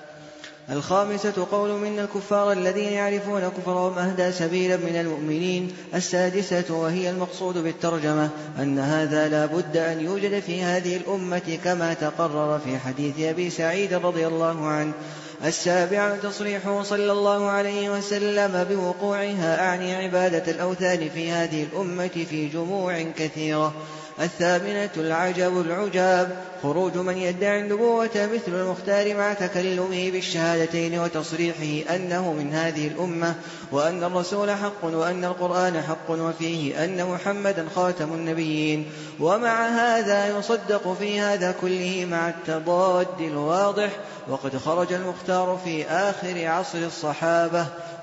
الخامسة قول من الكفار الذين يعرفون كفرهم أهدى سبيلا من المؤمنين. السادسة وهي المقصود بالترجمة أن هذا لا بد أن يوجد في هذه الأمة كما تقرر في حديث أبي سعيد رضي الله عنه. السابعة تصريحه صلى الله عليه وسلم بوقوعها، أعني عبادة الأوثان في هذه الأمة في جموع كثيرة. الثامنة العجب العجاب خروج من يدعي النبوة مثل المختار مع تكلمه بالشهادتين وتصريحه أنه من هذه الأمة، وأن الرسول حق وأن القرآن حق وفيه أن محمدا خاتم النبيين. ومع هذا يصدق في هذا كله مع التضاد الواضح، وقد خرج المختار في آخر عصر الصحابة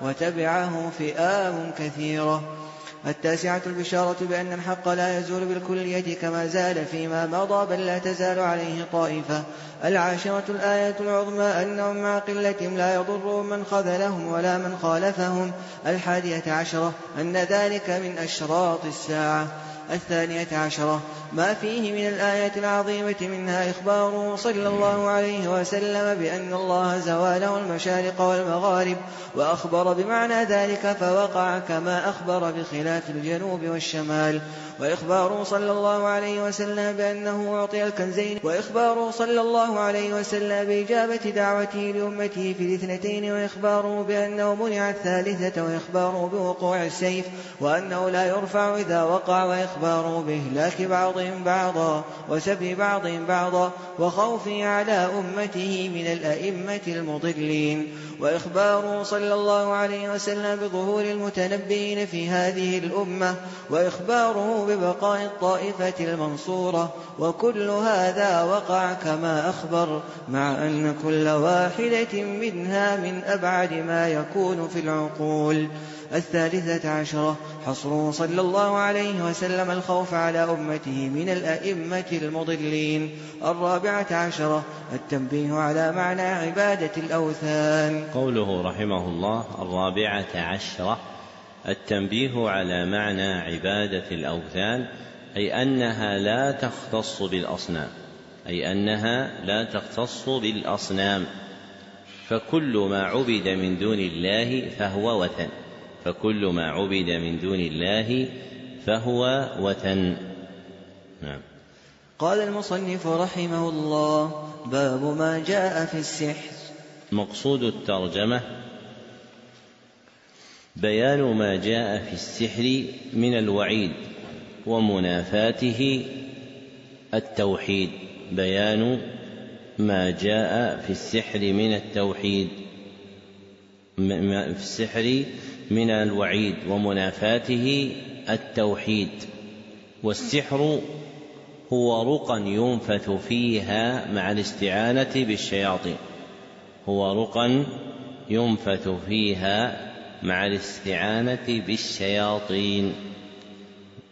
وتبعه فئام كثيرة. التاسعة البشارة بأن الحق لا يزول بالكلية كما زال فيما مضى، بل لا تزال عليه طائفة. العاشرة الآية العظمى أنهم مع قلتهم لا يضرهم من خذلهم ولا من خالفهم. الحادية عشرة أن ذلك من أشراط الساعة. الثانية عشرة ما فيه من الآيات العظيمة، منها إخباره صلى الله عليه وسلم بأن الله زواله المشارق والمغارب، وأخبر بمعنى ذلك فوقع كما أخبر بخلاف الجنوب والشمال. وإخباره صلى الله عليه وسلم بأنه أعطي الكنزين، وإخباره صلى الله عليه وسلم بإجابة دعوته لأمته في الاثنتين، وإخباره بأنه منع الثالثة، وإخباره بوقوع السيف وأنه لا يرفع إذا وقع، وإخباره بإهلاك بعضهم بعضا وسبي بعضهم بعضا، وخوفه على أمته من الأئمة المضلين. وإخباره صلى الله عليه وسلم بظهور المتنبئين في هذه الأمة، وإخباره ببقاء الطائفة المنصورة. وكل هذا وقع كما أخبر، مع أن كل واحدة منها من أبعد ما يكون في العقول. الثالثة عشرة حصره صلى الله عليه وسلم الخوف على أمته من الأئمة المضلين. الرابعة عشرة التنبيه على معنى عبادة الأوثان. قوله رحمه الله الرابعة عشرة التنبيه على معنى عبادة الأوثان، أي أنها لا تختص بالأصنام، فكل ما عبد من دون الله فهو وثن. نعم. قال المصنف رحمه الله: باب ما جاء في السحر. مقصود الترجمة بيان ما جاء في السحر من الوعيد ومنافاته التوحيد. بيان ما جاء في السحر من التوحيد، في السحر من الوعيد ومنافاته التوحيد. والسحر هو رقى ينفث فيها مع الاستعانة بالشياطين،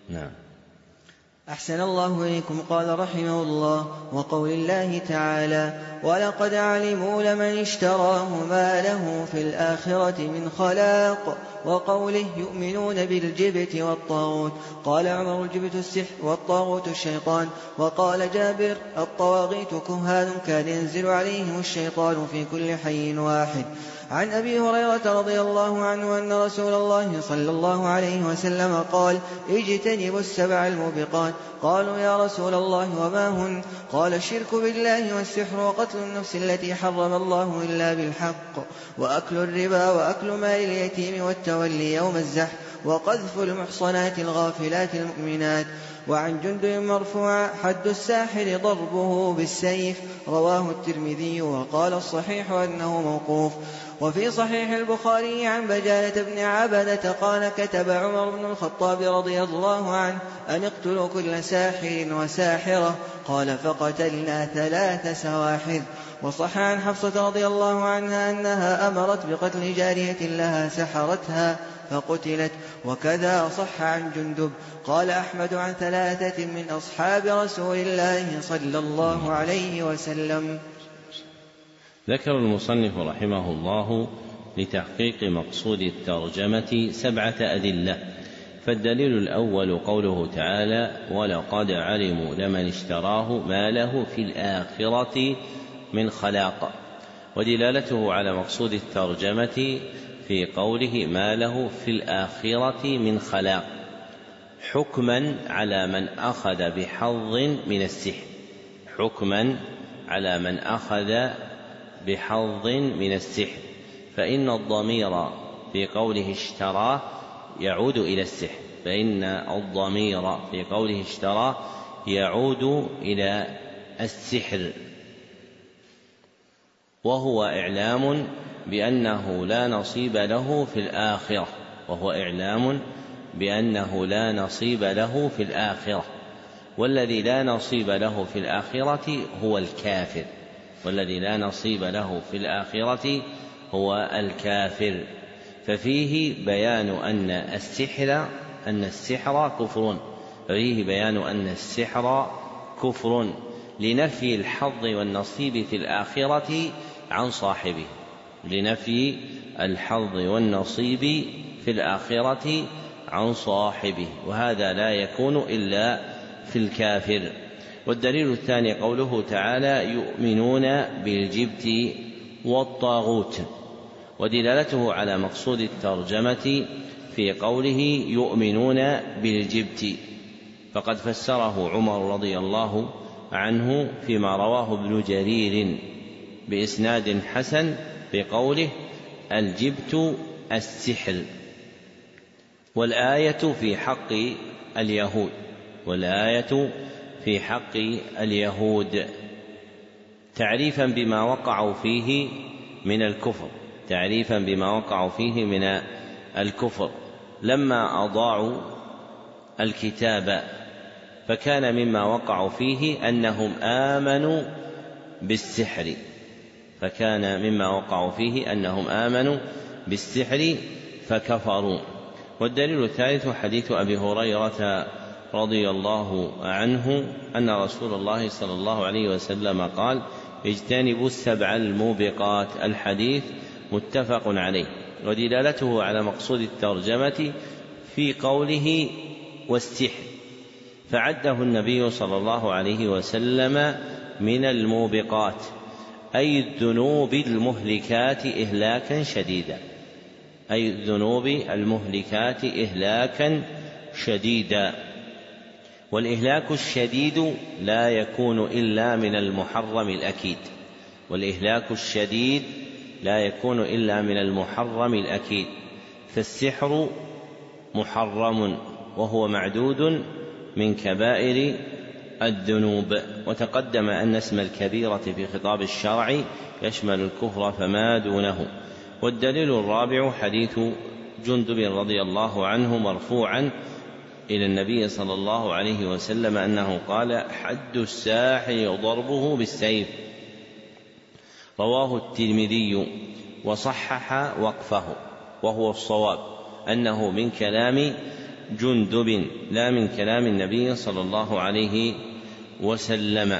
نعم. أحسن الله إليكم. قال رحمه الله: وقول الله تعالى: ولقد علموا لمن اشتراه ما له في الآخرة من خلاق. وقوله: يؤمنون بالجبت والطاغوت. قال عمر: الجبت السحر والطاغوت الشيطان. وقال جابر: الطواغيت كهان كان ينزل عليهم الشيطان في كل حي واحد. عن أبي هريرة رضي الله عنه أن رسول الله صلى الله عليه وسلم قال: اجتنبوا السبع الموبقات. قالوا: يا رسول الله وما هن؟ قال: الشرك بالله والسحر وقتل النفس التي حرم الله إلا بالحق وأكل الربا وأكل مال اليتيم والتولي يوم الزحف وقذف المحصنات الغافلات المؤمنات. وعن جندب مرفوعا: حد الساحر ضربه بالسيف. رواه الترمذي وقال الصحيح أنه موقوف. وفي صحيح البخاري عن بجالة بن عبدة قال: كتب عمر بن الخطاب رضي الله عنه أن اقتلوا كل ساحر وساحرة. قال: فقتلنا 3 سواحر. وصح عن حفصة رضي الله عنها أنها أمرت بقتل جارية لها سحرتها فقتلت. وكذا صح عن جندب. قال أحمد عن 3 من أصحاب رسول الله صلى الله عليه وسلم. ذكر المصنف رحمه الله لتحقيق مقصود الترجمة 7 أدلة. فالدليل الأول قوله تعالى: ولقد علموا لمن اشتراه ما له في الآخرة من خلاق. ودلالته على مقصود الترجمة في قوله ما له في الآخرة من خلاق حكما على من أخذ بحظ من السحر، حكما على من أخذ بحظ من السحر، فإن الضمير في قوله اشتراه يعود إلى السحر، فإن الضمير في قوله اشتراه يعود إلى السحر، وهو إعلام بأنه لا نصيب له في الآخرة، وهو إعلام بأنه لا نصيب له في الآخرة. والذي لا نصيب له في الآخرة هو الكافر، والذي لا نصيب له في الآخرة هو الكافر. ففيه بيان أن السحر كفر، ففيه بيان أن السحر كفر لنفي الحظ والنصيب في الآخرة عن صاحبه، لنفي الحظ والنصيب في الآخرة عن صاحبه، وهذا لا يكون إلا في الكافر. والدليل الثاني قوله تعالى: يؤمنون بالجبت والطاغوت. ودلالته على مقصود الترجمة في قوله يؤمنون بالجبت، فقد فسره عمر رضي الله عنه فيما رواه ابن جرير بإسناد حسن بقوله: الجبت السحر. والآية في حق اليهود، والآية في حق اليهود تعريفا بما وقعوا فيه من الكفر، تعريفا بما وقعوا فيه من الكفر لما أضاعوا الكتاب، فكان مما وقعوا فيه أنهم آمنوا بالسحر، فكان مما وقعوا فيه أنهم آمنوا بالسحر فكفروا. والدليل الثالث حديث أبي هريرة رضي الله عنه أن رسول الله صلى الله عليه وسلم قال: اجتنبوا السبع الموبقات. الحديث متفق عليه. ودلالته على مقصود الترجمة في قوله والسحر، فعده النبي صلى الله عليه وسلم من الموبقات، أي الذنوب المهلكات إهلاكا شديدا، أي الذنوب المهلكات إهلاكا شديدا. والإهلاك الشديد لا يكون إلا من المحرم الأكيد، والإهلاك الشديد لا يكون إلا من المحرم الأكيد، فالسحر محرم وهو معدود من كبائر الذنوب. وتقدم أن اسم الكبيرة في خطاب الشرع يشمل الكفر فما دونه. والدليل الرابع حديث جندب رضي الله عنه مرفوعا إلى النبي صلى الله عليه وسلم أنه قال: حد الساحر ضربه بالسيف. رواه الترمذي وصحح وقفه، وهو الصواب أنه من كلام جندب لا من كلام النبي صلى الله عليه وسلم.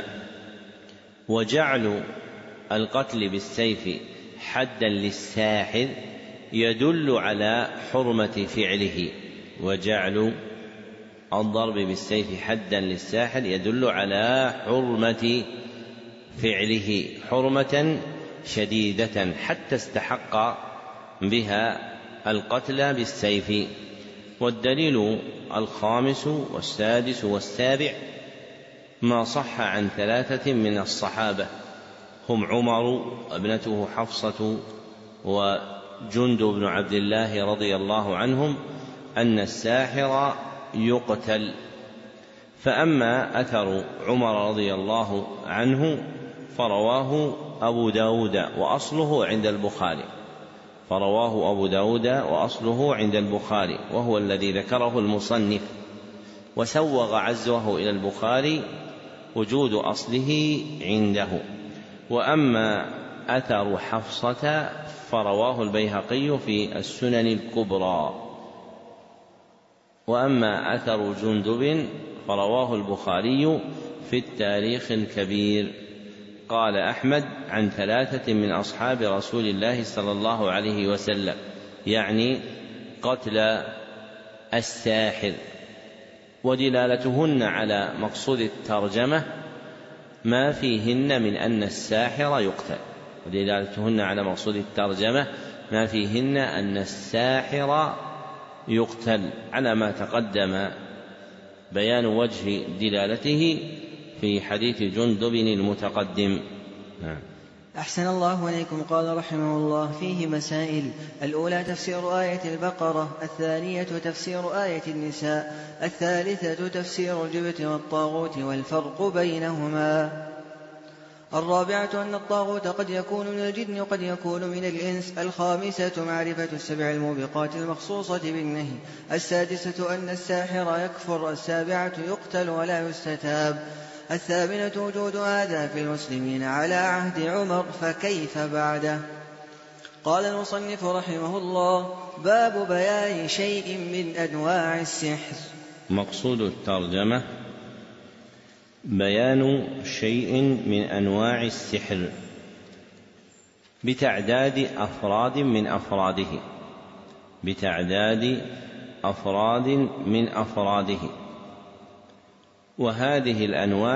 وجعل القتل بالسيف حدا للساحر يدل على حرمة فعله. وجعل الضرب بالسيف حدا للساحر يدل على حرمة فعله حرمة شديدة حتى استحق بها القتل بالسيف. والدليل الخامس والسادس والسابع ما صح عن 3 من الصحابة هم عمر وابنته حفصة وجندب بن عبد الله رضي الله عنهم أن الساحر يقتل. فأما أثر عمر رضي الله عنه فرواه أبو داود وأصله عند البخاري وهو الذي ذكره المصنف، وسوغ عزوه إلى البخاري وجود أصله عنده. وأما أثر حفصة فرواه البيهقي في السنن الكبرى. وأما أثر جندب فرواه البخاري في التاريخ الكبير. قال أحمد عن 3 من أصحاب رسول الله صلى الله عليه وسلم، يعني قتل الساحر. ودلالتهن على مقصود الترجمة ما فيهن من أن الساحر يقتل، على ما تقدم بيان وجه دلالته في حديث جندب المتقدم. أحسن الله إليكم. قال رحمه الله: فيه مسائل: الأولى تفسير آية البقرة، الثانية تفسير آية النساء، الثالثة تفسير الجبت والطاغوت والفرق بينهما، الرابعة أن الطاغوت قد يكون من الجن وقد يكون من الإنس، الخامسة معرفة السبع الموبقات المخصوصة بالنهي، السادسة أن الساحر يكفر، السابعة يقتل ولا يستتاب، الثامنة وجود هذا في المسلمين على عهد عمر، فكيف بعده؟ قال المصنف رحمه الله: باب بيان شيء من أنواع السحر. مقصود الترجمة بيان شيء من أنواع السحر بتعداد أفراد من أفراده. وهذه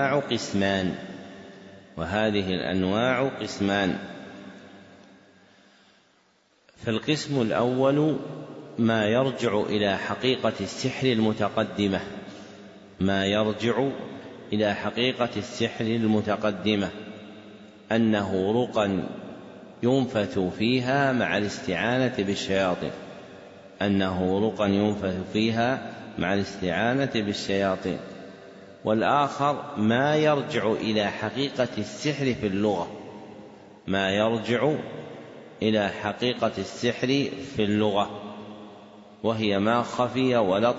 الأنواع قسمان. فالقسم الأول ما يرجع إلى حقيقة السحر المتقدمة أنه رقى ينفث فيها مع الاستعانة بالشياطين. والآخر ما يرجع إلى حقيقة السحر في اللغة، وهي ما خفي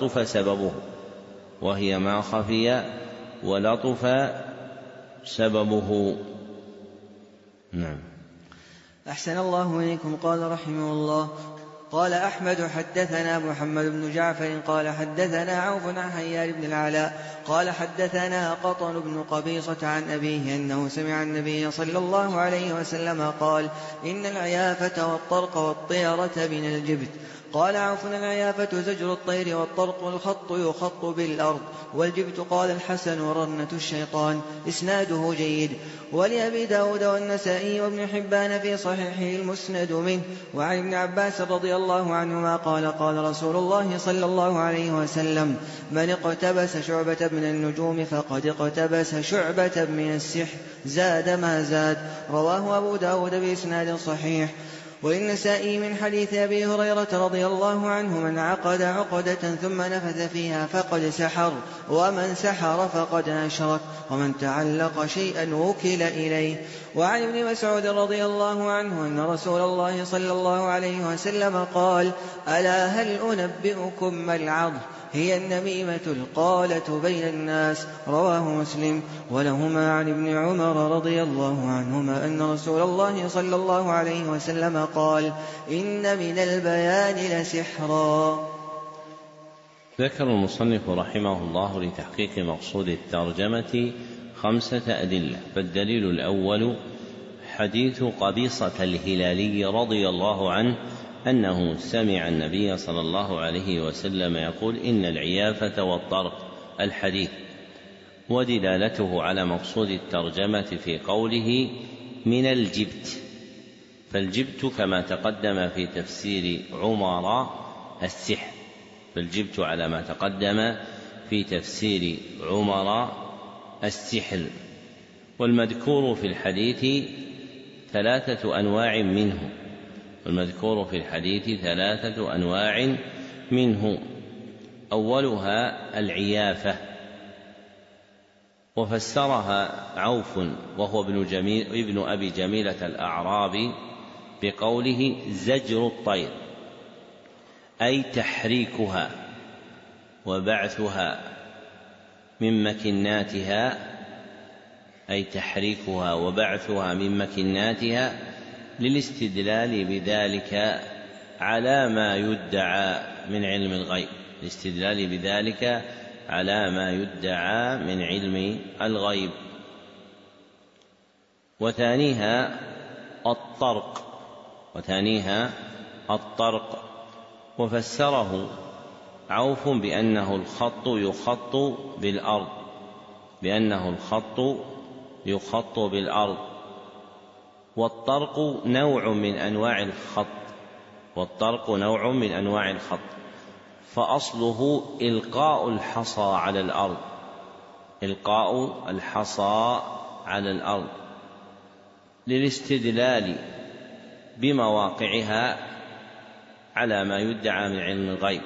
ولطف سببه. نعم. أحسن الله إليكم. قال رحمه الله: قال أحمد: حدثنا محمد بن جعفر قال حدثنا عوف عن حيان بن العلاء قال حدثنا قطن بن قبيصة عن أبيه أنه سمع النبي صلى الله عليه وسلم قال: إن العيافة والطرق والطيرة من الجبت. قال عوف: العيافة زجر الطير، والطرق الخط يخط بالأرض، والجبت قال الحسن رنة الشيطان. إسناده جيد. ولأبي داود والنسائي وابن حبان في صحيحه المسند منه. وعن ابن عباس رضي الله عنهما قال: قال رسول الله صلى الله عليه وسلم: من اقتبس شعبة من النجوم فقد اقتبس شعبة من السحر، زاد ما زاد. رواه أبو داود بإسناد صحيح. وللنسائي من حديث أبي هريرة رضي الله عنه: من عقد عقدة ثم نفث فيها فقد سحر، ومن سحر فقد أشرك، ومن تعلق شيئا وكل إليه. وعن ابن مسعود رضي الله عنه أن رسول الله صلى الله عليه وسلم قال: ألا هل أنبئكم ما العض؟ هي النميمة القالة بين الناس. رواه مسلم. ولهما عن ابن عمر رضي الله عنهما أن رسول الله صلى الله عليه وسلم قال: إن من البيان لسحرا. ذكر المصنف رحمه الله لتحقيق مقصود الترجمة 5 أدلة. فالدليل الأول حديث قبيصة الهلالي رضي الله عنه أنه سمع النبي صلى الله عليه وسلم يقول: إن العيافة والطرق، الحديث. ودلالته على مقصود الترجمة في قوله: من الجبت. فالجبت كما تقدم في تفسير عمر السحر، فالجبت على ما تقدم في تفسير عمر السحر. والمذكور في الحديث 3 أنواع منه، والمذكور في الحديث 3 أنواع منه. أولها العيافة، وفسرها عوف وهو ابن أبي جميلة الأعرابي بقوله: زجر الطير، أي تحريكها وبعثها من مكناتها، أي تحريكها وبعثها من مكناتها، للاستدلال بذلك على ما يدعى من علم الغيب، الاستدلال بذلك على ما يدعى من علم الغيب. وثانيها الطرق، وفسره عوف بأنه الخط يخط بالأرض، والطرق نوع من أنواع الخط، فأصله إلقاء الحصى على الأرض للاستدلال بمواقعها على ما يدعى من علم الغيب،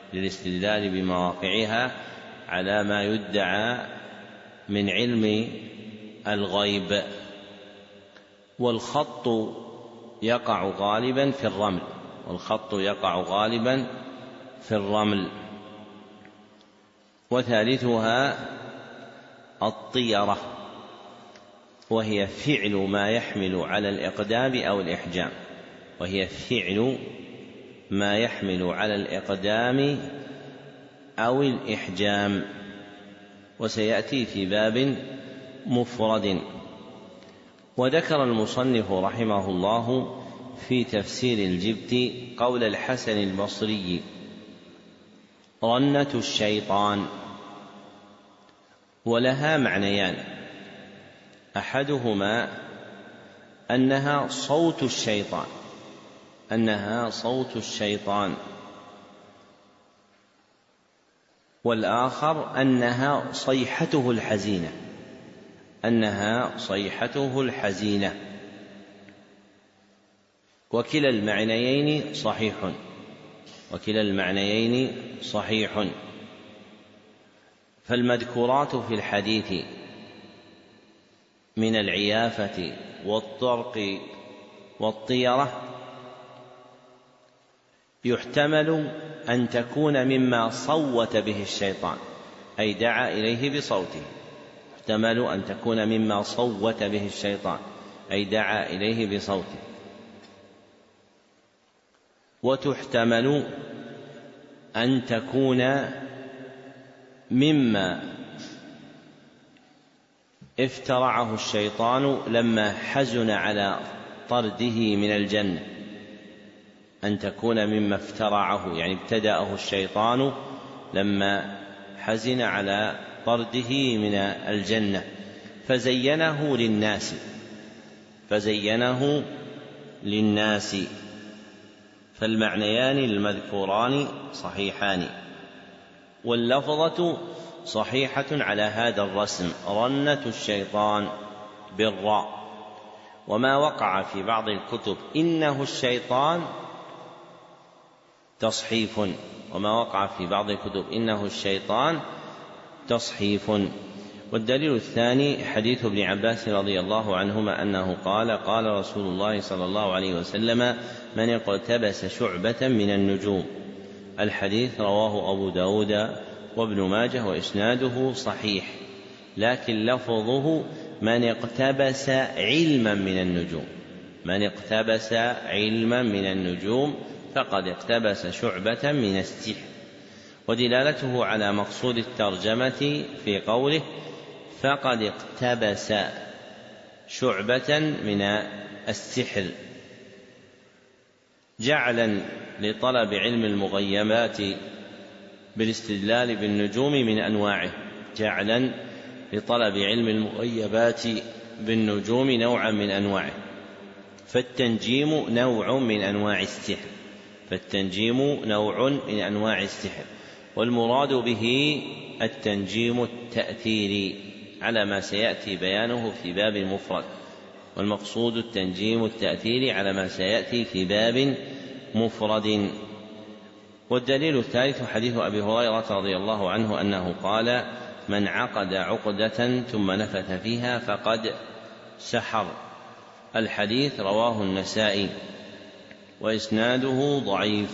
على ما يدعى من علم الغيب. والخط يقع غالبا في الرمل. وثالثها الطيرة، وهي فعل ما يحمل على الإقدام أو الإحجام، وسيأتي في باب مفرد. وذكر المصنف رحمه الله في تفسير الجبت قول الحسن البصري: رنة الشيطان. ولها معنيان: أحدهما أنها صوت الشيطان، والآخر أنها صيحته الحزينة. وكلا المعنيين صحيح. فالمذكورات في الحديث من العيافة والطرق والطيرة يحتمل أن تكون مما صوت به الشيطان، أي دعا إليه بصوته، وتحتمل أن تكون مما افترعه الشيطان لما حزن على طرده من الجنة، يعني ابتدأه الشيطان لما حزن على طرده من الجنة فزينه للناس. فالمعنيان المذكوران صحيحان، واللفظة صحيحة على هذا الرسم: رنة الشيطان بالراء. وما وقع في بعض الكتب إنه الشيطان تصحيف. والدليل الثاني حديث ابن عباس رضي الله عنهما أنه قال: قال رسول الله صلى الله عليه وسلم: من اقتبس شعبة من النجوم. الحديث رواه أبو داود وابن ماجه وإسناده صحيح، لكن لفظه: من اقتبس علما من النجوم فقد اقتبس شعبة من السحر. ودلالته على مقصود الترجمة في قوله فقد اقتبس شعبة من السحر، جعلا لطلب علم المغيبات بالاستدلال بالنجوم من أنواعه، جعلا لطلب علم المغيبات بالنجوم نوعا من أنواعه، فالتنجيم نوع من أنواع السحر، فالتنجيم نوع من أنواع السحر، والمراد به التنجيم التأثيري على ما سيأتي بيانه في باب المفرد، والمقصود التنجيم التأثيري على ما سيأتي في باب مفرد. والدليل الثالث حديث أبي هريرة رضي الله عنه أنه قال من عقد عقدة ثم نفث فيها فقد سحر. الحديث رواه النسائي وإسناده ضعيف،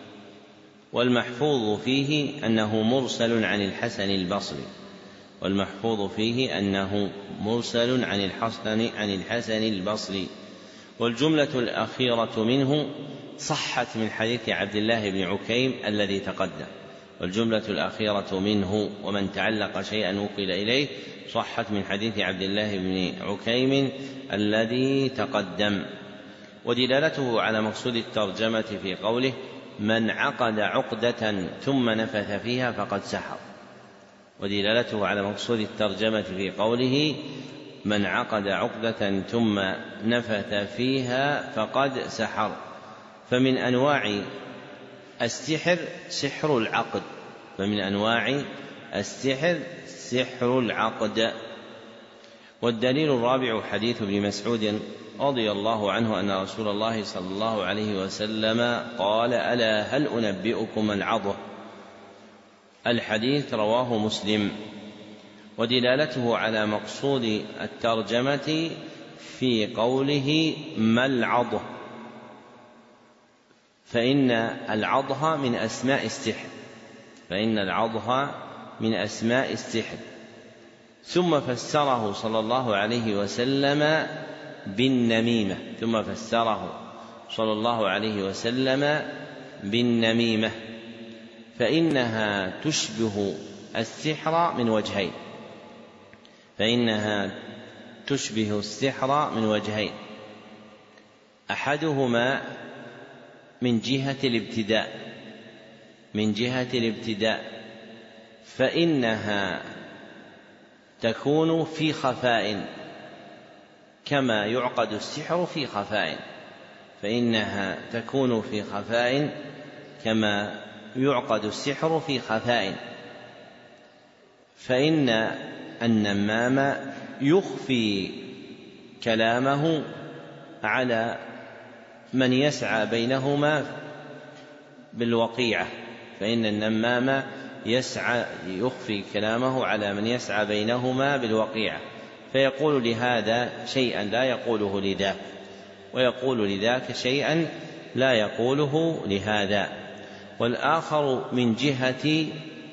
والمحفوظ فيه أنه مرسل عن الحسن البصري، والمحفوظ فيه أنه مرسل عن الحسن البصري. والجملة الأخيرة منه صحت من حديث عبد الله بن عكيم الذي تقدم، والجملة الأخيرة منه ومن تعلق شيئا وكل إليه صحت من حديث عبد الله بن عكيم الذي تقدم. ودلالته على مقصود الترجمة في قوله من عقد عقدة ثم نفث فيها فقد سحر، ودلالته على مقصود الترجمة في قوله من عقد عقدة ثم نفث فيها فقد سحر. فمن أنواع السحر سحر العقد، فمن أنواع السحر سحر العقد. والدليل الرابع حديث ابن مسعود رضي الله عنه أن رسول الله صلى الله عليه وسلم قال ألا هل أنبئكم العضة. الحديث رواه مسلم. ودلالته على مقصود الترجمة في قوله ما العضة، فإن العضة من أسماء السحر، فإن العضة من أسماء السحر، ثم فسره صلى الله عليه وسلم بالنميمة، ثم فسره صلى الله عليه وسلم بالنميمة، فإنها تشبه السحر من وجهين، فإنها تشبه السحر من وجهين، أحدهما من جهة الابتداء، فإنها تكون في خفاء كما يعقد السحر في خفاء، فإنها تكون في خفاء كما يعقد السحر في خفاء، فإن النمام يخفي كلامه على من يسعى بينهما بالوقيعة، فإن النمام يخفي كلامه على من يسعى بينهما بالوقيعة، فيقول لهذا شيئا لا يقوله لذاك، ويقول لذاك شيئا لا يقوله لهذا. والآخر من جهة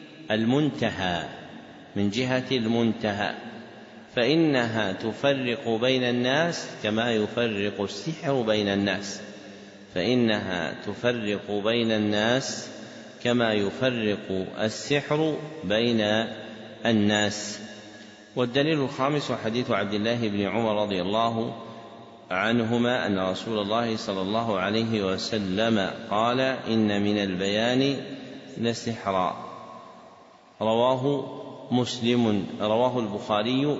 المنتهى، فإنها تفرق بين الناس كما يفرق السحر بين الناس، فإنها تفرق بين الناس كما يفرق السحر بين الناس. والدليل الخامس حديث عبد الله بن عمر رضي الله عنهما أن رسول الله صلى الله عليه وسلم قال إن من البيان لسحرا، رواه البخاري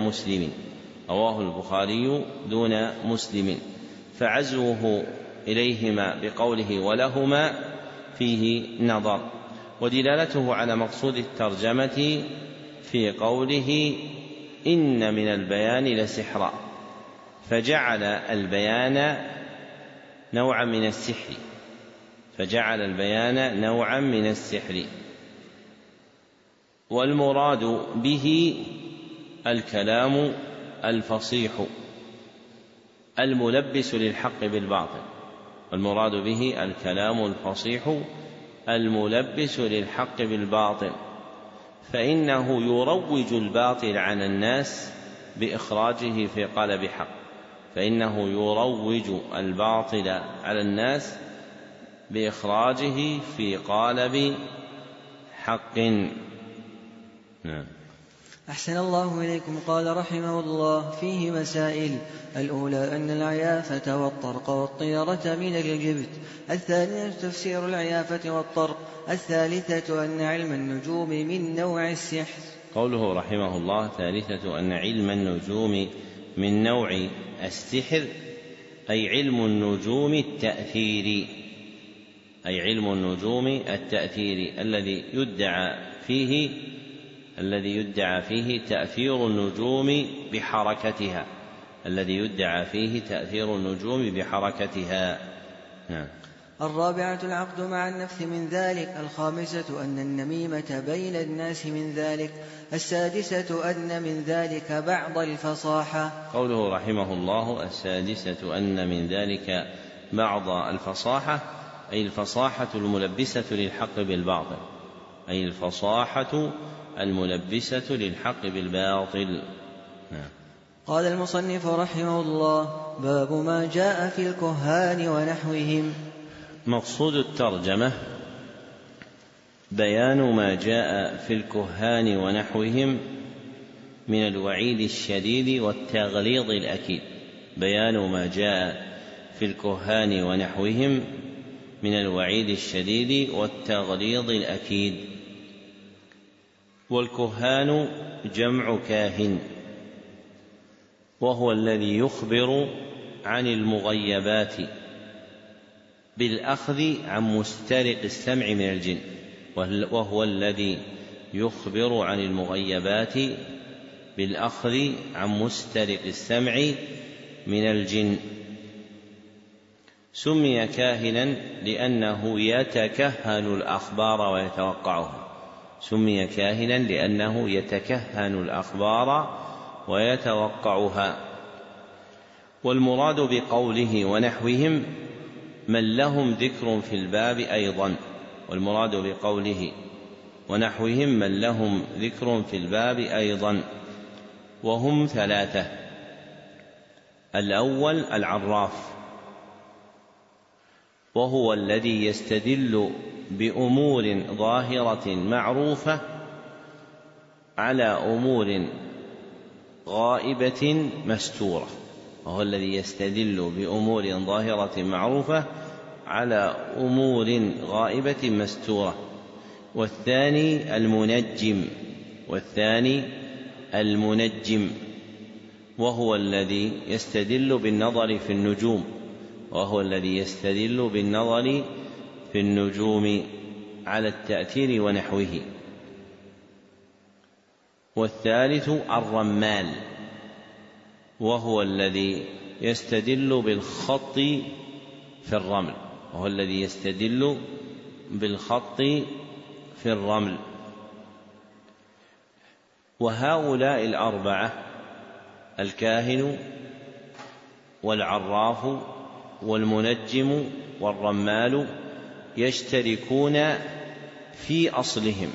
دون مسلم، فعزوه إليهما بقوله ولهما فيه نظر. ودلالته على مقصود الترجمة في قوله إن من البيان لسحرا، فجعل البيان نوعا من السحر، والمراد به الكلام الفصيح الملبس للحق بالباطل، والمراد به الكلام الفصيح الملبس للحق بالباطل، فإنه يروج الباطل على الناس بإخراجه في قالب حق، فإنه يروج الباطل على الناس بإخراجه في قالب بحق. نعم. أحسن الله إليكم. قال رحمه الله: فيه مسائل. الأولى أن العيافة والطرق والطيرة من الجبت. الثانية تفسير العيافة والطرق. الثالثة أن علم النجوم من نوع السحر. قوله رحمه الله: ثالثة أن علم النجوم من نوع السحر، أي علم النجوم التأثيري، أي علم النجوم التأثيري الذي يدعى فيه تأثير النجوم بحركتها، نعم. الرابعة العقد مع النفث من ذلك. الخامسة أن النميمة بين الناس من ذلك. السادسة أن من ذلك بعض الفصاحة. قوله رحمه الله: السادسة أن من ذلك بعض الفصاحة، أي الفصاحة الملبسة للحق بالباطل. نعم. قال المصنف رحمه الله: باب ما جاء في الكهان ونحوهم. مقصود الترجمة بيان ما جاء في الكهان ونحوهم من الوعيد الشديد والتغليظ الأكيد. بيان ما جاء في الكهان ونحوهم من الوعيد الشديد والتغليظ الأكيد. والكهان جمع كاهن، وهو الذي يخبر عن المغيبات بالأخذ عن مسترق السمع من الجن، وهو الذي يخبر عن المغيبات بالأخذ عن مسترق السمع من الجن. سمي كاهنا لأنه يتكهن الأخبار ويتوقعها. والمراد بقوله ونحوهم من لهم ذكر في الباب أيضا، وهم ثلاثة. الأول العراف، وهو الذي يستدل بأمور ظاهرة معروفة على أمور غائبة مستورة. والثاني المنجم، وهو الذي يستدل بالنظر في النجوم على التأثير ونحوه. والثالث الرمال، وهو الذي يستدل بالخط في الرمل. وهؤلاء الأربعة، الكاهن والعراف والمنجم والرمال، يشتركون في أصلهم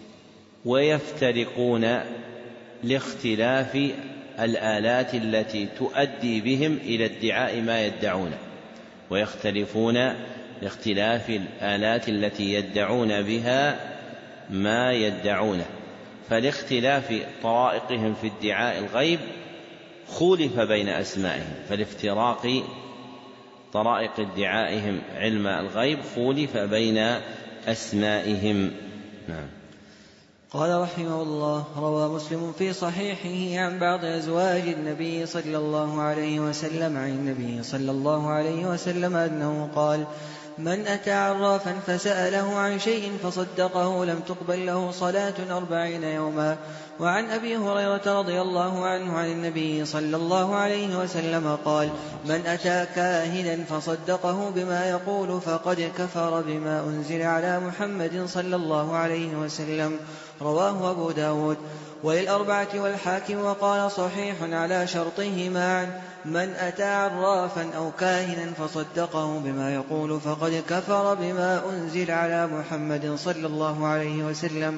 ويفترقون لاختلاف الآلات التي تؤدي بهم إلى ادعاء ما يدعونه، ويختلفون لاختلاف الآلات التي يدعون بها ما يدعونه. فلاختلاف طرائقهم في ادعاء الغيب خولف بين أسمائهم، فلافتراق طرائق ادعائهم علم الغيب خولف بين أسمائهم. نعم. قال رحمه الله: روى مسلم في صحيحه عن بعض أزواج النبي صلى الله عليه وسلم عن النبي صلى الله عليه وسلم أنه قال: من أتى عرافا فسأله عن شيء فصدقه لم تقبل له صلاة 40 يوما. وعن أبي هريرة رضي الله عنه عن النبي صلى الله عليه وسلم قال: من أتى كاهنا فصدقه بما يقول فقد كفر بما أنزل على محمد صلى الله عليه وسلم. رواه أبو داود وللأربعة والحاكم، وقال صحيح على شرطهما. من أتى عرافا أو كاهنا فصدقه بما يقول فقد كفر بما أنزل على محمد صلى الله عليه وسلم.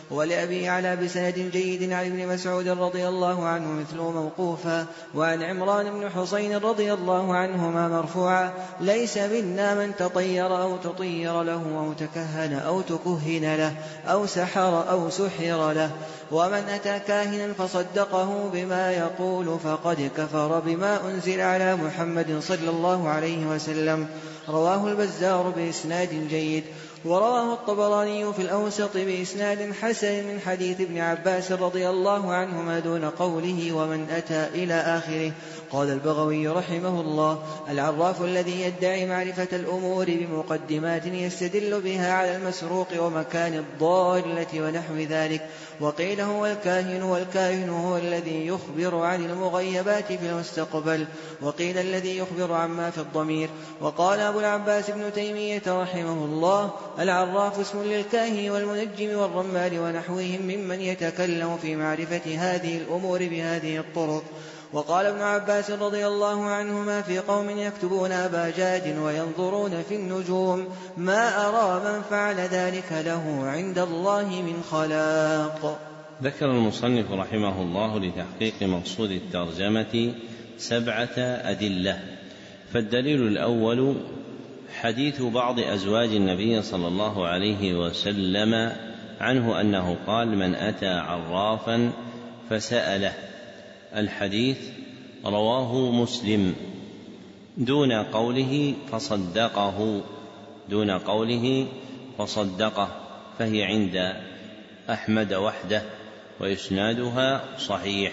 ولأبي يعلى بسند جيد عن ابن مسعود رضي الله عنه مثله موقوفا، وعن عمران بن حصين رضي الله عنهما مرفوعا: ليس منا من تطير أو تطير له أو تكهن أو تكهن له أو سحر أو سحر له، ومن أتى كاهنا فصدقه بما يقول فقد كفر بما أنزل على محمد صلى الله عليه وسلم. رواه البزار بإسناد جيد. ورواه الطبراني في الأوسط بإسناد حسن من حديث ابن عباس رضي الله عنهما دون قوله ومن أتى إلى آخره. قال البغوي رحمه الله: العراف الذي يدعي معرفة الأمور بمقدمات يستدل بها على المسروق ومكان الضالة ونحو ذلك. وقيل هو الكاهن، والكاهن هو الذي يخبر عن المغيبات في المستقبل، وقيل الذي يخبر عما في الضمير. وقال أبو العباس ابن تيمية رحمه الله: العراف اسم للكاهن والمنجم والرمال ونحوهم ممن يتكلم في معرفة هذه الأمور بهذه الطرق. وقال ابن عباس رضي الله عنهما في قوم يكتبون أباجاد وينظرون في النجوم: ما أرى من فعل ذلك له عند الله من خلاق. ذكر المصنف رحمه الله لتحقيق مقصود الترجمة 7 أدلة. فالدليل الأول حديث بعض أزواج النبي صلى الله عليه وسلم عنه أنه قال: من أتى عرافا فسأله. الحديث رواه مسلم دون قوله فصدقه، فهي عند أحمد وحده، وإسنادها صحيح.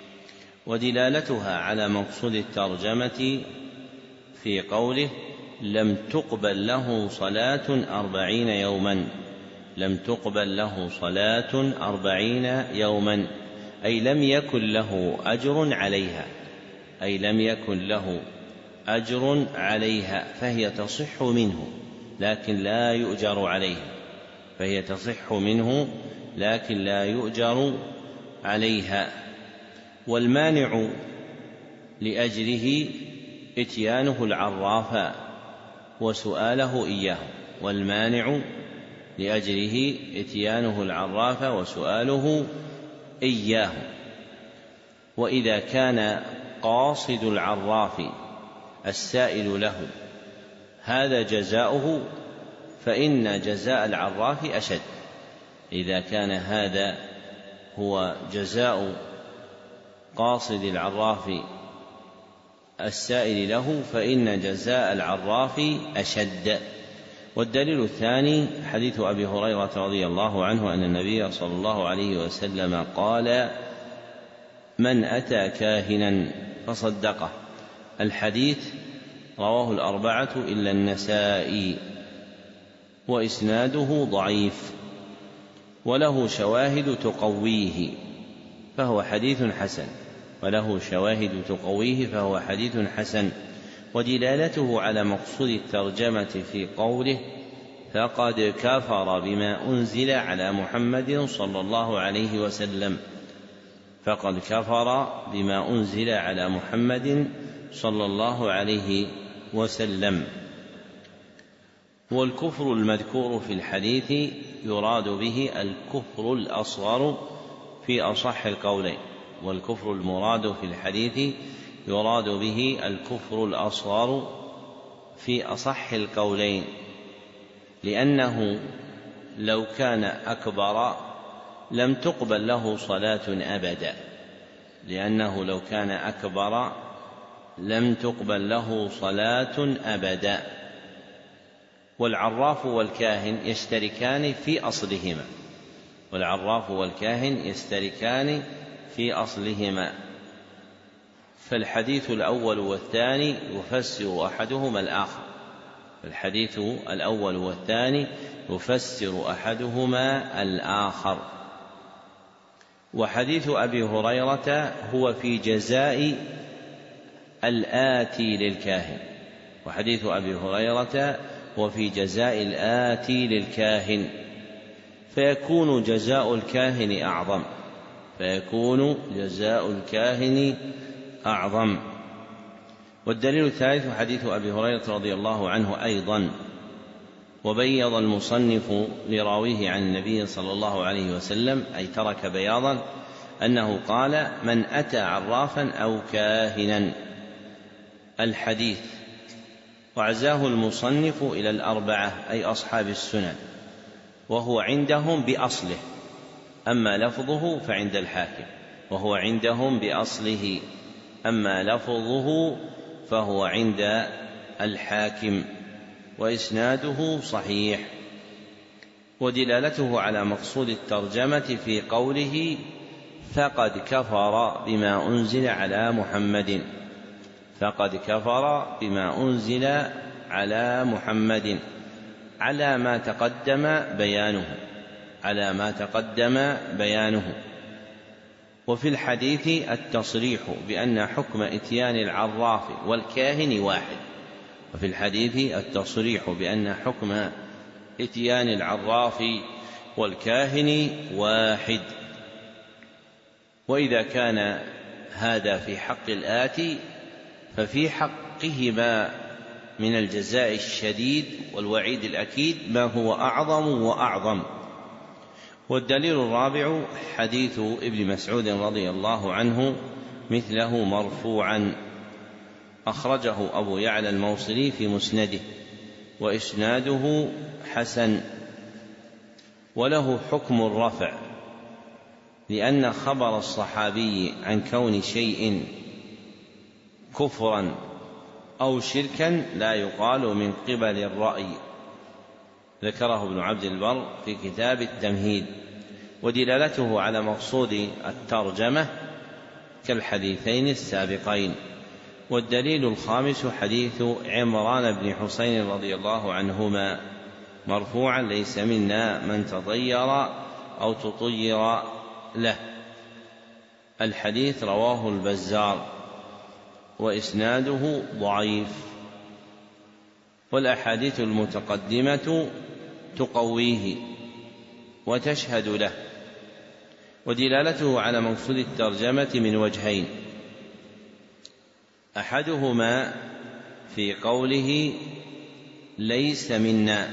ودلالتها على مقصود الترجمة في قوله: لم تقبل له صلاة 40 يوما، لم تقبل له صلاة 40 يوما، أي لم يكن له أجر عليها، أي لم يكن له أجر عليها، فهي تصح منه لكن لا يؤجر عليها، فهي تصح منه لكن لا يؤجر عليها. والمانع لأجره إتيانه العراف وسؤاله إياه، والمانع لأجره إتيانه العراف وسؤاله إياه. وإذا كان قاصد العراف السائل له هذا جزاؤه فإن جزاء العراف أشد. إذا كان هذا هو جزاء قاصد العراف السائل له فإن جزاء العراف أشد. والدليل الثاني حديث أبي هريرة رضي الله عنه أن النبي صلى الله عليه وسلم قال: من أتى كاهنا فصدقه. الحديث رواه الأربعة إلا النسائي، وإسناده ضعيف، وله شواهد تقويه فهو حديث حسن، وله شواهد تقويه فهو حديث حسن. ودلالته على مقصود الترجمة في قوله: فقد كفر بما أنزل على محمد صلى الله عليه وسلم، فقد كفر بما أنزل على محمد صلى الله عليه وسلم. والكفر المذكور في الحديث يراد به الكفر الأصغر في أصح القولين، والكفر المراد في الحديث يراد به الكفر الأصغر في أصح القولين، لأنه لو كان أكبر لم تقبل له صلاة أبدا، لأنه لو كان أكبر لم تقبل له صلاة أبدا. والعراف والكاهن يشتركان في أصلهما، والعراف والكاهن يشتركان في أصلهما، فالحديث الأول والثاني يفسر أحدهما الآخر، الحديث الأول والثاني يفسر أحدهما الآخر. وحديث أبي هريرة هو في جزاء الآتي للكاهن، وحديث أبي هريرة هو في جزاء الآتي للكاهن، فيكون جزاء الكاهن أعظم، فيكون جزاء الكاهن أعظم. والدليل الثالث حديث أبي هريرة رضي الله عنه أيضا وبيض المصنف لراويه عن النبي صلى الله عليه وسلم، أي ترك بياضا، أنه قال: من أتى عرافا أو كاهنا. الحديث. وعزاه المصنف إلى الأربعة أي أصحاب السنن، وهو عندهم بأصله، أما لفظه فعند الحاكم، وهو عندهم بأصله، أما لفظه فهو عند الحاكم، وإسناده صحيح. ودلالته على مقصود الترجمة في قوله: فقد كفر بما أنزل على محمد، فقد كفر بما أنزل على محمد، على ما تقدم بيانه، على ما تقدم بيانه. وفي الحديث التصريح بأن حكم إتيان العراف والكاهن واحد، وفي الحديث التصريح بأن حكم إتيان العراف والكاهن واحد. وإذا كان هذا في حق الآتي، ففي حقهما من الجزاء الشديد والوعيد الأكيد ما هو أعظم وأعظم. والدليل الرابع حديث ابن مسعود رضي الله عنه مثله مرفوعا، أخرجه أبو يعلى الموصلي في مسنده، وإسناده حسن، وله حكم الرفع، لأن خبر الصحابي عن كون شيء كفرا أو شركا لا يقال من قبل الرأي، ذكره ابن عبد البر في كتاب التمهيد. ودلالته على مقصود الترجمة كالحديثين السابقين. والدليل الخامس حديث عمران بن حسين رضي الله عنهما مرفوعا: ليس منا من تطير أو تطير له. الحديث رواه البزار، وإسناده ضعيف، والأحاديث المتقدمة تقويه وتشهد له. ودلالته على مقصود الترجمة من وجهين: أحدهما في قوله: ليس منا،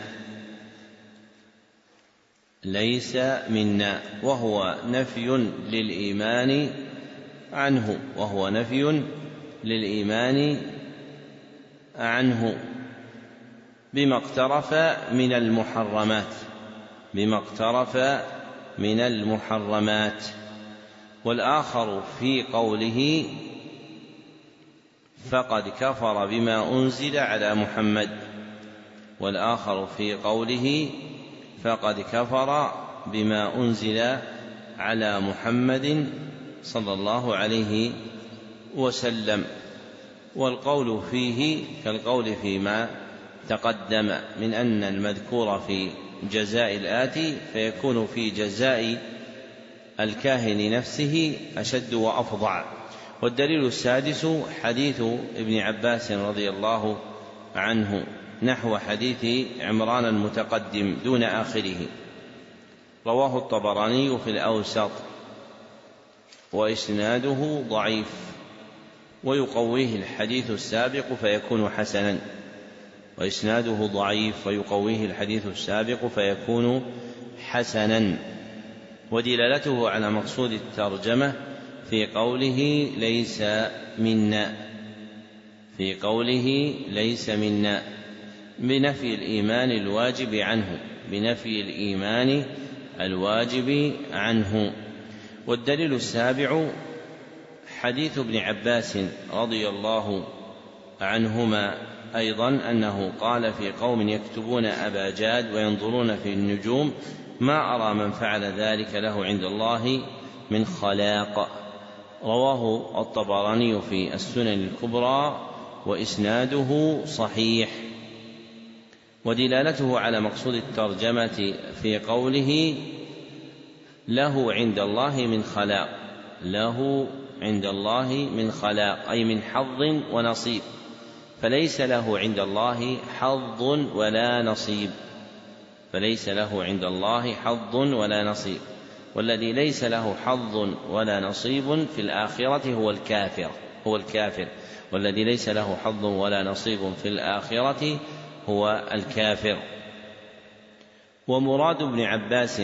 ليس منا، وهو نفي للإيمان عنه، وهو نفي للإيمان عنه بما اقترف من المحرمات، بما اقترف من المحرمات. والآخر في قوله: فقد كفر بما أنزل على محمد، والآخر في قوله: فقد كفر بما أنزل على محمد صلى الله عليه وسلم. والقول فيه كالقول فيما تقدم من أن المذكور في جزاء الآتي فيكون في جزاء الكاهن نفسه أشد وأفظع. والدليل السادس حديث ابن عباس رضي الله عنه نحو حديث عمران المتقدم دون آخره، رواه الطبراني في الأوسط، وإسناده ضعيف، ويقويه الحديث السابق فيكون حسنا، وإسناده ضعيف ويقويه الحديث السابق فيكون حسنا. ودلالته على مقصود الترجمة في قوله: ليس منا، في قوله: ليس منا، بنفي الإيمان الواجب عنه، بنفي الإيمان الواجب عنه. والدليل السابع حديث ابن عباس رضي الله عنهما أيضا أنه قال في قوم يكتبون أبا جاد وينظرون في النجوم: ما أرى من فعل ذلك له عند الله من خلاق. رواه الطبراني في السنن الكبرى، وإسناده صحيح. ودلالته على مقصود الترجمة في قوله: له عند الله من خلاق، له عند الله من خلاق، أي من حظ ونصيب، فليس له عند الله حظ ولا نصيب، فليس له عند الله حظ ولا نصيب. والذي ليس له حظ ولا نصيب في الآخرة هو الكافر، والذي ليس له حظ ولا نصيب في الآخرة هو الكافر. ومراد ابن عباس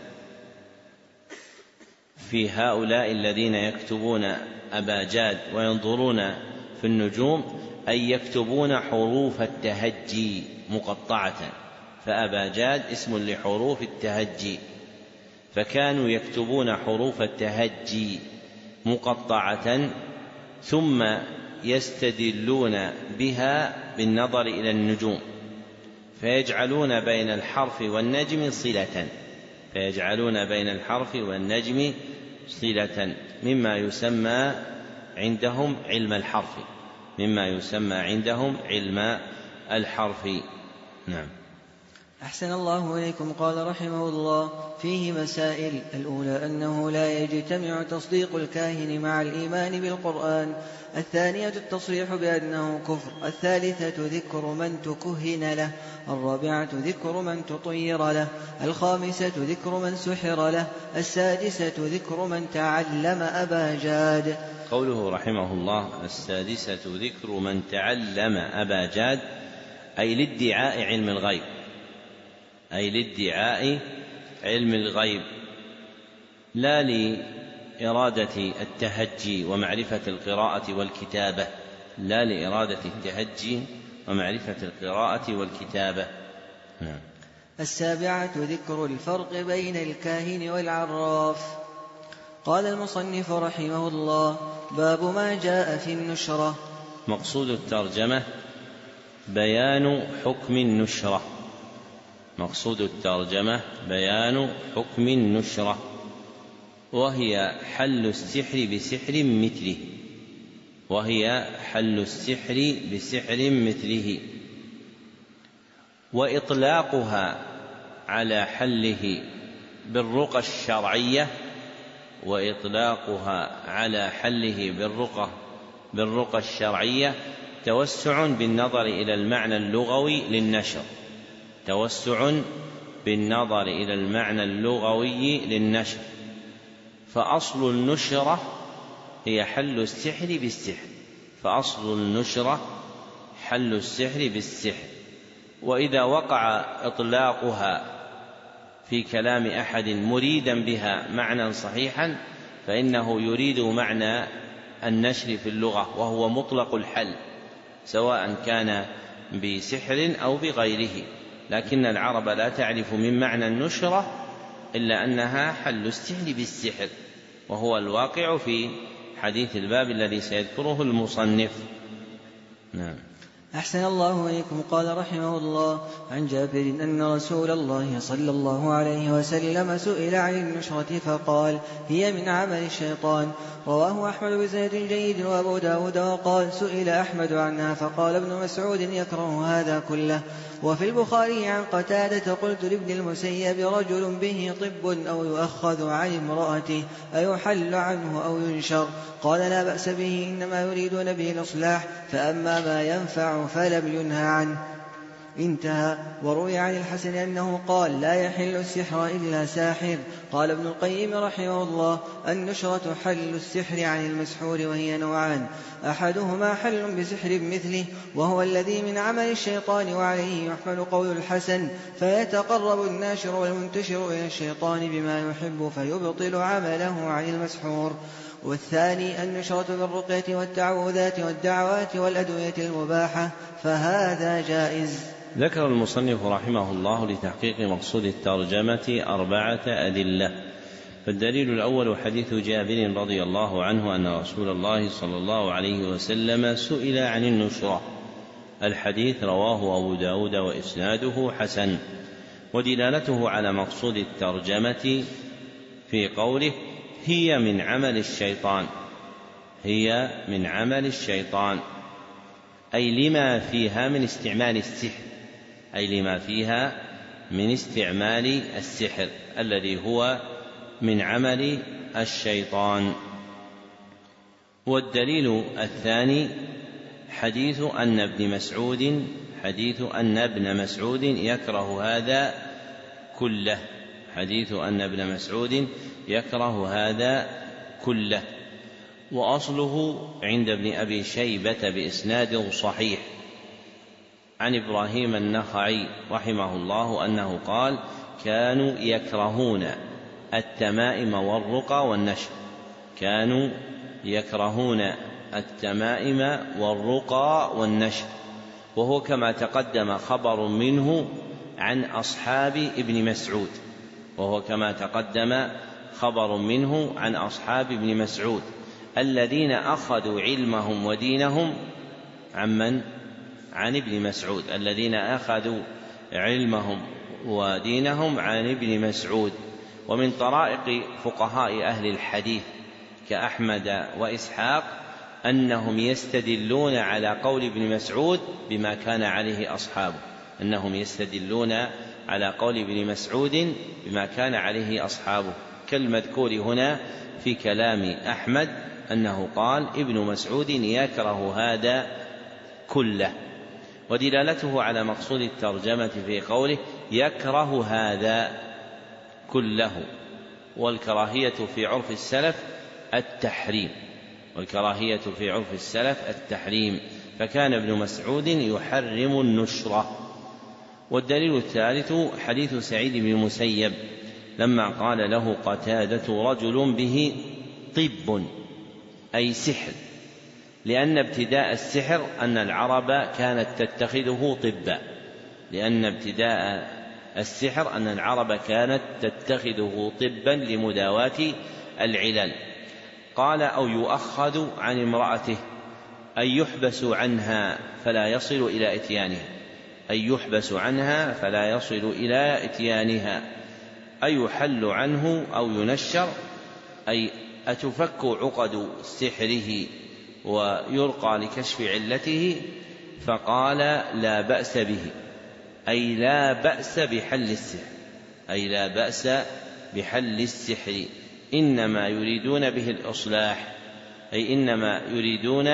في هؤلاء الذين يكتبون أباجاد وينظرون في النجوم أي يكتبون حروف التهجي مقطعة، فأباجاد اسم لحروف التهجي، فكانوا يكتبون حروف التهجي مقطعة ثم يستدلون بها بالنظر إلى النجوم، فيجعلون بين الحرف والنجم صلة مما يسمى عندهم علم الحرف. نعم. أحسن الله إليكم. قال رحمه الله: فيه مسائل. الأولى أنه لا يجتمع تصديق الكاهن مع الإيمان بالقرآن. الثانية التصريح بأنه كفر. الثالثة ذكر من تكهن له. الرابعة ذكر من تطير له. الخامسة ذكر من سحر له. السادسة ذكر من تعلم أباجاد. قوله رحمه الله: السادسة ذكر من تعلم أباجاد، أي لادعاء علم الغيب، لا لإرادة التهجي ومعرفة القراءة والكتابة. نعم. السابعة ذكر الفرق بين الكاهن والعراف. قال المصنف رحمه الله: باب ما جاء في النشرة. مقصود الترجمة بيان حكم النشرة، وهي حل السحر بسحر مثله، وإطلاقها على حله بالرقى الشرعية توسع بالنظر إلى المعنى اللغوي للنشر، فأصل النشرة هي حل السحر بالسحر. وإذا وقع إطلاقها في كلام أحد مريدا بها معنى صحيحا فإنه يريد معنى النشر في اللغة، وهو مطلق الحل سواء كان بسحر أو بغيره، لكن العرب لا تعرف من معنى النشرة إلا أنها حل السحر بالسحر، وهو الواقع في حديث الباب الذي سيذكره المصنف. نعم. أحسن الله إليكم. قال رحمه الله: عن جابر أن رسول الله صلى الله عليه وسلم سئل عن النشرة فقال: هي من عمل الشيطان. رواه أحمد بسند جيد وأبو داود. وقال: سئل أحمد عنها فقال ابن مسعود: يكره هذا كله. وفي البخاري عن قتادة: قلت لابن المسيب: رجل به طب أو يؤخذ عن امرأته أيحل عنه أو ينشر؟ قال: لا بأس به، إنما يريدون به الإصلاح، فأما ما ينفع فلم ينهى عنه. انتهى. وروي عن الحسن أنه قال: لا يحل السحر إلا ساحر. قال ابن القيم رحمه الله: النشرة حل السحر عن المسحور، وهي نوعان: أحدهما حل بسحر مثله، وهو الذي من عمل الشيطان، وعليه يحمل قول الحسن: فيتقرب الناشر والمنتشر إلى الشيطان بما يحب فيبطل عمله عن المسحور. والثاني النشرة بالرقية والتعوذات والدعوات والأدوية المباحة، فهذا جائز. ذكر المصنف رحمه الله لتحقيق مقصود الترجمة 4 أدلة. فالدليل الأول حديث جابر رضي الله عنه أن رسول الله صلى الله عليه وسلم سئل عن النشرة. الحديث رواه أبو داود وإسناده حسن. ودلالته على مقصود الترجمة في قوله: هي من عمل الشيطان، أي لما فيها من استعمال السحر الذي هو من عمل الشيطان. والدليل الثاني حديث أن ابن مسعود يكره هذا كله. وأصله عند ابن أبي شيبة بإسناد صحيح عن إبراهيم النخعي رحمه الله أنه قال: كانوا يكرهون التمائم والرقى والنشر، كانوا يكرهون التمائم والرقى والنشر، وهو كما تقدم خبر منه عن أصحاب ابن مسعود، وهو كما تقدم خبر منه عن أصحاب ابن مسعود الذين أخذوا علمهم ودينهم عمن؟ عن ابن مسعود، الذين أخذوا علمهم ودينهم عن ابن مسعود. ومن طرائق فقهاء أهل الحديث كأحمد وإسحاق أنهم يستدلون على قول ابن مسعود بما كان عليه أصحابه، أنهم يستدلون على قول ابن مسعود بما كان عليه أصحابه، كالمذكور هنا في كلام أحمد أنه قال ابن مسعود يكره هذا كله. ودلالته على مقصود الترجمة في قوله يكره هذا كله، والكراهية في عرف السلف التحريم، والكراهية في عرف السلف التحريم، فكان ابن مسعود يحرم النشرة. والدليل الثالث حديث سعيد بن المسيب لما قال له قتادة رجل به طب أي سحر، لأن ابتداء السحر أن العرب كانت تتخذه طبا، لأن ابتداء السحر أن العرب كانت تتخذه طبا لمداواة العلل. قال أو يؤخذ عن امرأته أي يحبس عنها فلا يصل إلى إتيانها، أي يحبس عنها فلا يصل إلى إتيانها، أي يحل عنه أو ينشر، أي أتفك عقد سحره ويرقى لكشف علته. فقال لا بأس به، أي لا بأس بحل السحر، أي لا بأس بحل السحر، إنما يريدون به الإصلاح، أي إنما يريدون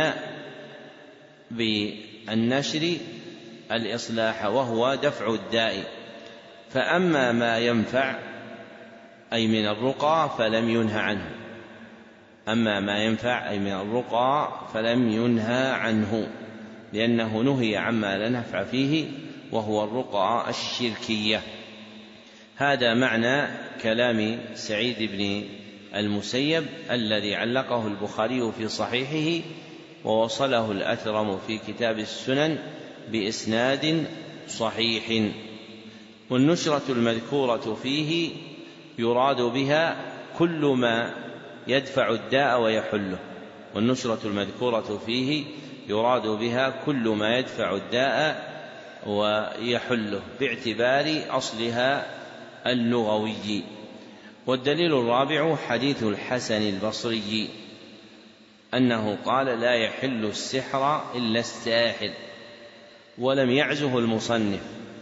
بالنشر الإصلاح وهو دفع الداء. فأما ما ينفع أي من الرقى فلم ينهى عنه، أما ما ينفع أي من الرقى فلم ينهى عنه، لأنه نهي عما لا نفع فيه وهو الرقى الشركية. هذا معنى كلام سعيد بن المسيب الذي علقه البخاري في صحيحه ووصله الأثرم في كتاب السنن بإسناد صحيح. والنشرة المذكورة فيه يراد بها كل ما يدفع الداء ويحله، والنشرة المذكورة فيه يراد بها كل ما يدفع الداء ويحله باعتبار أصلها اللغوي. والدليل الرابع حديث الحسن البصري أنه قال لا يحل السحر إلا الساحر، ولم يعزه المصنف.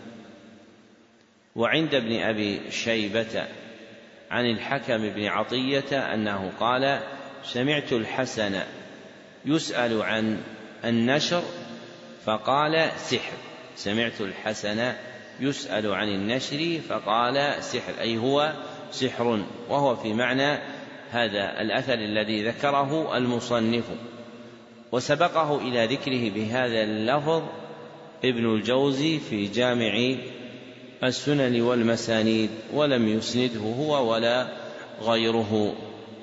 وعند ابن أبي شيبة عن الحكم بن عطية أنه قال سمعت الحسن يسأل عن النشر فقال سحر، سمعت الحسن يسأل عن النشر فقال سحر، أي هو سحر، وهو في معنى هذا الأثر الذي ذكره المصنف. وسبقه إلى ذكره بهذا اللفظ ابن الجوزي في جامع السنن والمسانيد، ولم يسنده هو ولا غيره.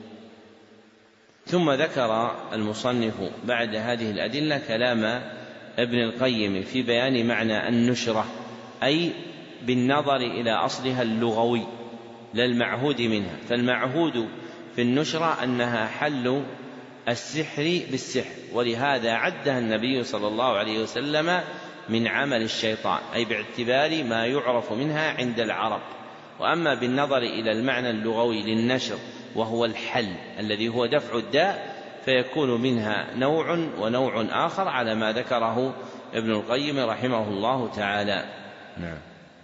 ثم ذكر المصنف بعد هذه الأدلة كلام ابن القيم في بيان معنى النشرة، أي بالنظر إلى أصلها اللغوي لا المعهود منها، فالمعهود في النشرة أنها حل السحر بالسحر، ولهذا عدها النبي صلى الله عليه وسلم من عمل الشيطان، أي باعتبار ما يعرف منها عند العرب. وأما بالنظر إلى المعنى اللغوي للنشر وهو الحل الذي هو دفع الداء فيكون منها نوع ونوع آخر على ما ذكره ابن القيم رحمه الله تعالى. نعم.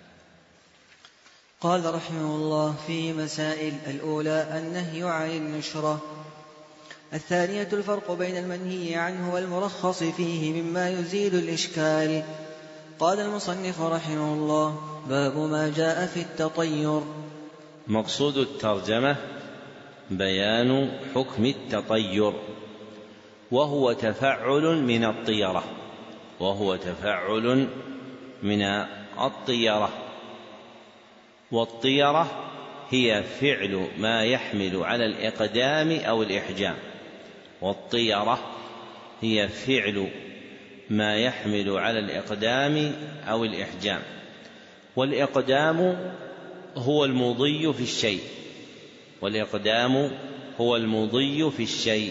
قال رحمه الله في مسائل: الأولى النهي عن النشرة، الثانية الفرق بين المنهي عنه والمرخص فيه مما يزيل الإشكال. قال المصنف رحمه الله: باب ما جاء في التطير. مقصود الترجمة بيان حكم التطير، وهو تفعل من الطيرة، وهو تفعل من الطيرة، والطيرة هي فعل ما يحمل على الإقدام أو الإحجام. والطيرة هي فعل ما يحمل على الإقدام أو الإحجام. والإقدام هو المضي في الشيء، والإقدام هو المضي في الشيء،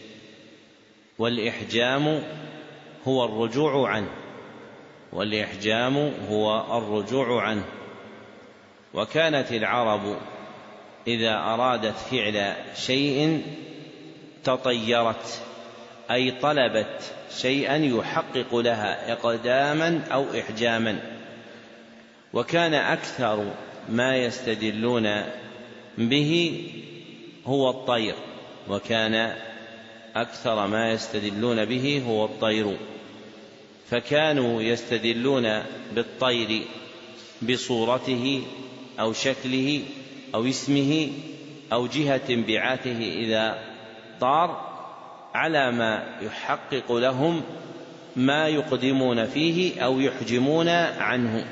والإحجام هو الرجوع عنه، والإحجام هو الرجوع عنه. وكانت العرب إذا أرادت فعل شيء تطيرت، أي طلبت شيئا يحقق لها إقداما أو إحجاما. وكان أكثر ما يستدلون به هو الطير، وكان أكثر ما يستدلون به هو الطير. فكانوا يستدلون بالطير بصورته أو شكله أو اسمه أو جهة انبعاثه إذا طار على ما يحقق لهم ما يقدمون فيه أو يحجمون عنه.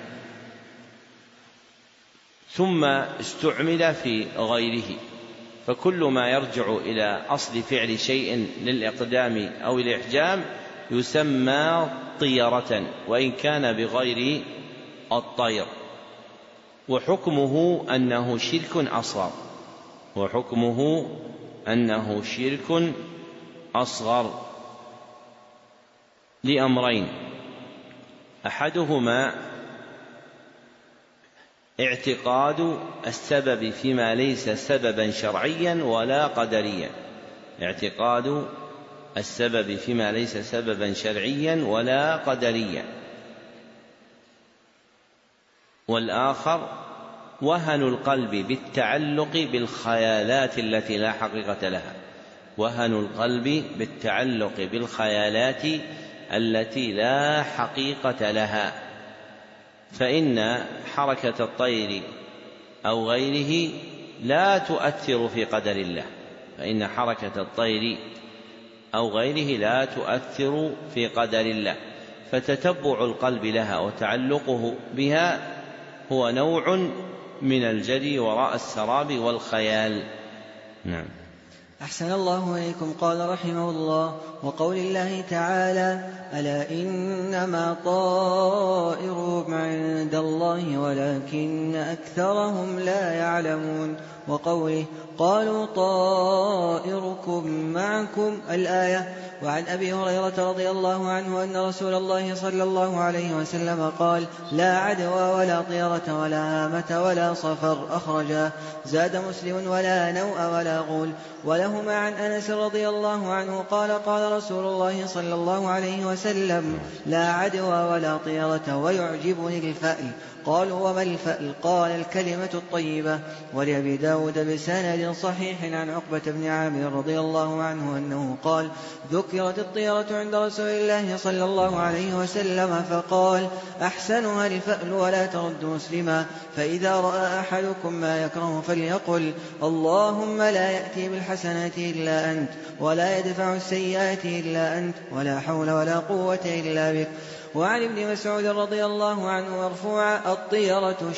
ثم استعمل في غيره، فكل ما يرجع إلى أصل فعل شيء للإقدام أو الإحجام يسمى طيرة وإن كان بغير الطير. وحكمه أنه شرك أصغر، وحكمه أنه شرك أصغر لأمرين: أحدهما اعتقاد السبب فيما ليس سببا شرعيا ولا قدريا، اعتقاد السبب فيما ليس سببا شرعيا ولا قدريا. والآخر وهن القلب بالتعلق بالخيالات التي لا حقيقة لها، وهن القلب بالتعلق بالخيالات التي لا حقيقة لها. فإن حركة الطير أو غيره لا تؤثر في قدر الله، فإن حركة الطير أو غيره لا تؤثر في قدر الله، فتتبع القلب لها وتعلقه بها هو نوع من الجري وراء السراب والخيال. نعم. أحسن الله إليكم. قال رحمه الله: وقول الله تعالى: ألا إنما طائرهم عند الله ولكن أكثرهم لا يعلمون. وقوله: قالوا طائركم معكم، الآية. وعن أبي هريرة رضي الله عنه أن رسول الله صلى الله عليه وسلم قال: لا عدوى ولا طيرة ولا هامة ولا صفر، أخرجاه. زاد مسلم: ولا نوء ولا غول. ولهما عن أنس رضي الله عنه قال: قال رسول الله صلى الله عليه وسلم: لا عدوى ولا طيرة ويعجبني الفأل. قالوا: وما الفأل؟ قال: الكلمة الطيبة. ولأبي داود بسند صحيح عن عقبة بن عامر رضي الله عنه أنه قال: ذكرت الطيرة عند رسول الله صلى الله عليه وسلم فقال: أحسنها الفأل ولا ترد مسلما. فإذا رأى أحدكم ما يكره فليقل: اللهم لا يأتي بالحسنات إلا أنت، ولا يدفع السيئات إلا أنت، ولا حول ولا قوة إلا بك. وعن ابن مسعود رضي الله عنه مرفوعا: الطيرة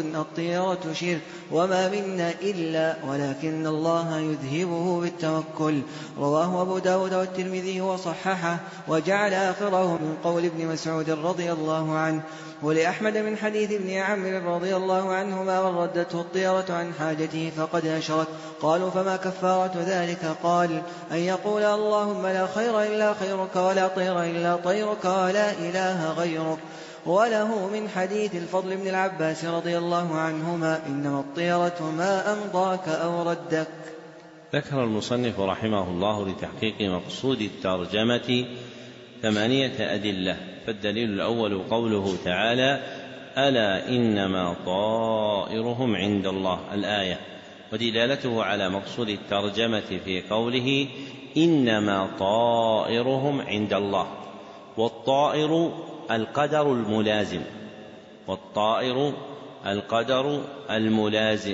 شرك وما منا إلا ولكن الله يذهبه بالتوكل. رواه أبو داود والترمذي وصححه، وجعل آخره من قول ابن مسعود رضي الله عنه. ولأحمد من حديث ابن عمرو رضي الله عنهما: من ردته الطيرة عن حاجته فقد أشرك. قالوا: فما كفارة ذلك؟ قال: أن يقول: اللهم لا خير إلا خيرك، ولا طير إلا طيرك، ولا إله غيرك. وله من حديث الفضل بن العباس رضي الله عنهما: إنما الطيرة ما أمضاك أو ردك. ذكر المصنف رحمه الله لتحقيق مقصود الترجمة 8 أدلة. فالدليل الأول قوله تعالى: ألا إنما طائرهم عند الله، الآية. ودلالته على مقصود الترجمة في قوله: إنما طائرهم عند الله. والطائر القدر الملازم، والطائر القدر الملازم.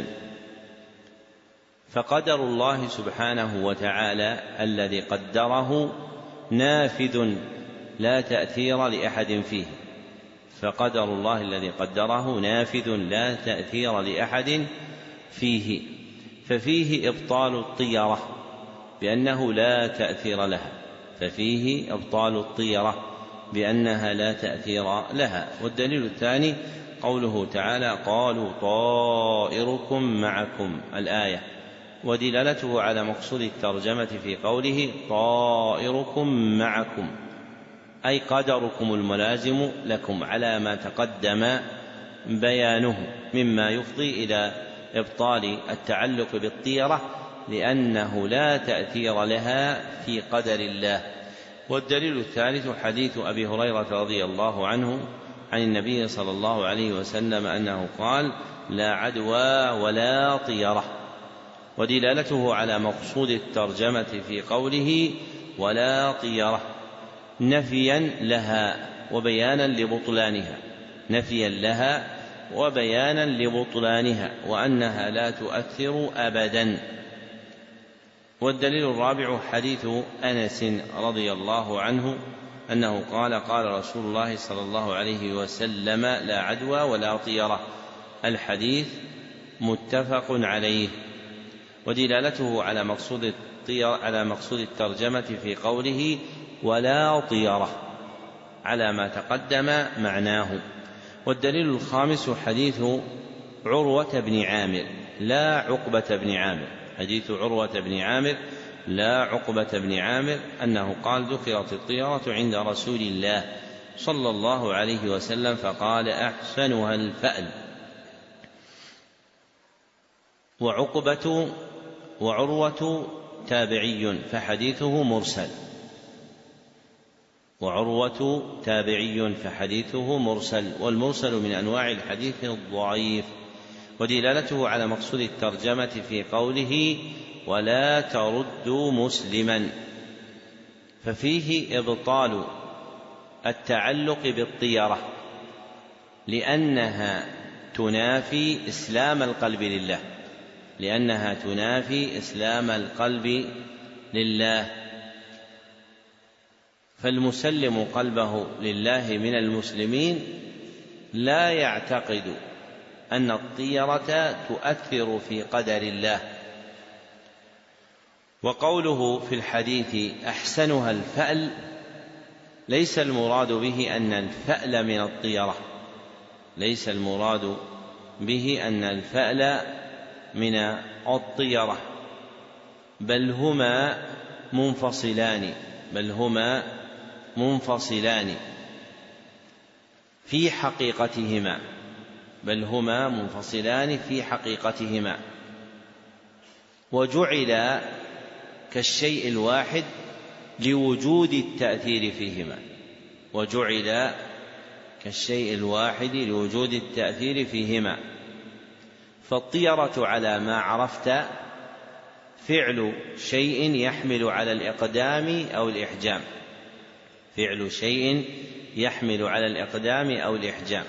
فقدر الله سبحانه وتعالى الذي قدره نافذ لا تأثير لأحد فيه، فقدر الله الذي قدره نافذ لا تأثير لأحد فيه. ففيه إبطال الطيرة بأنه لا تأثير لها، ففيه إبطال الطيرة بأنها لا تأثير لها. والدليل الثاني قوله تعالى قالوا طائركم معكم الآية، ودلالته على مقصود الترجمة في قوله طائركم معكم أي قدركم الملازم لكم على ما تقدم بيانه مما يفضي إلى إبطال التعلق بالطيرة لأنه لا تأثير لها في قدر الله. والدليل الثالث حديث أبي هريرة رضي الله عنه عن النبي صلى الله عليه وسلم أنه قال لا عدوى ولا طيرة، ودلالته على مقصود الترجمة في قوله ولا طيرة نفيا لها وبيانا لبطلانها، نفيا لها وبيانا لبطلانها وأنها لا تؤثر أبدا. والدليل الرابع حديث أنس رضي الله عنه أنه قال قال رسول الله صلى الله عليه وسلم لا عدوى ولا طيرة، الحديث متفق عليه. ودلالته على مقصود الترجمة في قوله ولا طيرة على ما تقدم معناه. والدليل الخامس حديث عروة بن عامر لا عقبة بن عامر، حديث عروة بن عامر لا عقبة بن عامر أنه قال ذكرت الطيرة عند رسول الله صلى الله عليه وسلم فقال أحسنها الفأل. وعروة تابعي فحديثه مرسل، وعروة تابعي فحديثه مرسل، والمرسل من أنواع الحديث الضعيف. ودلالته على مقصود الترجمة في قوله ولا تردوا مسلما، ففيه إبطال التعلق بالطيرة لأنها تنافي إسلام القلب لله، لأنها تنافي إسلام القلب لله. فالمسلم قلبه لله من المسلمين لا يعتقد أن الطيرة تؤثر في قدر الله. وقوله في الحديث أحسنها الفأل ليس المراد به أن الفأل من الطيرة، ليس المراد به أن الفأل من الطيرة، بل هما منفصلان في حقيقتهما، بل هما منفصلان في حقيقتهما، وجعل كالشيء الواحد لوجود التأثير فيهما، وجعل كالشيء الواحد لوجود التأثير فيهما. فالطيرة على ما عرفت فعل شيء يحمل على الإقدام أو الإحجام، فعل شيء يحمل على الإقدام أو الإحجام.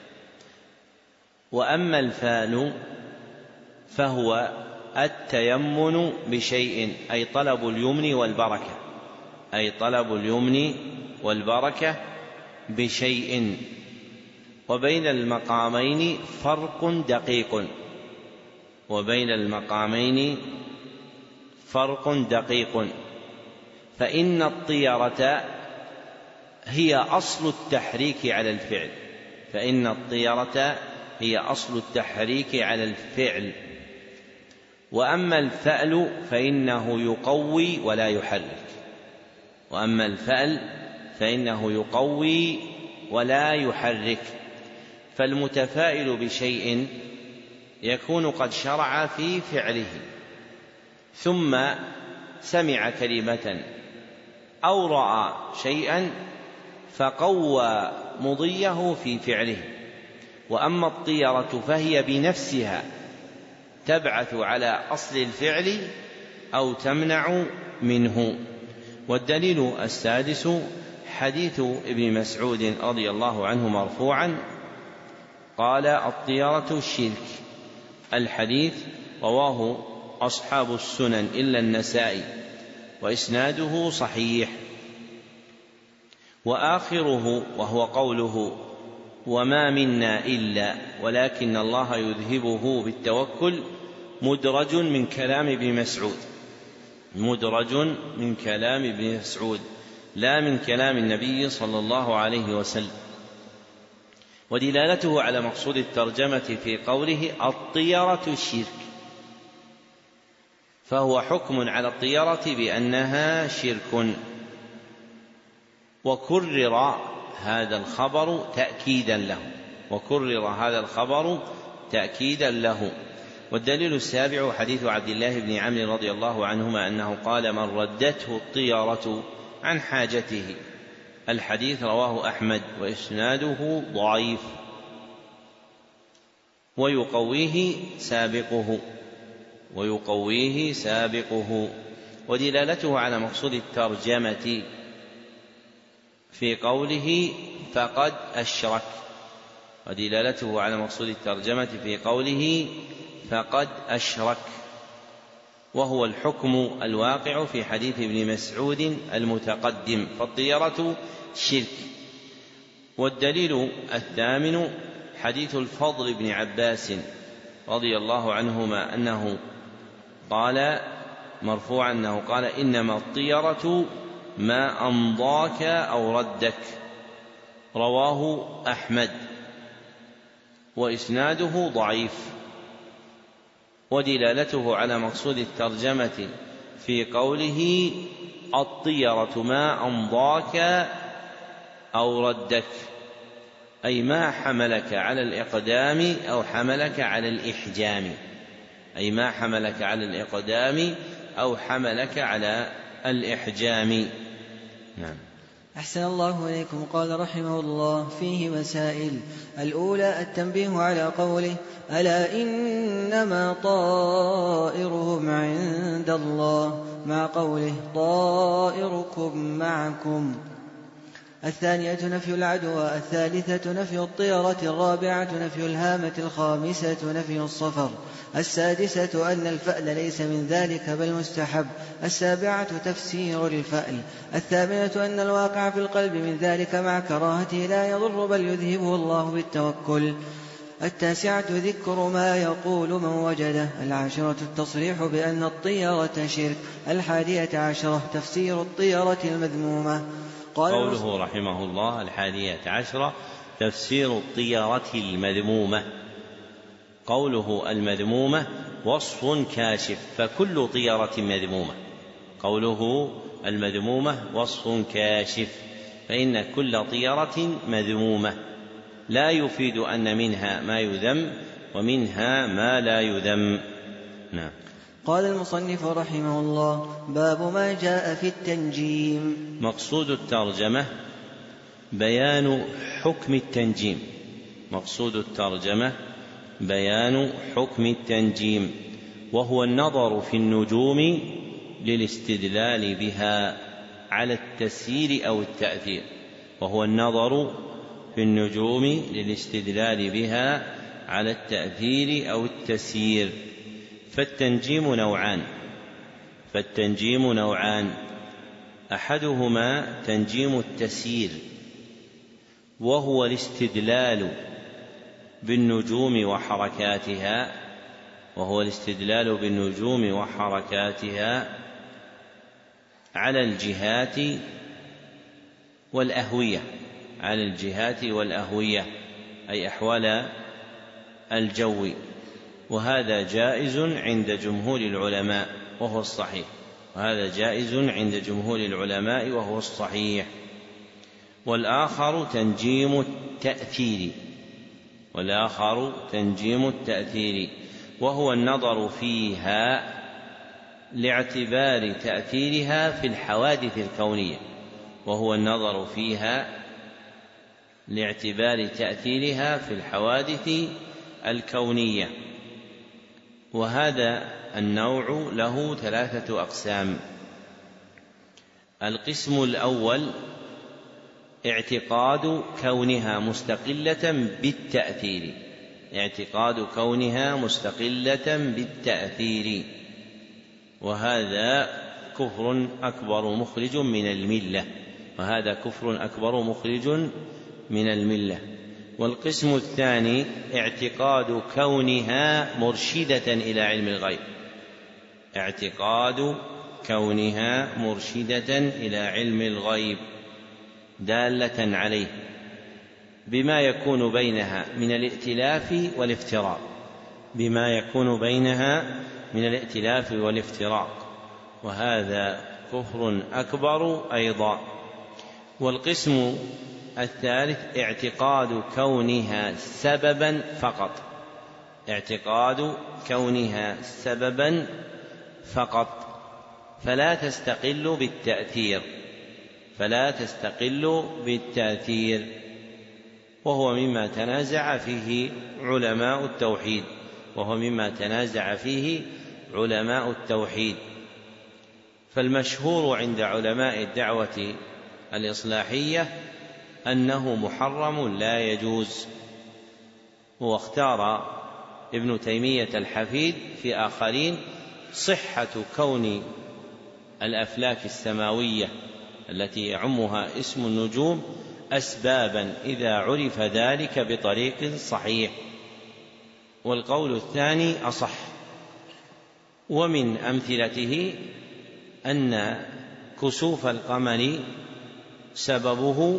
وأما الفال فهو التيمن بشيء أي طلب اليمن والبركة، أي طلب اليمن والبركة بشيء. وبين المقامين فرق دقيق، وبين المقامين فرق دقيق، فإن الطيرة هي أصل التحريك على الفعل، فإن الطيرة هي أصل التحريك على الفعل. وأما الفأل فإنه يقوي ولا يحرك، وأما الفأل فإنه يقوي ولا يحرك. فالمتفائل بشيء يكون قد شرع في فعله ثم سمع كلمة أو رأى شيئا فقوى مضيه في فعله. وأما الطيرة فهي بنفسها تبعث على أصل الفعل أو تمنع منه. والدليل السادس حديث ابن مسعود رضي الله عنه مرفوعا قال الطيرة الشرك، الحديث رواه أصحاب السنن إلا النسائي وإسناده صحيح. وآخره وهو قوله وما منا إلا ولكن الله يذهبه بالتوكل مدرج من كلام ابن مسعود، مدرج من كلام ابن مسعود لا من كلام النبي صلى الله عليه وسلم. ودلالته على مقصود الترجمة في قوله الطيرة شرك، فهو حكم على الطيرة بأنها شرك، وكرر هذا الخبر تأكيدا له، وكرر هذا الخبر تأكيدا له. والدليل السابع حديث عبد الله بن عمرو رضي الله عنهما أنه قال من ردته الطيرة عن حاجته. الحديث رواه أحمد وإسناده ضعيف ويقويه سابقه. ودلالته على مقصود الترجمة في قوله فقد أشرك، ودلالته على مقصود الترجمة في قوله فقد أشرك، وهو الحكم الواقع في حديث ابن مسعود المتقدم، فالطيرة شرك. والدليل الثامن حديث الفضل بن عباس رضي الله عنهما أنه قال مرفوعا أنه قال إنما الطيرة ما أمضاك أو ردك، رواه أحمد وإسناده ضعيف. ودلالته على مقصود الترجمة في قوله الطيرة ما أمضاك أو ردك، أي ما حملك على الإقدام أو حملك على الإحجام، أي ما حملك على الإقدام أو حملك على الإحجام. نعم. أحسن الله إليكم. قال رحمه الله فيه مسائل. الأولى التنبيه على قوله ألا إنما طائرهم عند الله مع قوله طائركم معكم. الثانية نفي العدوى. الثالثة نفي الطيرة. الرابعة نفي الهامة. الخامسة نفي الصفر. السادسة أن الفأل ليس من ذلك بل مستحب. السابعة تفسير الفأل. الثامنة أن الواقع في القلب من ذلك مع كراهته لا يضر بل يذهبه الله بالتوكل. التاسعة ذكر ما يقول من وجده. العاشرة التصريح بأن الطيرة شرك. 11 تفسير الطيرة المذمومة. قوله رحمه الله 11 تفسير الطيرة المذمومة. قوله المذمومة وصف كاشف، فكل طيرة مذمومة. قوله المذمومة وصف كاشف، فإن كل طيرة مذمومة، لا يفيد أن منها ما يذم ومنها ما لا يذم. نعم. قال المصنف رحمه الله باب ما جاء في التنجيم. مقصود الترجمة بيان حكم التنجيم. مقصود الترجمة بيان حكم التنجيم، وهو النظر في النجوم للاستدلال بها على التسيير أو التأثير. وهو النظر في النجوم للاستدلال بها على التأثير أو التسيير. فالتنجيم نوعان، أحدهما تنجيم التسيير، وهو الاستدلال بالنجوم وحركاتها على الجهات والأهوية، أي أحوال الجو. وهذا جائز عند جمهور العلماء وهو الصحيح. والآخر تنجيم التأثير، وهو النظر فيها لاعتبار تأثيرها في الحوادث الكونية. وهذا النوع له 3 أقسام. القسم الأول اعتقاد كونها مستقلة بالتأثير، وهذا كفر أكبر مخرج من الملة. والقسم الثاني اعتقاد كونها مرشدة إلى علم الغيب، اعتقاد كونها مرشدة إلى علم الغيب دالة عليه بما يكون بينها من الائتلاف والافتراق، بما يكون بينها من الائتلاف والافتراق، وهذا كفر أكبر أيضا. والقسم الثالث اعتقاد كونها سببا فقط، اعتقاد كونها سببا فقط فلا تستقل بالتأثير، فلا تستقل بالتأثير، وهو مما تنازع فيه علماء التوحيد، وهو مما تنازع فيه علماء التوحيد. فالمشهور عند علماء الدعوة الإصلاحية أنه محرم لا يجوز، واختار ابن تيمية الحفيد في آخرين صحة كون الأفلاك السماوية التي يعمها اسم النجوم أسبابا إذا عرف ذلك بطريق صحيح، والقول الثاني أصح. ومن أمثلته أن كسوف القمر سببه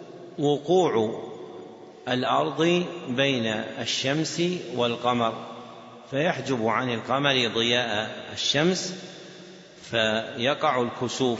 وقوع الأرض بين الشمس والقمر، فيحجب عن القمر ضياء الشمس فيقع الكسوف،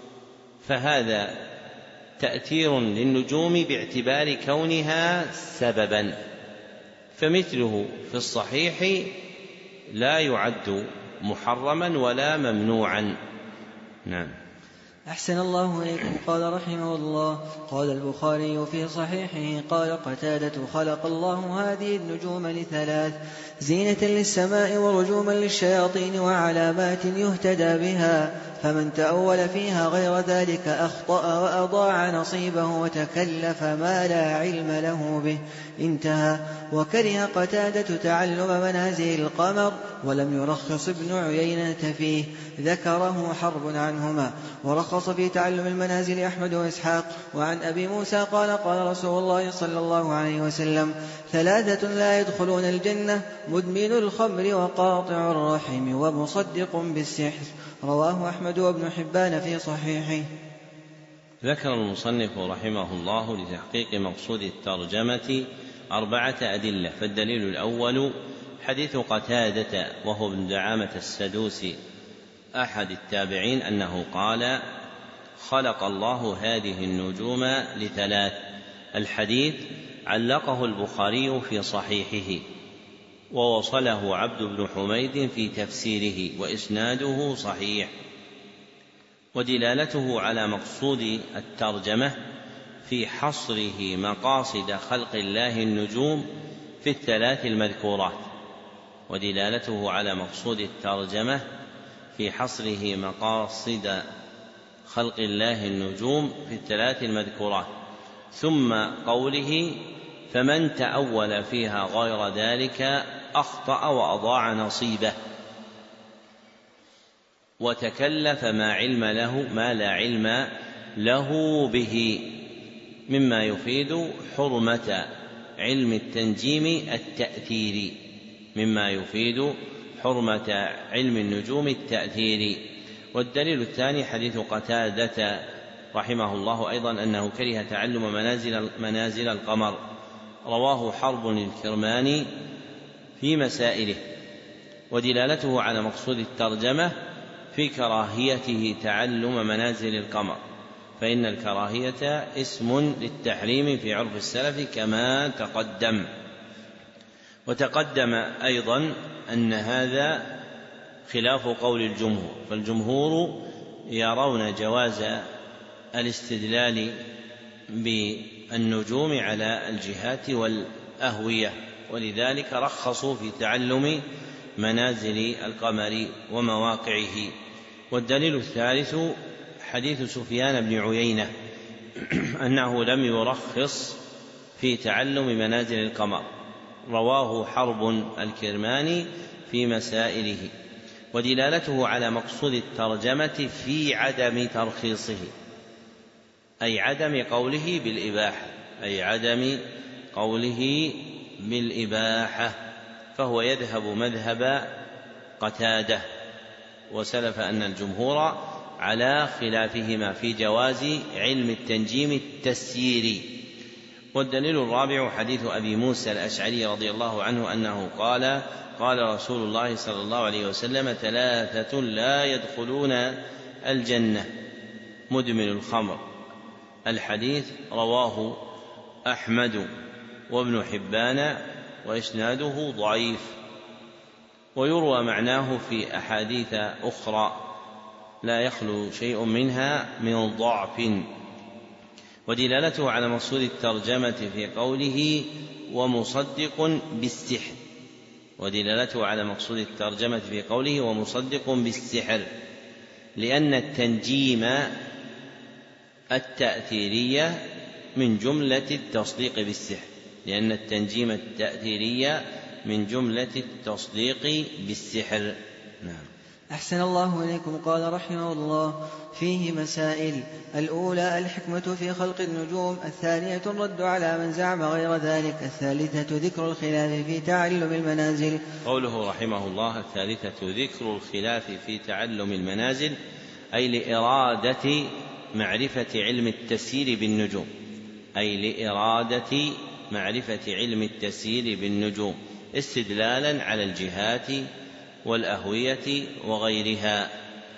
فهذا تأثير للنجوم باعتبار كونها سببا، فمثله في الصحيح لا يعد محرما ولا ممنوعا. نعم. أحسن الله إليكم. قال رحمه الله: قال البخاري في صحيحه: قال قتادة: خلق الله هذه النجوم لثلاث: زينة للسماء ورجوما للشياطين وعلامات يهتدى بها، فمن تأول فيها غير ذلك أخطأ وأضاع نصيبه وتكلف ما لا علم له به. انتهى. وكره قتادة تعلم منازل القمر ولم يرخص ابن عيينة فيه، ذكره حرب عنهما. ورخص في تعلم المنازل أحمد وإسحاق. وعن أبي موسى قال: قال رسول الله صلى الله عليه وسلم: ثلاثة لا يدخلون الجنة: مدمن الخمر وقاطع الرحم ومصدق بالسحر. رواه أحمد وابن حبان في صحيحه. ذكر المصنف رحمه الله لتحقيق مقصود الترجمة 4 أدلة. فالدليل الأول حديث قتادة وهو ابن دعامة السدوسي أحد التابعين أنه قال: خلق الله هذه النجوم لثلاث. الحديث علقه البخاري في صحيحه، ووصله عبد بن حميد في تفسيره، وإسناده صحيح. ودلالته على مقصود الترجمة في حصره مقاصد خلق الله النجوم في الثلاث المذكورات، ودلالته على مقصود الترجمة في حصره مقاصد خلق الله النجوم في الثلاث المذكورات. ثم قوله: فمن تأول فيها غير ذلك أخطأ وأضاع نصيبه وتكلف ما لا علم له به، مما يفيد حرمة علم التنجيم التأثيري، مما يفيد حرمة علم النجوم التأثيري. والدليل الثاني حديث قتادة رحمه الله أيضا أنه كره تعلم منازل القمر، رواه حرب الكرماني في مسائله. ودلالته على مقصود الترجمة في كراهيته تعلم منازل القمر، فإن الكراهية اسم للتحريم في عرف السلف كما تقدم. وتقدم أيضا أن هذا خلاف قول الجمهور، فالجمهور يرون جواز الاستدلال بالنجوم على الجهات والأهوية، ولذلك رخصوا في تعلم منازل القمر ومواقعه. والدليل الثالث حديث سفيان بن عيينة أنه لم يرخص في تعلم منازل القمر، رواه حرب الكرماني في مسائله. ودلالته على مقصود الترجمة في عدم ترخيصه، أي عدم قوله بالإباحة، أي عدم قوله بالإباحة، فهو يذهب مذهب قتادة، وسلف أن الجمهور على خلافهما في جواز علم التنجيم التسييري. والدليل الرابع حديث أبي موسى الأشعري رضي الله عنه أنه قال: قال رسول الله صلى الله عليه وسلم: 3 لا يدخلون الجنة: مدمن الخمر. الحديث رواه أحمد وابن حبان وإسناده ضعيف، ويروى معناه في أحاديث أخرى لا يخلو شيء منها من ضعف. ودلالته على مقصود الترجمة في قوله ومصدق بالسحر، ودلالته على مقصود الترجمة في قوله ومصدق بالسحر، لأن التنجيم التأثيرية من جملة التصديق بالسحر، لأن التنجيم التأثيرية من جملة التصديق بالسحر. نعم. أحسن الله إليكم. قال رحمه الله: فيه مسائل. الأولى الحكمة في خلق النجوم. الثانية الرد على من زعم غير ذلك. الثالثة ذكر الخلاف في تعلم المنازل. قوله رحمه الله: الثالثة ذكر الخلاف في تعلم المنازل، أي لإرادة معرفة علم التسيير بالنجوم، أي لإرادة معرفة علم التسيير بالنجوم، استدلالا على الجهات والأهوية وغيرها.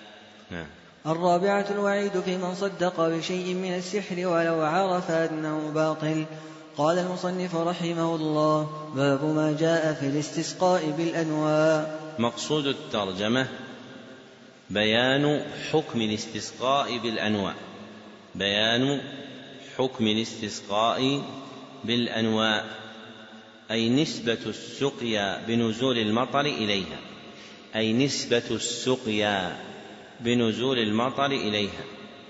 الرابعة الوعيد في من صدق بشيء من السحر ولو عرف أنه باطل. قال المصنف رحمه الله: باب ما جاء في الاستسقاء بالأنواع. مقصود الترجمة بيان حكم الاستسقاء بالأنواع، بيان حكم الاستسقاء بالأنواع، أي نسبة السقيا بنزول المطر إليها، أي نسبة السقيا بنزول المطر إليها.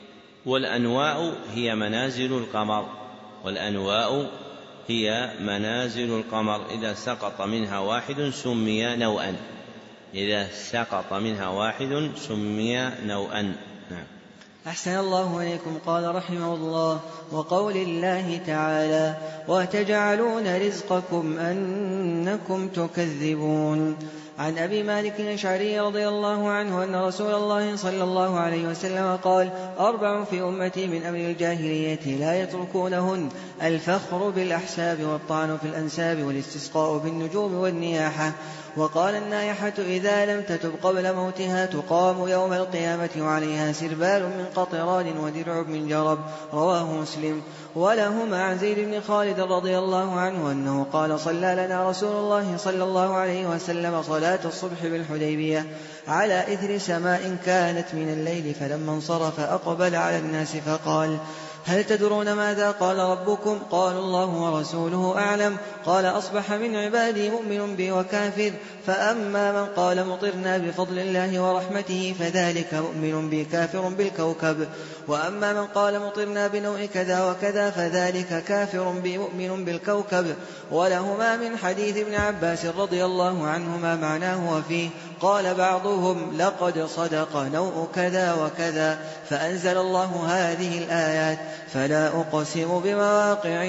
والأنواع هي منازل القمر، والأنواع هي منازل القمر، إذا سقط منها واحد سمي نوءا، إذا سقط منها واحد سمي نوءا. نعم. أحسن الله إليكم. قال رحمه الله: وقول الله تعالى: وتجعلون رزقكم أنكم تكذبون. عن أبي مالك الأشعري رضي الله عنه أن رسول الله صلى الله عليه وسلم قال: 4 في أمتي من أمر الجاهلية لا يتركونهن: الفخر بالأحساب، والطعن في الأنساب، والاستسقاء بالنجوم، والنياحة. وقال: النائحة إذا لم تتب قبل موتها تقام يوم القيامة وعليها سربال من قطران ودرع من جرب. رواه مسلم. ولهما عن زيد بن خالد رضي الله عنه أنه قال: صلى لنا رسول الله صلى الله عليه وسلم صلاة الصبح بالحديبية على إثر سماء كانت من الليل، فلما انصرف أقبل على الناس فقال: هل تدرون ماذا قال ربكم؟ قالوا: الله ورسوله أعلم. قال: أصبح من عبادي مؤمن بي وكافر، فأما من قال مطرنا بفضل الله ورحمته فذلك مؤمن بي كافر بالكوكب، وأما من قال مطرنا بنوع كذا وكذا فذلك كافر بي مؤمن بالكوكب. ولهما من حديث ابن عباس رضي الله عنهما معناه وفيه. قال بعضهم: لقد صدق نوء كذا وكذا، فأنزل الله هذه الآيات: فلا أقسم بمواقع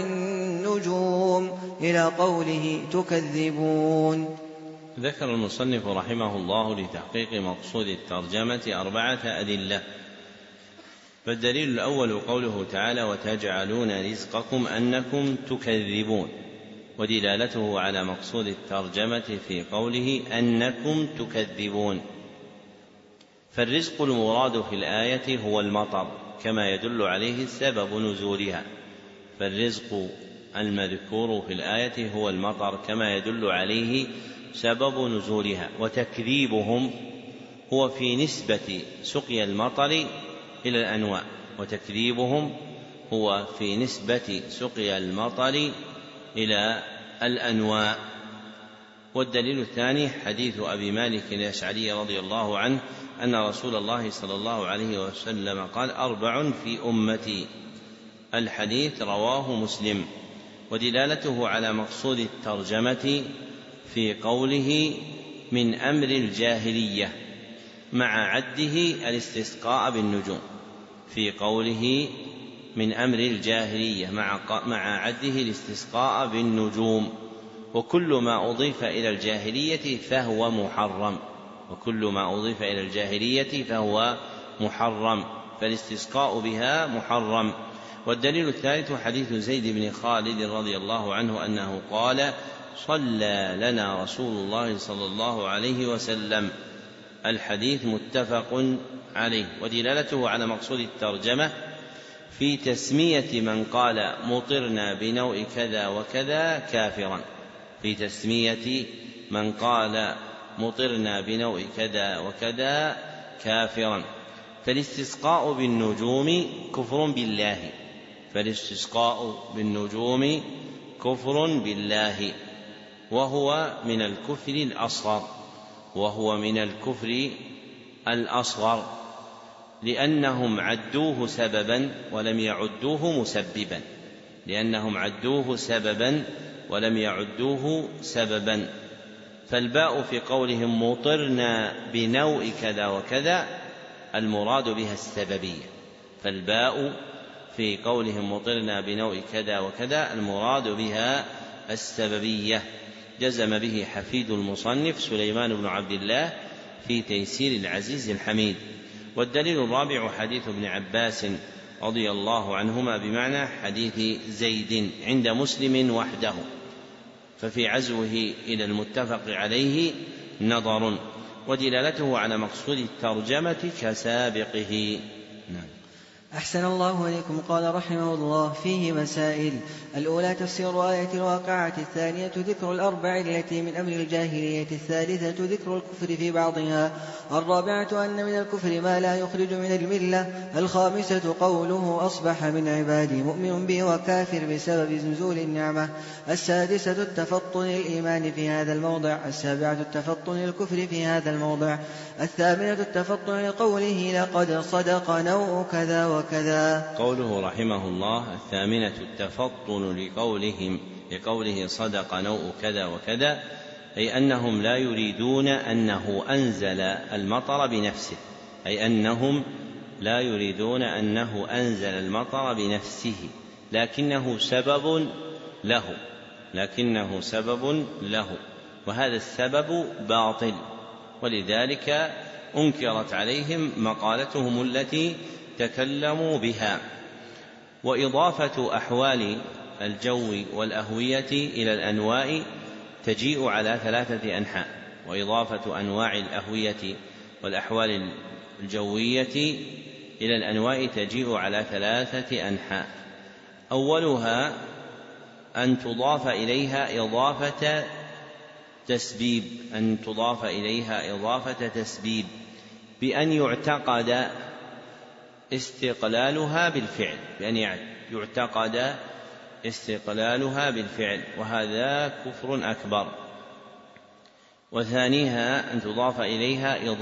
النجوم، إلى قوله تكذبون. ذكر المصنف رحمه الله لتحقيق مقصود الترجمة 4 أدلة. فالدليل الأول قوله تعالى: وتجعلون رزقكم أنكم تكذبون، ودلالته على مقصود الترجمة في قوله أنكم تكذبون. فالرزق المراد في الآية هو المطر، كما يدل عليه سبب نزولها، فالرزق المذكور في الآية هو المطر كما يدل عليه سبب نزولها. وتكذيبهم هو في نسبة سقي المطر إلى الأنواع، وتكذيبهم هو في نسبة سقي المطر إلى الأنواع. والدليل الثاني حديث أبي مالك الأشعري رضي الله عنه أن رسول الله صلى الله عليه وسلم قال: 4 في أمتي. الحديث رواه مسلم. ودلالته على مقصود الترجمة في قوله من أمر الجاهلية، مع عده الاستسقاء بالنجوم، في قوله من أمر الجاهلية مع عده الاستسقاء بالنجوم. وكل ما أضيف إلى الجاهلية فهو محرم، وكل ما أضيف إلى الجاهلية فهو محرم، فالاستسقاء بها محرم. والدليل الثالث حديث زيد بن خالد رضي الله عنه أنه قال: صلى لنا رسول الله صلى الله عليه وسلم. الحديث متفق عليه. ودلالته على مقصود الترجمة في تسمية من قال مطرنا بنوء كذا وكذا كافرا، في تسمية من قال مطرنا بنوء كذا وكذا كافرا. فالاستسقاء بالنجوم كفر بالله، فالاستسقاء بالنجوم كفر بالله، وهو من الكفر الأصغر، وهو من الكفر الأصغر، لأنهم عدوه سببا ولم يعدوه مسببا، لأنهم عدوه سببا ولم يعدوه سببا. فالباء في قولهم مطرنا بنوء كذا وكذا المراد بها السببية، فالباء في قولهم مطرنا بنوء كذا وكذا المراد بها السببية. جزم به حفيد المصنف سليمان بن عبد الله في تيسير العزيز الحميد. والدليل الرابع حديث ابن عباس رضي الله عنهما بمعنى حديث زيد عند مسلم وحده، ففي عزوه إلى المتفق عليه نظر، ودلالته على مقصود الترجمة كسابقه. أحسن الله إليكم. قال رحمه الله: فيه مسائل. الأولى تفسير آية الواقعة، الثانية ذكر الأربع التي من أمر الجاهلية، الثالثة ذكر الكفر في بعضها، الرابعة أن من الكفر ما لا يخرج من الملة، الخامسة قوله أصبح من عبادي مؤمن به وكافر بسبب نزول النعمة، السادسة التفطن الإيمان في هذا الموضع، السابعة التفطن الكفر في هذا الموضع، الثامنة التفطن لقوله لقد صدق نوء كذا وكذا. قوله رحمه الله الثامنة التفطن لقوله صدق نوء كذا وكذا، أي أنهم لا يريدون أنه أنزل المطر بنفسه، أي أنهم لا يريدون أنه أنزل المطر بنفسه، لكنه سبب له، وهذا السبب باطل، ولذلك أنكرت عليهم مقالتهم التي تكلموا بها. وإضافة أحوال الجو والأهوية إلى الأنواع تجيء على ثلاثة أنحاء، وإضافة أنواع الأهوية والأحوال الجوية إلى الأنواع تجيء على ثلاثة أنحاء. أولها أن تضاف إليها إضافة تسبيب بأن يعتقد استقلالها بالفعل، وهذا كفر أكبر. وثانيها أن تضاف إليها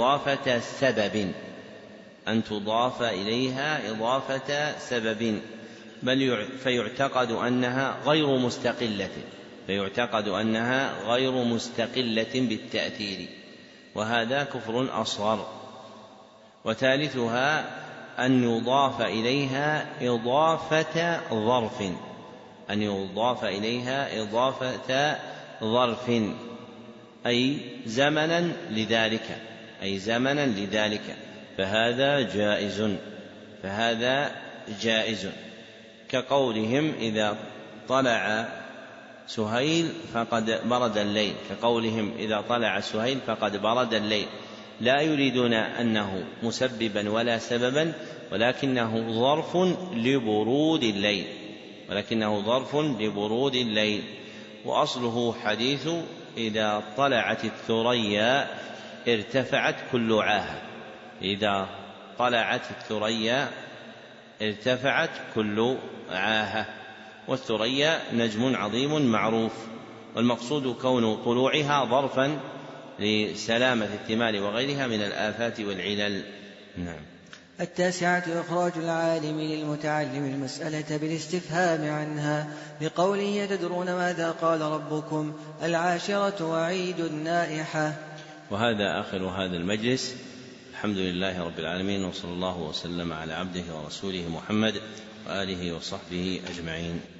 إضافة سبب فيعتقد أنها غير مستقلة بالتأثير، وهذا كفر أصغر. وثالثها أن يضاف إليها إضافة ظرف أي زمنا لذلك، فهذا جائز، كقولهم إذا طلع سهيل فقد برد الليل، لا يريدون أنه مسببا ولا سببا، ولكنه ظرف لبرود الليل. وأصله حديث إذا طلعت الثريا ارتفعت كل عاهة، والثريا نجم عظيم معروف، والمقصود كون طلوعها ظرفا لسلامة الثمار وغيرها من الآفات والعلل. نعم. التاسعة إخراج العالم للمتعلم المسألة بالاستفهام عنها بقوله تدرون ماذا قال ربكم. العاشرة وعيد النائحة. وهذا آخر هذا المجلس. الحمد لله رب العالمين، وصلى الله وسلم على عبده ورسوله محمد وآله وصحبه أجمعين.